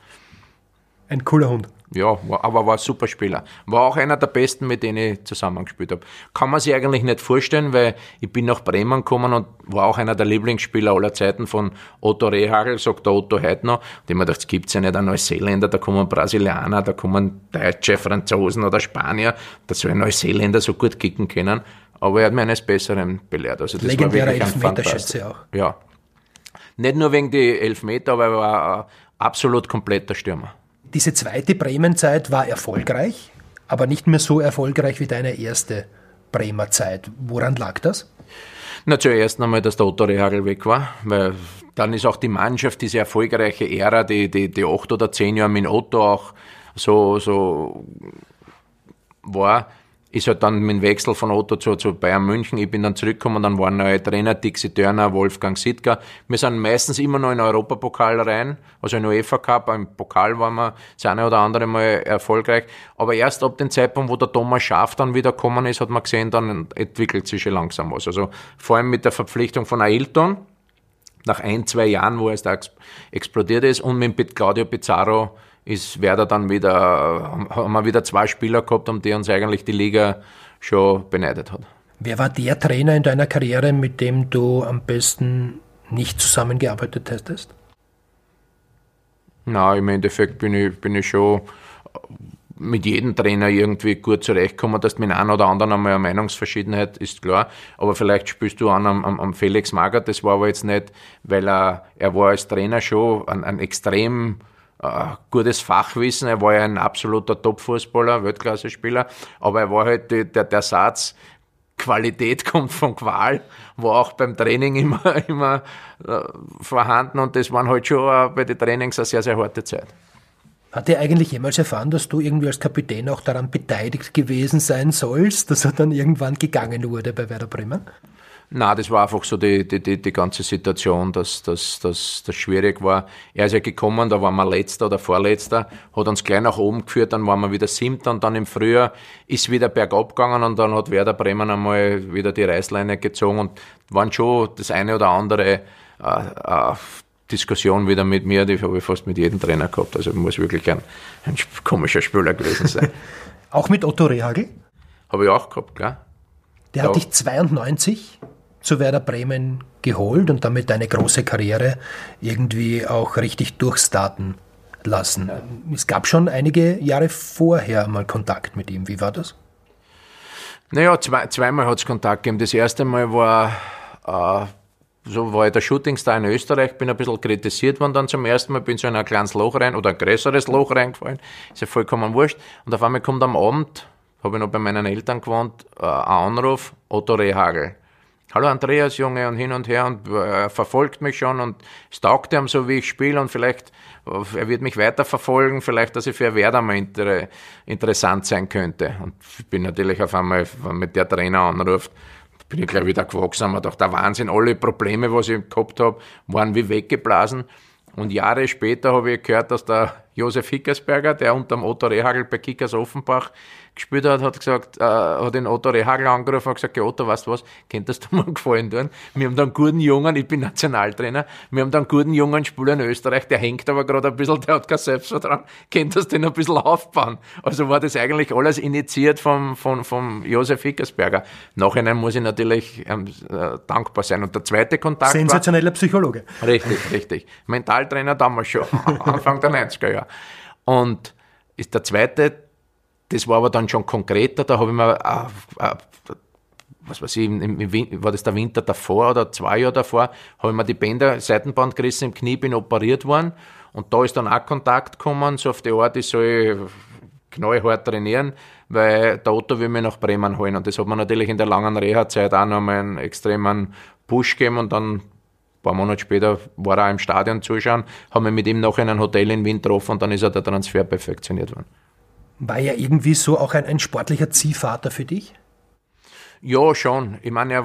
Ein cooler Hund. Ja, aber war ein super Spieler. War auch einer der besten, mit denen ich zusammengespielt habe. Kann man sich eigentlich nicht vorstellen, weil ich bin nach Bremen gekommen und war auch einer der Lieblingsspieler aller Zeiten von Otto Rehagel, sagt der Otto heute noch. Und ich mir gedacht, es gibt ja nicht einen Neuseeländer, da kommen Brasilianer, da kommen Deutsche, Franzosen oder Spanier, da soll ein Neuseeländer so gut kicken können. Aber er hat mir eines Besseren belehrt. Also das legendäre Elfmeterschütze auch. Ja. Nicht nur wegen die Elfmeter, aber er war ein absolut kompletter Stürmer. Diese zweite Bremen-Zeit war erfolgreich, aber nicht mehr so erfolgreich wie deine erste Bremer Zeit. Woran lag das? Na, zuerst einmal, dass der Otto Rehagel weg war, weil dann ist auch die Mannschaft, diese erfolgreiche Ära, die 8 oder 10 Jahre mit Otto auch so war, ist halt dann mit dem Wechsel von Otto zu Bayern München. Ich bin dann zurückgekommen, dann waren neue Trainer, Dixie Törner, Wolfgang Sittger. Wir sind meistens immer noch in den Europapokal rein, also in den UEFA Cup, im Pokal waren wir das eine oder andere Mal erfolgreich. Aber erst ab dem Zeitpunkt, wo der Thomas Schaaf dann wieder gekommen ist, hat man gesehen, dann entwickelt sich schon langsam was. Also vor allem mit der Verpflichtung von Ailton, nach 1-2 Jahren, wo er da explodiert ist, und mit Claudio Pizarro ist Werder dann haben wir wieder 2 Spieler gehabt, um die uns eigentlich die Liga schon beneidet hat. Wer war der Trainer in deiner Karriere, mit dem du am besten nicht zusammengearbeitet hättest? Na, im Endeffekt bin ich schon mit jedem Trainer irgendwie gut zurechtgekommen, dass mit einem oder anderen einmal eine Meinungsverschiedenheit ist, klar. Aber vielleicht spielst du an am Felix Magath, das war aber jetzt nicht, weil er war als Trainer schon ein extrem gutes Fachwissen. Er war ja ein absoluter Top-Fußballer, Weltklasse-Spieler, aber er war halt der Satz, Qualität kommt von Qual, war auch beim Training immer vorhanden und das waren halt schon bei den Trainings eine sehr, sehr harte Zeit. Hat er eigentlich jemals erfahren, dass du irgendwie als Kapitän auch daran beteiligt gewesen sein sollst, dass er dann irgendwann gegangen wurde bei Werder Bremen? Nein, das war einfach so die ganze Situation, dass das schwierig war. Er ist ja gekommen, da waren wir Letzter oder Vorletzter, hat uns gleich nach oben geführt, dann waren wir wieder Siebter und dann im Frühjahr ist wieder bergab gegangen und dann hat Werder Bremen einmal wieder die Reißleine gezogen und waren schon das eine oder andere Diskussion wieder mit mir, die habe ich fast mit jedem Trainer gehabt. Also muss wirklich ein komischer Spieler gewesen sein. Auch mit Otto Rehhagel? Habe ich auch gehabt, klar. Der hat dich 92 zu Werder Bremen geholt und damit deine große Karriere irgendwie auch richtig durchstarten lassen. Es gab schon einige Jahre vorher mal Kontakt mit ihm. Wie war das? Naja, zweimal hat es Kontakt gegeben. Das erste Mal war ich der Shootingstar in Österreich, bin ein bisschen kritisiert worden dann zum ersten Mal, bin so in ein kleines Loch rein oder ein größeres Loch reingefallen. Ist ja vollkommen wurscht. Und auf einmal kommt am Abend, habe ich noch bei meinen Eltern gewohnt, ein Anruf, Otto Rehhagel. Hallo Andreas, Junge, und hin und her und er verfolgt mich schon und es taugt ihm so, wie ich spiele und vielleicht, er wird mich weiter verfolgen, vielleicht, dass ich für Werder mal interessant sein könnte. Und ich bin natürlich auf einmal, wenn mit der Trainer anruft, bin ich gleich wieder gewachsen, habe mir gedacht, der Wahnsinn, alle Probleme, was ich gehabt habe, waren wie weggeblasen. Und Jahre später habe ich gehört, dass der Josef Hickersberger, der unter dem Otto Rehhagel bei Kickers Offenbach gespielt hat gesagt, hat den Otto Rehhagel angerufen und gesagt, ja, Otto, weißt du was, könntest du mir einen Gefallen tun? Wir haben da einen guten Jungen, ich bin Nationaltrainer, wir haben da einen guten jungen Spieler in Österreich, der hängt aber gerade ein bisschen, der hat kein Selbstvertrauen, könntest du den ein bisschen aufbauen? Also war das eigentlich alles initiiert vom Josef Hickersberger. Nachhinein muss ich natürlich dankbar sein. Und der zweite Kontakt sensationeller Psychologe. Richtig. Mentaltrainer damals schon, Anfang der 90er Jahre. Und ist der zweite, das war aber dann schon konkreter, da habe ich mir, war das der Winter davor oder 2 Jahre davor, habe ich mir die Bänder, Seitenband gerissen im Knie, bin operiert worden und da ist dann auch Kontakt gekommen, so auf die Art, ich soll knallhart trainieren, weil der Otto will mich nach Bremen holen und das hat mir natürlich in der langen Reha-Zeit auch noch mal einen extremen Push gegeben und dann ein paar Monate später war er auch im Stadion zuschauen, haben wir mit ihm noch in einem Hotel in Wien getroffen und dann ist der Transfer perfektioniert worden. War er irgendwie so auch ein sportlicher Ziehvater für dich? Ja, schon. Ich meine, er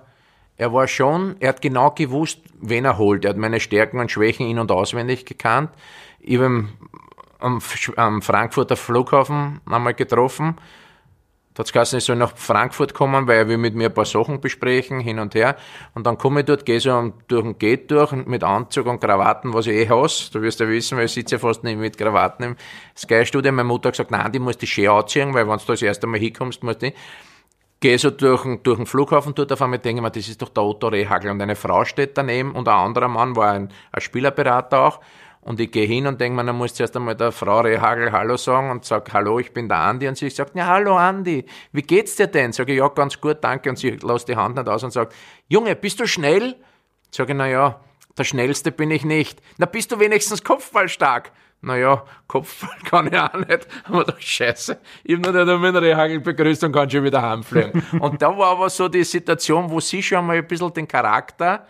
hat genau gewusst, wen er holt. Er hat meine Stärken und Schwächen in- und auswendig gekannt. Ich habe ihn am Frankfurter Flughafen einmal getroffen. Da hat es geheißen, ich soll nach Frankfurt kommen, weil er will mit mir ein paar Sachen besprechen, hin und her. Und dann komme ich dort, gehe so durch den Gate durch mit Anzug und Krawatten, was ich hasse. Du wirst ja wissen, weil ich sitze ja fast nicht mit Krawatten im Sky-Studio. Meine Mutter hat gesagt, nein, die musst du schön anziehen, weil wenn du da das erste Mal hinkommst, musst du gehe so durch den Flughafen dort, auf einmal denke ich mir, das ist doch der Otto Rehhagel. Und eine Frau steht daneben und ein anderer Mann war ein Spielerberater auch. Und ich gehe hin und denke mir, dann muss zuerst einmal der Frau Rehhagel Hallo sagen und sage, hallo, ich bin der Andi. Und sie sagt, ja, hallo Andi, wie geht's dir denn? Sage ich, ja, ganz gut, danke. Und sie lässt die Hand nicht aus und sagt, Junge, bist du schnell? Sage ich, naja, der Schnellste bin ich nicht. Na, bist du wenigstens kopfballstark? Naja, Kopfball kann ich auch nicht. Aber doch scheiße, ich habe noch nicht einmal den Rehhagel begrüßt und kann schon wieder heimfliegen. Und da war aber so die Situation, wo sie schon mal ein bisschen den Charakter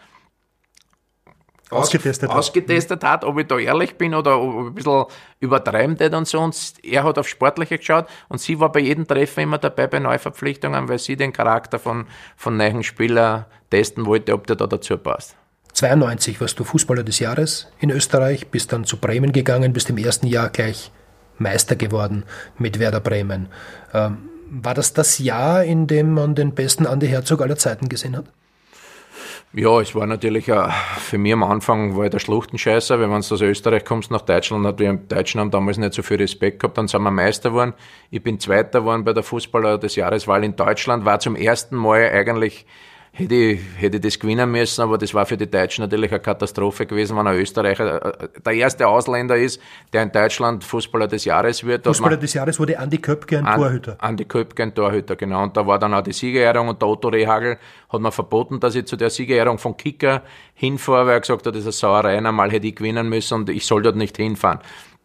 ausgetestet hat, ob ich da ehrlich bin oder ob ich ein bisschen übertreiben tät und so. Und er hat auf Sportliche geschaut und sie war bei jedem Treffen immer dabei bei Neuverpflichtungen, weil sie den Charakter von neuen Spielern testen wollte, ob der da dazu passt. 92 warst du Fußballer des Jahres in Österreich, bist dann zu Bremen gegangen, bist im ersten Jahr gleich Meister geworden mit Werder Bremen. War das Jahr, in dem man den besten Andi Herzog aller Zeiten gesehen hat? Ja, es war natürlich für mich am Anfang war ich der Schluchtenscheißer, weil wenn du aus Österreich kommst nach Deutschland, hat die Deutschen haben damals nicht so viel Respekt gehabt, dann sind wir Meister geworden. Ich bin Zweiter geworden bei der Fußballer des Jahreswahl in Deutschland, war zum ersten Mal eigentlich, hätte ich das gewinnen müssen, aber das war für die Deutschen natürlich eine Katastrophe gewesen, wenn ein Österreicher der erste Ausländer ist, der in Deutschland Fußballer des Jahres wird. Fußballer des Jahres wurde Andi Köpke ein Torhüter. Andi Köpke ein Torhüter, genau. Und da war dann auch die Siegerehrung und der Otto Rehhagel hat mir verboten, dass ich zu der Siegerehrung von Kicker hinfahre, weil er gesagt hat, das ist eine Sauerei, einmal hätte ich gewinnen müssen und ich soll dort nicht hinfahren.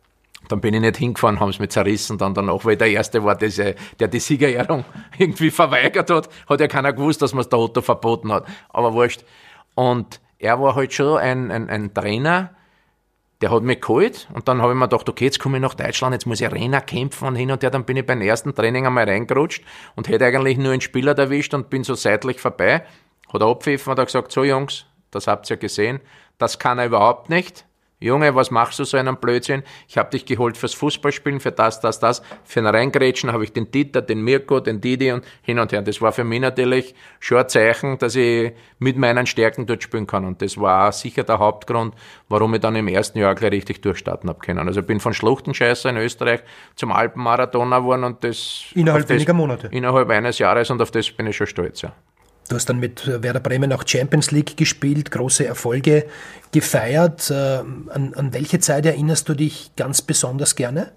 Dann bin ich nicht hingefahren, haben es mir zerrissen. Dann danach, weil der Erste war, der die Siegerehrung irgendwie verweigert hat, hat ja keiner gewusst, dass man es der Otto verboten hat. Aber wurscht. Und er war halt schon ein Trainer, der hat mich geholt. Und dann habe ich mir gedacht, okay, jetzt komme ich nach Deutschland, jetzt muss ich Arena kämpfen und hin und her. Dann bin ich beim ersten Training einmal reingerutscht und hätte eigentlich nur einen Spieler erwischt und bin so seitlich vorbei. Hat er abgepfiffen und hat gesagt, so Jungs, das habt ihr gesehen, das kann er überhaupt nicht. Junge, was machst du so einen Blödsinn? Ich habe dich geholt fürs Fußballspielen, für das. Für ein Reingrätschen habe ich den Dieter, den Mirko, den Didi und hin und her. Das war für mich natürlich schon ein Zeichen, dass ich mit meinen Stärken dort spielen kann. Und das war auch sicher der Hauptgrund, warum ich dann im ersten Jahr gleich richtig durchstarten habe können. Also ich bin von Schluchtenscheißer in Österreich zum Alpenmarathoner geworden und das... Innerhalb weniger Monate? Innerhalb eines Jahres und auf das bin ich schon stolz, ja. Du hast dann mit Werder Bremen auch Champions League gespielt, große Erfolge gefeiert. An welche Zeit erinnerst du dich ganz besonders gerne?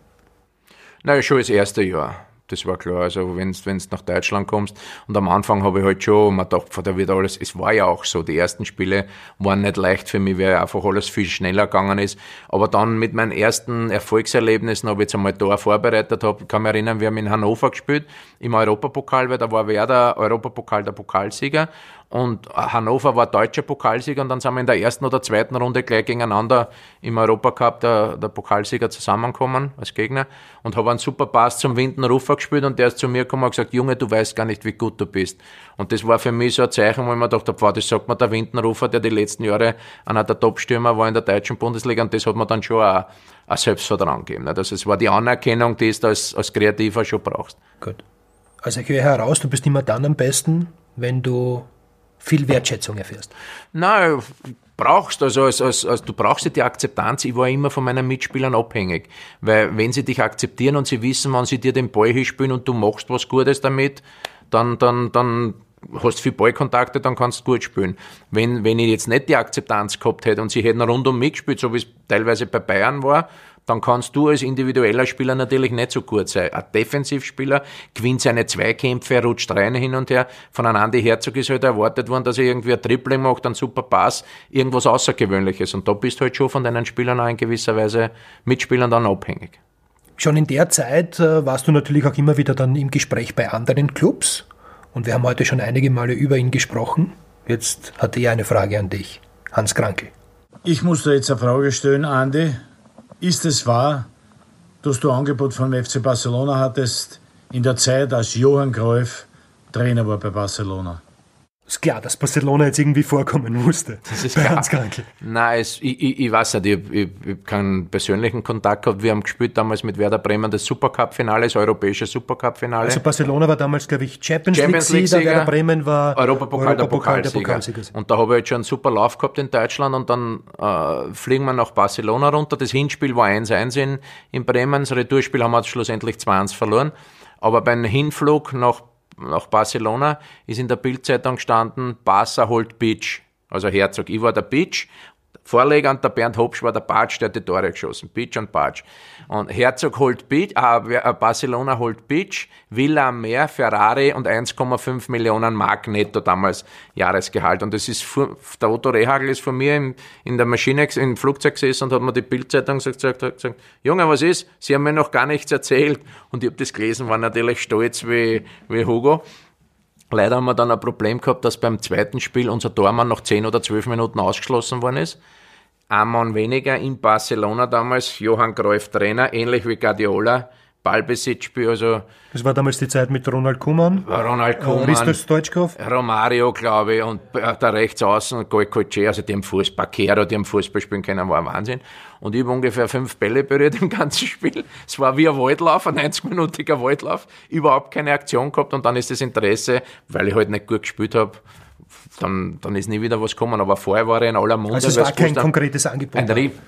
Naja, schon das erste Jahr. Das war klar. Also wenn du nach Deutschland kommst und am Anfang habe ich halt schon, man dachte, da wird alles, es war ja auch so, die ersten Spiele waren nicht leicht für mich, weil einfach alles viel schneller gegangen ist. Aber dann mit meinen ersten Erfolgserlebnissen, ob ich jetzt einmal da vorbereitet habe, kann mich erinnern, wir haben in Hannover gespielt, im Europapokal, weil da war Werder Europapokal der Pokalsieger. Und Hannover war deutscher Pokalsieger und dann sind wir in der ersten oder zweiten Runde gleich gegeneinander im Europacup der Pokalsieger zusammengekommen als Gegner und habe einen super Pass zum Windenrufer gespielt und der ist zu mir gekommen und gesagt, Junge, du weißt gar nicht, wie gut du bist. Und das war für mich so ein Zeichen, wo ich mir gedacht habe, wow, das sagt mir der Windenrufer, der die letzten Jahre einer der Top-Stürmer war in der deutschen Bundesliga und das hat mir dann schon auch ein Selbstvertrauen gegeben. Also es war die Anerkennung, die du als Kreativer schon brauchst. Gut. Also ich höre heraus, du bist immer dann am besten, wenn du viel Wertschätzung erfährst. Nein, brauchst, also du brauchst die Akzeptanz. Ich war immer von meinen Mitspielern abhängig, weil wenn sie dich akzeptieren und sie wissen, wann sie dir den Ball hinspielen und du machst was Gutes damit, dann hast viel Ballkontakte, dann kannst du gut spielen. Wenn ich jetzt nicht die Akzeptanz gehabt hätte und sie hätten rund um mich gespielt, so wie es teilweise bei Bayern war, dann kannst du als individueller Spieler natürlich nicht so gut sein. Ein Defensivspieler gewinnt seine Zweikämpfe, rutscht rein hin und her. Von einem Andi Herzog ist halt erwartet worden, dass er irgendwie ein Dribbling macht, einen super Pass, irgendwas Außergewöhnliches. Und da bist du halt schon von deinen Spielern auch in gewisser Weise Mitspielern dann abhängig. Schon in der Zeit warst du natürlich auch immer wieder dann im Gespräch bei anderen Clubs. Und wir haben heute schon einige Male über ihn gesprochen. Jetzt hatte ich eine Frage an dich, Hans Krankl. Ich muss dir jetzt eine Frage stellen, Andi. Ist es wahr, dass du Angebot vom FC Barcelona hattest in der Zeit, als Johann Cruyff Trainer war bei Barcelona? Ist klar, dass Barcelona jetzt irgendwie vorkommen musste. Das ist bei klar. Hans Krankl. Nein, ich weiß nicht, ich habe keinen persönlichen Kontakt gehabt. Wir haben gespielt damals mit Werder Bremen das Supercup-Finale, das europäische Supercup-Finale. Also Barcelona war damals, glaube ich, Champions League-Sieger, Werder Bremen war Europapokal der Pokalsieger. Und da habe ich jetzt schon einen super Lauf gehabt in Deutschland und dann fliegen wir nach Barcelona runter. Das Hinspiel war 1-1 in Bremen, das Retourspiel haben wir schlussendlich 2-1 verloren. Aber beim Hinflug nach Barcelona ist in der Bildzeitung gestanden, Barca holt Pitch, also Herzog. Ich war der Pitch, Vorleger und der Bernd Hopsch war der Patsch, der hat die Tore geschossen. Pitch und Patsch. Und Herzog holt Pitch, Barcelona holt Pitch, Villa am Meer, Ferrari und 1,5 Millionen Mark netto damals Jahresgehalt. Und das ist, der Otto Rehagel ist von mir in der Maschine, im Flugzeug gesessen und hat mir die Bildzeitung gesagt, Junge, was ist? Sie haben mir noch gar nichts erzählt. Und ich habe das gelesen, war natürlich stolz wie Hugo. Leider haben wir dann ein Problem gehabt, dass beim zweiten Spiel unser Tormann nach 10 oder 12 Minuten ausgeschlossen worden ist. Ein Mann weniger in Barcelona damals, Johann Cruyff Trainer, ähnlich wie Guardiola, Ballbesitzspiel, also... Das war damals die Zeit mit Ronald Koeman, Risto Stoichkov, Romario, glaube ich, und der Rechtsaußen, Goicoechea, also die haben Paquero, die haben Fußball spielen können, war ein Wahnsinn. Und ich habe ungefähr 5 Bälle berührt im ganzen Spiel. Es war wie ein Waldlauf, ein 90-minütiger Waldlauf, überhaupt keine Aktion gehabt und dann ist das Interesse, weil ich halt nicht gut gespielt habe, dann ist nie wieder was gekommen, aber vorher war ich in aller Munde. Also es war kein konkretes Angebot?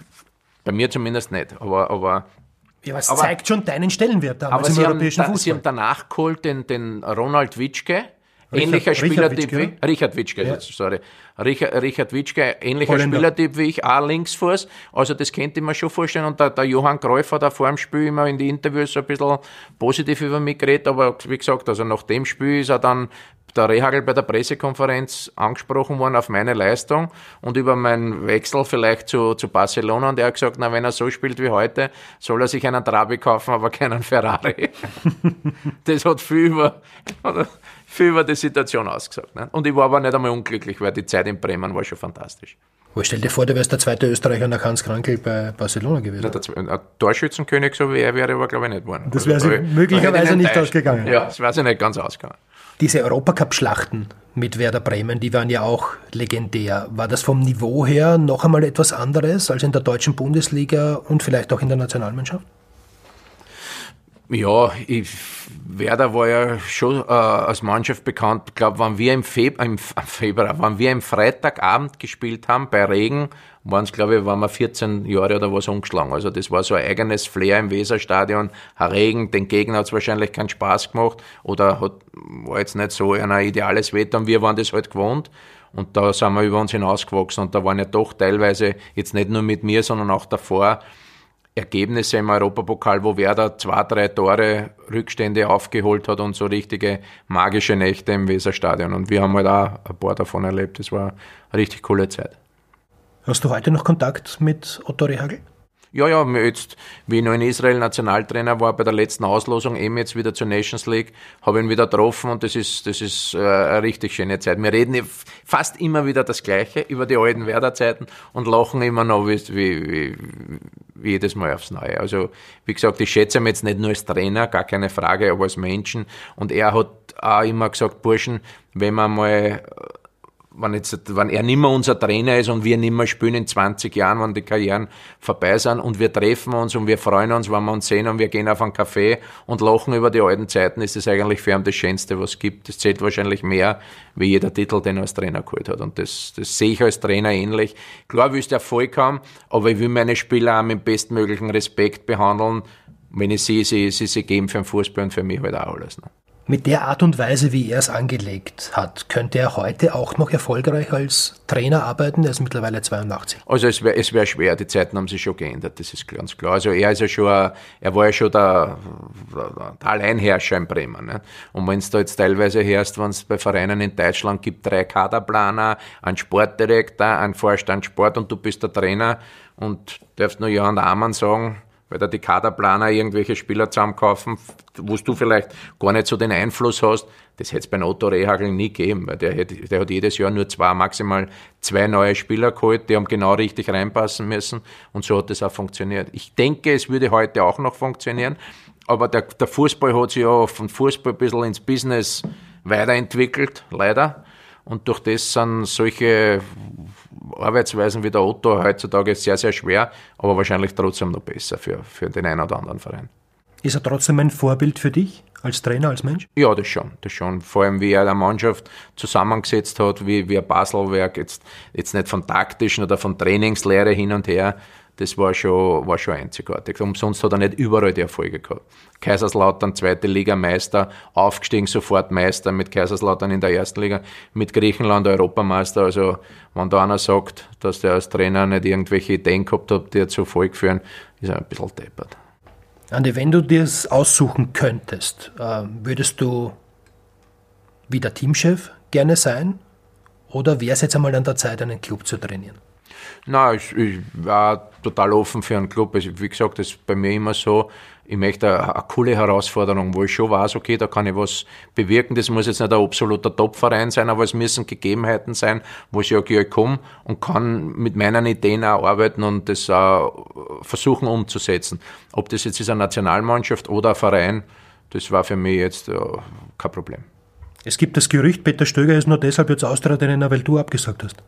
Bei mir zumindest nicht, aber ja, aber es zeigt schon deinen Stellenwert damals im europäischen Fußball. Sie haben danach geholt den Ronald Witschke, ähnlicher Spielertyp Witschke, wie Richard Witschke, ja. Richard Witschke, ähnlicher Holländer. Spielertyp wie ich, auch Linksfuß. Also das könnte ich mir schon vorstellen. Und der Johann Cruyff hat auch vor dem Spiel immer in die Interviews so ein bisschen positiv über mich geredet. Aber wie gesagt, also nach dem Spiel ist er dann der Rehagel bei der Pressekonferenz angesprochen worden auf meine Leistung und über meinen Wechsel vielleicht zu Barcelona. Und er hat gesagt, na, wenn er so spielt wie heute, soll er sich einen Trabi kaufen, aber keinen Ferrari. Das hat viel über die Situation ausgesagt. Ne? Und ich war aber nicht einmal unglücklich, weil die Zeit in Bremen war schon fantastisch. Aber stell dir vor, du wärst der zweite Österreicher nach Hans Krankl bei Barcelona gewesen. Ein Torschützenkönig, so wie er wäre, aber glaube ich nicht geworden. Das wäre möglicherweise nicht ausgegangen. Ja, das wäre sich nicht ganz ausgegangen. Diese Europacup-Schlachten mit Werder Bremen, die waren ja auch legendär. War das vom Niveau her noch einmal etwas anderes als in der deutschen Bundesliga und vielleicht auch in der Nationalmannschaft? Ja, Werder war ja schon als Mannschaft bekannt. Ich glaube, wenn wir wenn wir im Freitagabend gespielt haben, bei Regen, waren wir 14 Jahre oder was umgeschlagen. Also das war so ein eigenes Flair im Weserstadion. Ein Regen, den Gegner hat es wahrscheinlich keinen Spaß gemacht oder war jetzt nicht so ein ideales Wetter und wir waren das halt gewohnt. Und da sind wir über uns hinausgewachsen und da waren ja doch teilweise, jetzt nicht nur mit mir, sondern auch davor, Ergebnisse im Europapokal, wo Werder 2-3 Tore Rückstände aufgeholt hat und so richtige magische Nächte im Weserstadion. Und wir haben halt auch ein paar davon erlebt. Das war eine richtig coole Zeit. Hast du heute noch Kontakt mit Otto Rehagel? Ja, jetzt, wie ich noch in Israel Nationaltrainer war, bei der letzten Auslosung jetzt wieder zur Nations League, habe ich ihn wieder getroffen und das ist eine richtig schöne Zeit. Wir reden fast immer wieder das Gleiche über die alten Werder-Zeiten und lachen immer noch wie jedes Mal aufs Neue. Also, wie gesagt, ich schätze ihn jetzt nicht nur als Trainer, gar keine Frage, aber als Menschen. Und er hat auch immer gesagt, Burschen, wenn er nicht mehr unser Trainer ist und wir nicht mehr spielen in 20 Jahren, wenn die Karrieren vorbei sind und wir treffen uns und wir freuen uns, wenn wir uns sehen und wir gehen auf einen Café und lachen über die alten Zeiten, ist das eigentlich für ihn das Schönste, was es gibt. Das zählt wahrscheinlich mehr, wie jeder Titel, den er als Trainer geholt hat. Und das sehe ich als Trainer ähnlich. Klar willst du Erfolg haben, aber ich will meine Spieler auch mit bestmöglichen Respekt behandeln, wenn ich sehe, sie geben für den Fußball und für mich halt auch alles. Ne? Mit der Art und Weise, wie er es angelegt hat, könnte er heute auch noch erfolgreich als Trainer arbeiten? Er ist mittlerweile 82. Also es wär schwer, die Zeiten haben sich schon geändert, das ist ganz klar. Also er war ja schon der Alleinherrscher in Bremen. Ne? Und wenn es da jetzt teilweise hörst, wenn es bei Vereinen in Deutschland gibt 3 Kaderplaner, einen Sportdirektor, einen Vorstand Sport und du bist der Trainer und darfst nur Ja und Amen sagen, weil da die Kaderplaner irgendwelche Spieler zusammenkaufen, wo du vielleicht gar nicht so den Einfluss hast, das hätte es bei Otto Rehagel nie gegeben, weil der hat jedes Jahr nur maximal 2 neue Spieler geholt, die haben genau richtig reinpassen müssen und so hat das auch funktioniert. Ich denke, es würde heute auch noch funktionieren, aber der Fußball hat sich ja von Fußball ein bisschen ins Business weiterentwickelt, leider. Und durch das sind solche Arbeitsweisen wie der Otto heutzutage sehr, sehr schwer, aber wahrscheinlich trotzdem noch besser für den einen oder anderen Verein. Ist er trotzdem ein Vorbild für dich als Trainer, als Mensch? Ja, das schon. Vor allem, wie er eine Mannschaft zusammengesetzt hat, wie ein Puzzlewerk, jetzt nicht von taktischen oder von Trainingslehre hin und her, das war schon einzigartig. Umsonst hat er nicht überall die Erfolge gehabt. Kaiserslautern, 2. Liga Meister, aufgestiegen, sofort Meister mit Kaiserslautern in der 1. Liga, mit Griechenland Europameister. Also, wenn da einer sagt, dass der als Trainer nicht irgendwelche Ideen gehabt hat, die zu Erfolg führen, ist er ein bisschen deppert. Andi, wenn du dir es aussuchen könntest, würdest du wieder Teamchef gerne sein? Oder wäre es jetzt einmal an der Zeit, einen Club zu trainieren? Nein, ich war total offen für einen Club. Also, wie gesagt, das ist bei mir immer so, ich möchte eine coole Herausforderung, wo ich schon weiß, okay, da kann ich was bewirken. Das muss jetzt nicht ein absoluter Top-Verein sein, aber es müssen Gegebenheiten sein, wo ich sage, ich komme und kann mit meinen Ideen auch arbeiten und das auch versuchen umzusetzen. Ob das jetzt ist eine Nationalmannschaft oder ein Verein, das war für mich jetzt kein Problem. Es gibt das Gerücht, Peter Stöger ist nur deshalb jetzt Austria-Trainer, weil du abgesagt hast.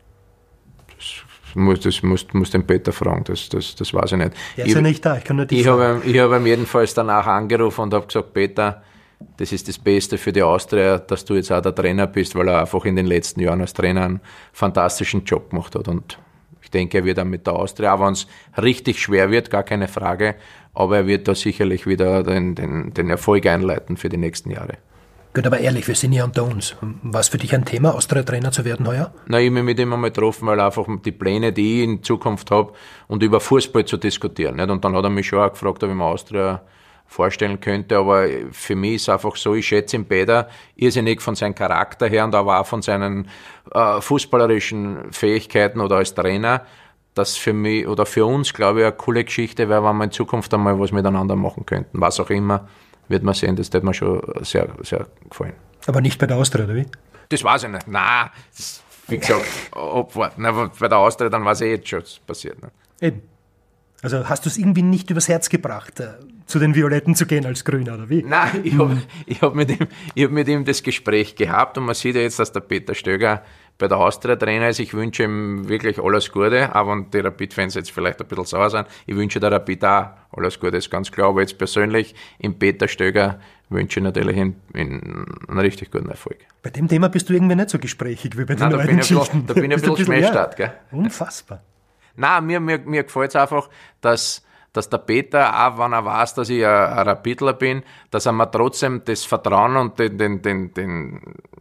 Das musst den Peter fragen, das weiß ich nicht. Er ist ja nicht da, ich kann nur dich fragen. Ich habe ihm jedenfalls danach angerufen und habe gesagt, Peter, das ist das Beste für die Austria, dass du jetzt auch der Trainer bist, weil er einfach in den letzten Jahren als Trainer einen fantastischen Job gemacht hat. Und ich denke, er wird dann mit der Austria, auch wenn es richtig schwer wird, gar keine Frage, aber er wird da sicherlich wieder den Erfolg einleiten für die nächsten Jahre. Gut, aber ehrlich, wir sind ja unter uns. War es für dich ein Thema, Austria-Trainer zu werden heuer? Nein, ich habe mich mit ihm einmal getroffen, weil einfach die Pläne, die ich in Zukunft habe, und über Fußball zu diskutieren. Nicht? Und dann hat er mich schon auch gefragt, ob ich mir Austria vorstellen könnte, aber für mich ist einfach so, ich schätze ihn Peter irrsinnig von seinem Charakter her und aber auch von seinen fußballerischen Fähigkeiten oder als Trainer, dass für mich oder für uns, glaube ich, eine coole Geschichte wäre, wenn wir in Zukunft einmal was miteinander machen könnten. Was auch immer, wird man sehen, das wird mir schon sehr, sehr gefallen. Aber nicht bei der Austria, oder wie? Das weiß ich nicht. Nein, wie gesagt, abwarten. Aber bei der Austria, dann weiß ich jetzt schon, was passiert. Ne? Eben. Also hast du es irgendwie nicht übers Herz gebracht, zu den Violetten zu gehen als Grüner, oder wie? Nein, ich hab mit ihm das Gespräch gehabt und man sieht ja jetzt, dass der Peter Stöger bei der Austria Trainer ist. Ich wünsche ihm wirklich alles Gute, auch wenn die Rapid-Fans jetzt vielleicht ein bisschen sauer sind. Ich wünsche der Rapid auch alles Gute, ist ganz klar. Aber jetzt persönlich im Peter Stöger wünsche ich natürlich einen richtig guten Erfolg. Bei dem Thema bist du irgendwie nicht so gesprächig wie bei den Nein, neuen Geschichten. Da bin ich ein bisschen Schmähstadt, gell? Unfassbar. Nein, mir gefällt es einfach, dass der Peter, auch wenn er weiß, dass ich ein Rapidler bin, dass er mir trotzdem das Vertrauen und den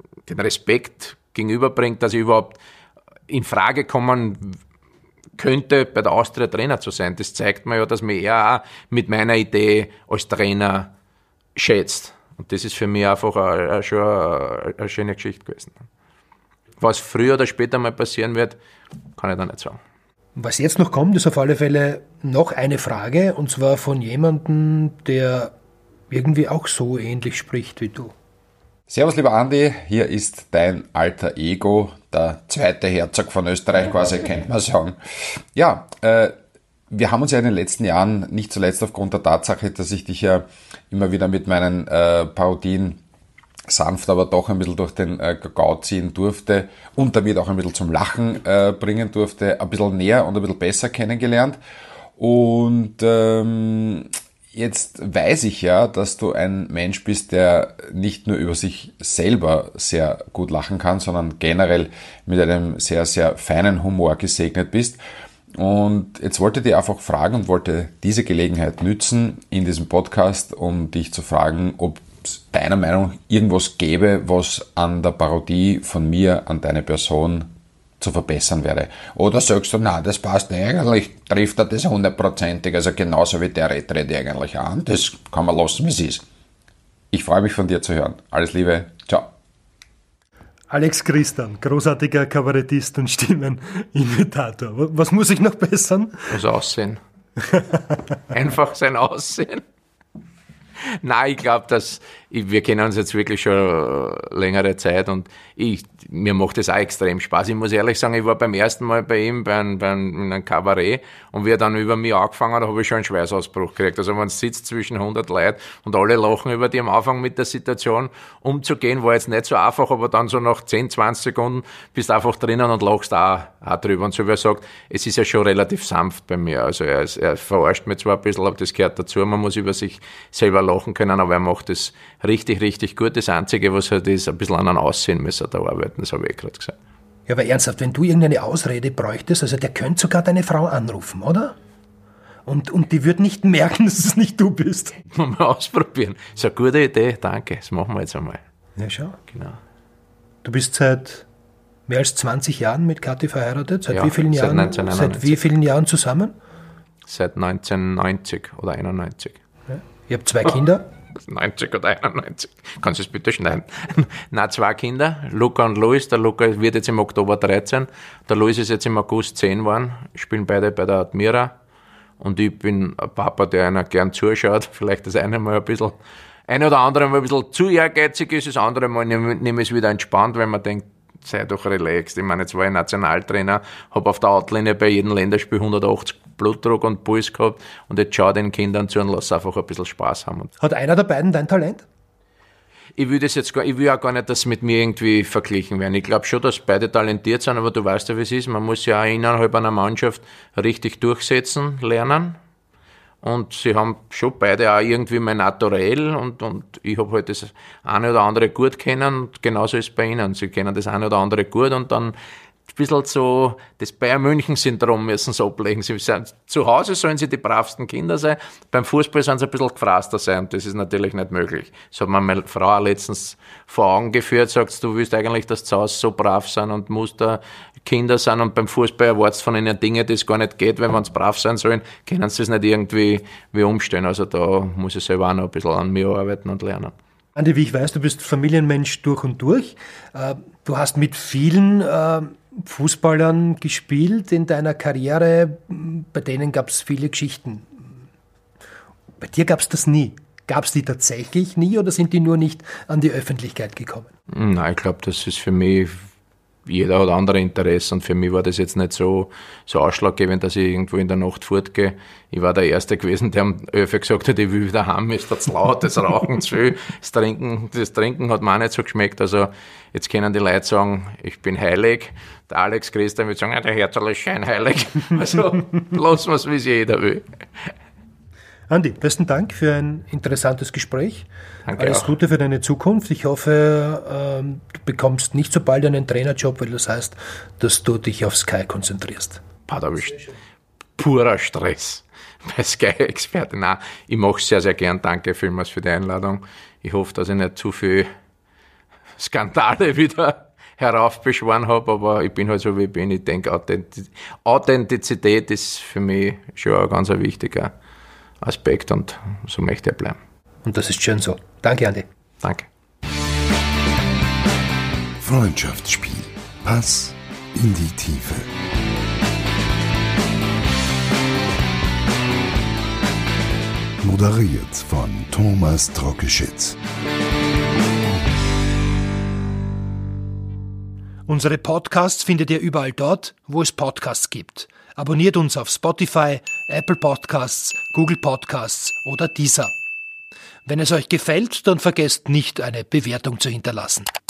Respekt gegenüberbringt, dass ich überhaupt in Frage kommen könnte, bei der Austria Trainer zu sein. Das zeigt mir ja, dass mich er auch mit meiner Idee als Trainer schätzt. Und das ist für mich einfach schon eine schöne Geschichte gewesen. Was früher oder später mal passieren wird, kann ich da nicht sagen. Was jetzt noch kommt, ist auf alle Fälle noch eine Frage, und zwar von jemandem, der irgendwie auch so ähnlich spricht wie du. Servus lieber Andi, hier ist dein alter Ego, der zweite Herzog von Österreich quasi, könnte man sagen. Ja, wir haben uns ja in den letzten Jahren, nicht zuletzt aufgrund der Tatsache, dass ich dich ja immer wieder mit meinen Parodien sanft, aber doch ein bisschen durch den Kakao ziehen durfte und damit auch ein bisschen zum Lachen bringen durfte, ein bisschen näher und ein bisschen besser kennengelernt. Und jetzt weiß ich ja, dass du ein Mensch bist, der nicht nur über sich selber sehr gut lachen kann, sondern generell mit einem sehr, sehr feinen Humor gesegnet bist. Und jetzt wollte ich dich einfach fragen und wollte diese Gelegenheit nützen in diesem Podcast, um dich zu fragen, ob es deiner Meinung nach irgendwas gäbe, was an der Parodie von mir an deine Person zu verbessern wäre. Oder sagst du, na, das passt nicht, eigentlich trifft er das 100%ig, also genauso wie der redet eigentlich an, das kann man lassen, wie es ist. Ich freue mich von dir zu hören. Alles Liebe, ciao. Alex Christian, großartiger Kabarettist und Stimmenimitator. Was muss ich noch bessern? Das Aussehen. Einfach sein Aussehen. Nein, ich glaube, wir kennen uns jetzt wirklich schon längere Zeit und mir macht das auch extrem Spaß. Ich muss ehrlich sagen, ich war beim ersten Mal bei ihm bei einem Kabarett und wie er dann über mich angefangen hat, habe ich schon einen Schweißausbruch gekriegt. Also wenn du sitzt zwischen 100 Leuten und alle lachen über die am Anfang mit der Situation umzugehen, war jetzt nicht so einfach, aber dann so nach 10, 20 Sekunden bist du einfach drinnen und lachst auch drüber. Und so wie er sagt, es ist ja schon relativ sanft bei mir. Also er verarscht mich zwar ein bisschen, aber das gehört dazu. Man muss über sich selber lachen können, aber er macht das richtig, richtig gut. Das Einzige, was halt ist, ein bisschen an einem Aussehen müssen da arbeiten, das habe ich gerade gesagt. Ja, aber ernsthaft, wenn du irgendeine Ausrede bräuchtest, also der könnte sogar deine Frau anrufen, oder? Und die wird nicht merken, dass es nicht du bist. Mal ausprobieren. Das ist eine gute Idee, danke. Das machen wir jetzt einmal. Ja, schau. Genau. Du bist seit mehr als 20 Jahren mit Kathi verheiratet? Seit wie vielen seit Jahren? 1991. Seit wie vielen Jahren zusammen? Seit 1990 oder 91. Ja. Ihr habt 2 Kinder? 90 oder 91. Kannst du es bitte schneiden? Nein, 2 Kinder, Luca und Luis. Der Luca wird jetzt im Oktober 13. Der Luis ist jetzt im August 10 geworden. Spielen beide bei der Admira. Und ich bin ein Papa, der einer gern zuschaut. Vielleicht das eine Mal ein oder andere Mal ein bisschen zu ehrgeizig ist. Das andere Mal nehme ich es wieder entspannt, weil man denkt, sei doch relaxed. Ich meine, jetzt war ich Nationaltrainer, habe auf der Outlinie bei jedem Länderspiel 180 Blutdruck und Puls gehabt und jetzt schau den Kindern zu und lass einfach ein bisschen Spaß haben. Hat einer der beiden dein Talent? Ich will auch gar nicht, dass sie mit mir irgendwie verglichen werden. Ich glaube schon, dass beide talentiert sind, aber du weißt ja, wie es ist. Man muss ja auch innerhalb einer Mannschaft richtig durchsetzen lernen. Und sie haben schon beide auch irgendwie mein Naturell und ich habe halt das eine oder andere gut kennen und genauso ist es bei ihnen. Sie kennen das eine oder andere gut und dann bisschen so das Bayern-München-Syndrom müssen sie ablegen. Zu Hause sollen sie die bravsten Kinder sein, beim Fußball sollen sie ein bisschen gefrasster sein und das ist natürlich nicht möglich. Das hat mir meine Frau auch letztens vor Augen geführt, sagt, du willst eigentlich, dass zu Hause so brav sind und musst da Kinder sind und beim Fußball erwartest von ihnen Dinge, die es gar nicht geht, weil wenn sie brav sein sollen, können sie das nicht irgendwie wie umstellen. Also da muss ich selber auch noch ein bisschen an mir arbeiten und lernen. Andi, wie ich weiß, du bist Familienmensch durch und durch. Du hast mit vielen Fußballern gespielt in deiner Karriere, bei denen gab es viele Geschichten. Bei dir gab es das nie. Gab es die tatsächlich nie oder sind die nur nicht an die Öffentlichkeit gekommen? Nein, ich glaube, das ist für mich, jeder hat andere Interessen und für mich war das jetzt nicht so ausschlaggebend, dass ich irgendwo in der Nacht fortgehe. Ich war der Erste gewesen, der am 11 gesagt hat, ich will wieder heim, ist da zu laut, das Rauchen zu viel, das Trinken hat mir auch nicht so geschmeckt. Also jetzt können die Leute sagen, ich bin heilig. Der Alex Christian wird sagen, der Herzl ist scheinheilig. Also lassen wir es, wie es jeder will. Andi, besten Dank für ein interessantes Gespräch. Danke Alles auch. Gute für deine Zukunft. Ich hoffe, du bekommst nicht so bald einen Trainerjob, weil das heißt, dass du dich auf Sky konzentrierst. Da habe ich purer Stress bei Sky-Experte. Nein, ich mache es sehr, sehr gern. Danke vielmals für die Einladung. Ich hoffe, dass ich nicht zu viel Skandale wieder heraufbeschworen habe, aber ich bin halt so, wie ich bin. Ich denke, Authentizität ist für mich schon ein ganz wichtiger Aspekt und so möchte er bleiben. Und das ist schön so. Danke, Andi. Danke. Freundschaftsspiel. Pass in die Tiefe. Moderiert von Thomas Trokeschitz. Unsere Podcasts findet ihr überall dort, wo es Podcasts gibt. Abonniert uns auf Spotify, Apple Podcasts, Google Podcasts oder Deezer. Wenn es euch gefällt, dann vergesst nicht, eine Bewertung zu hinterlassen.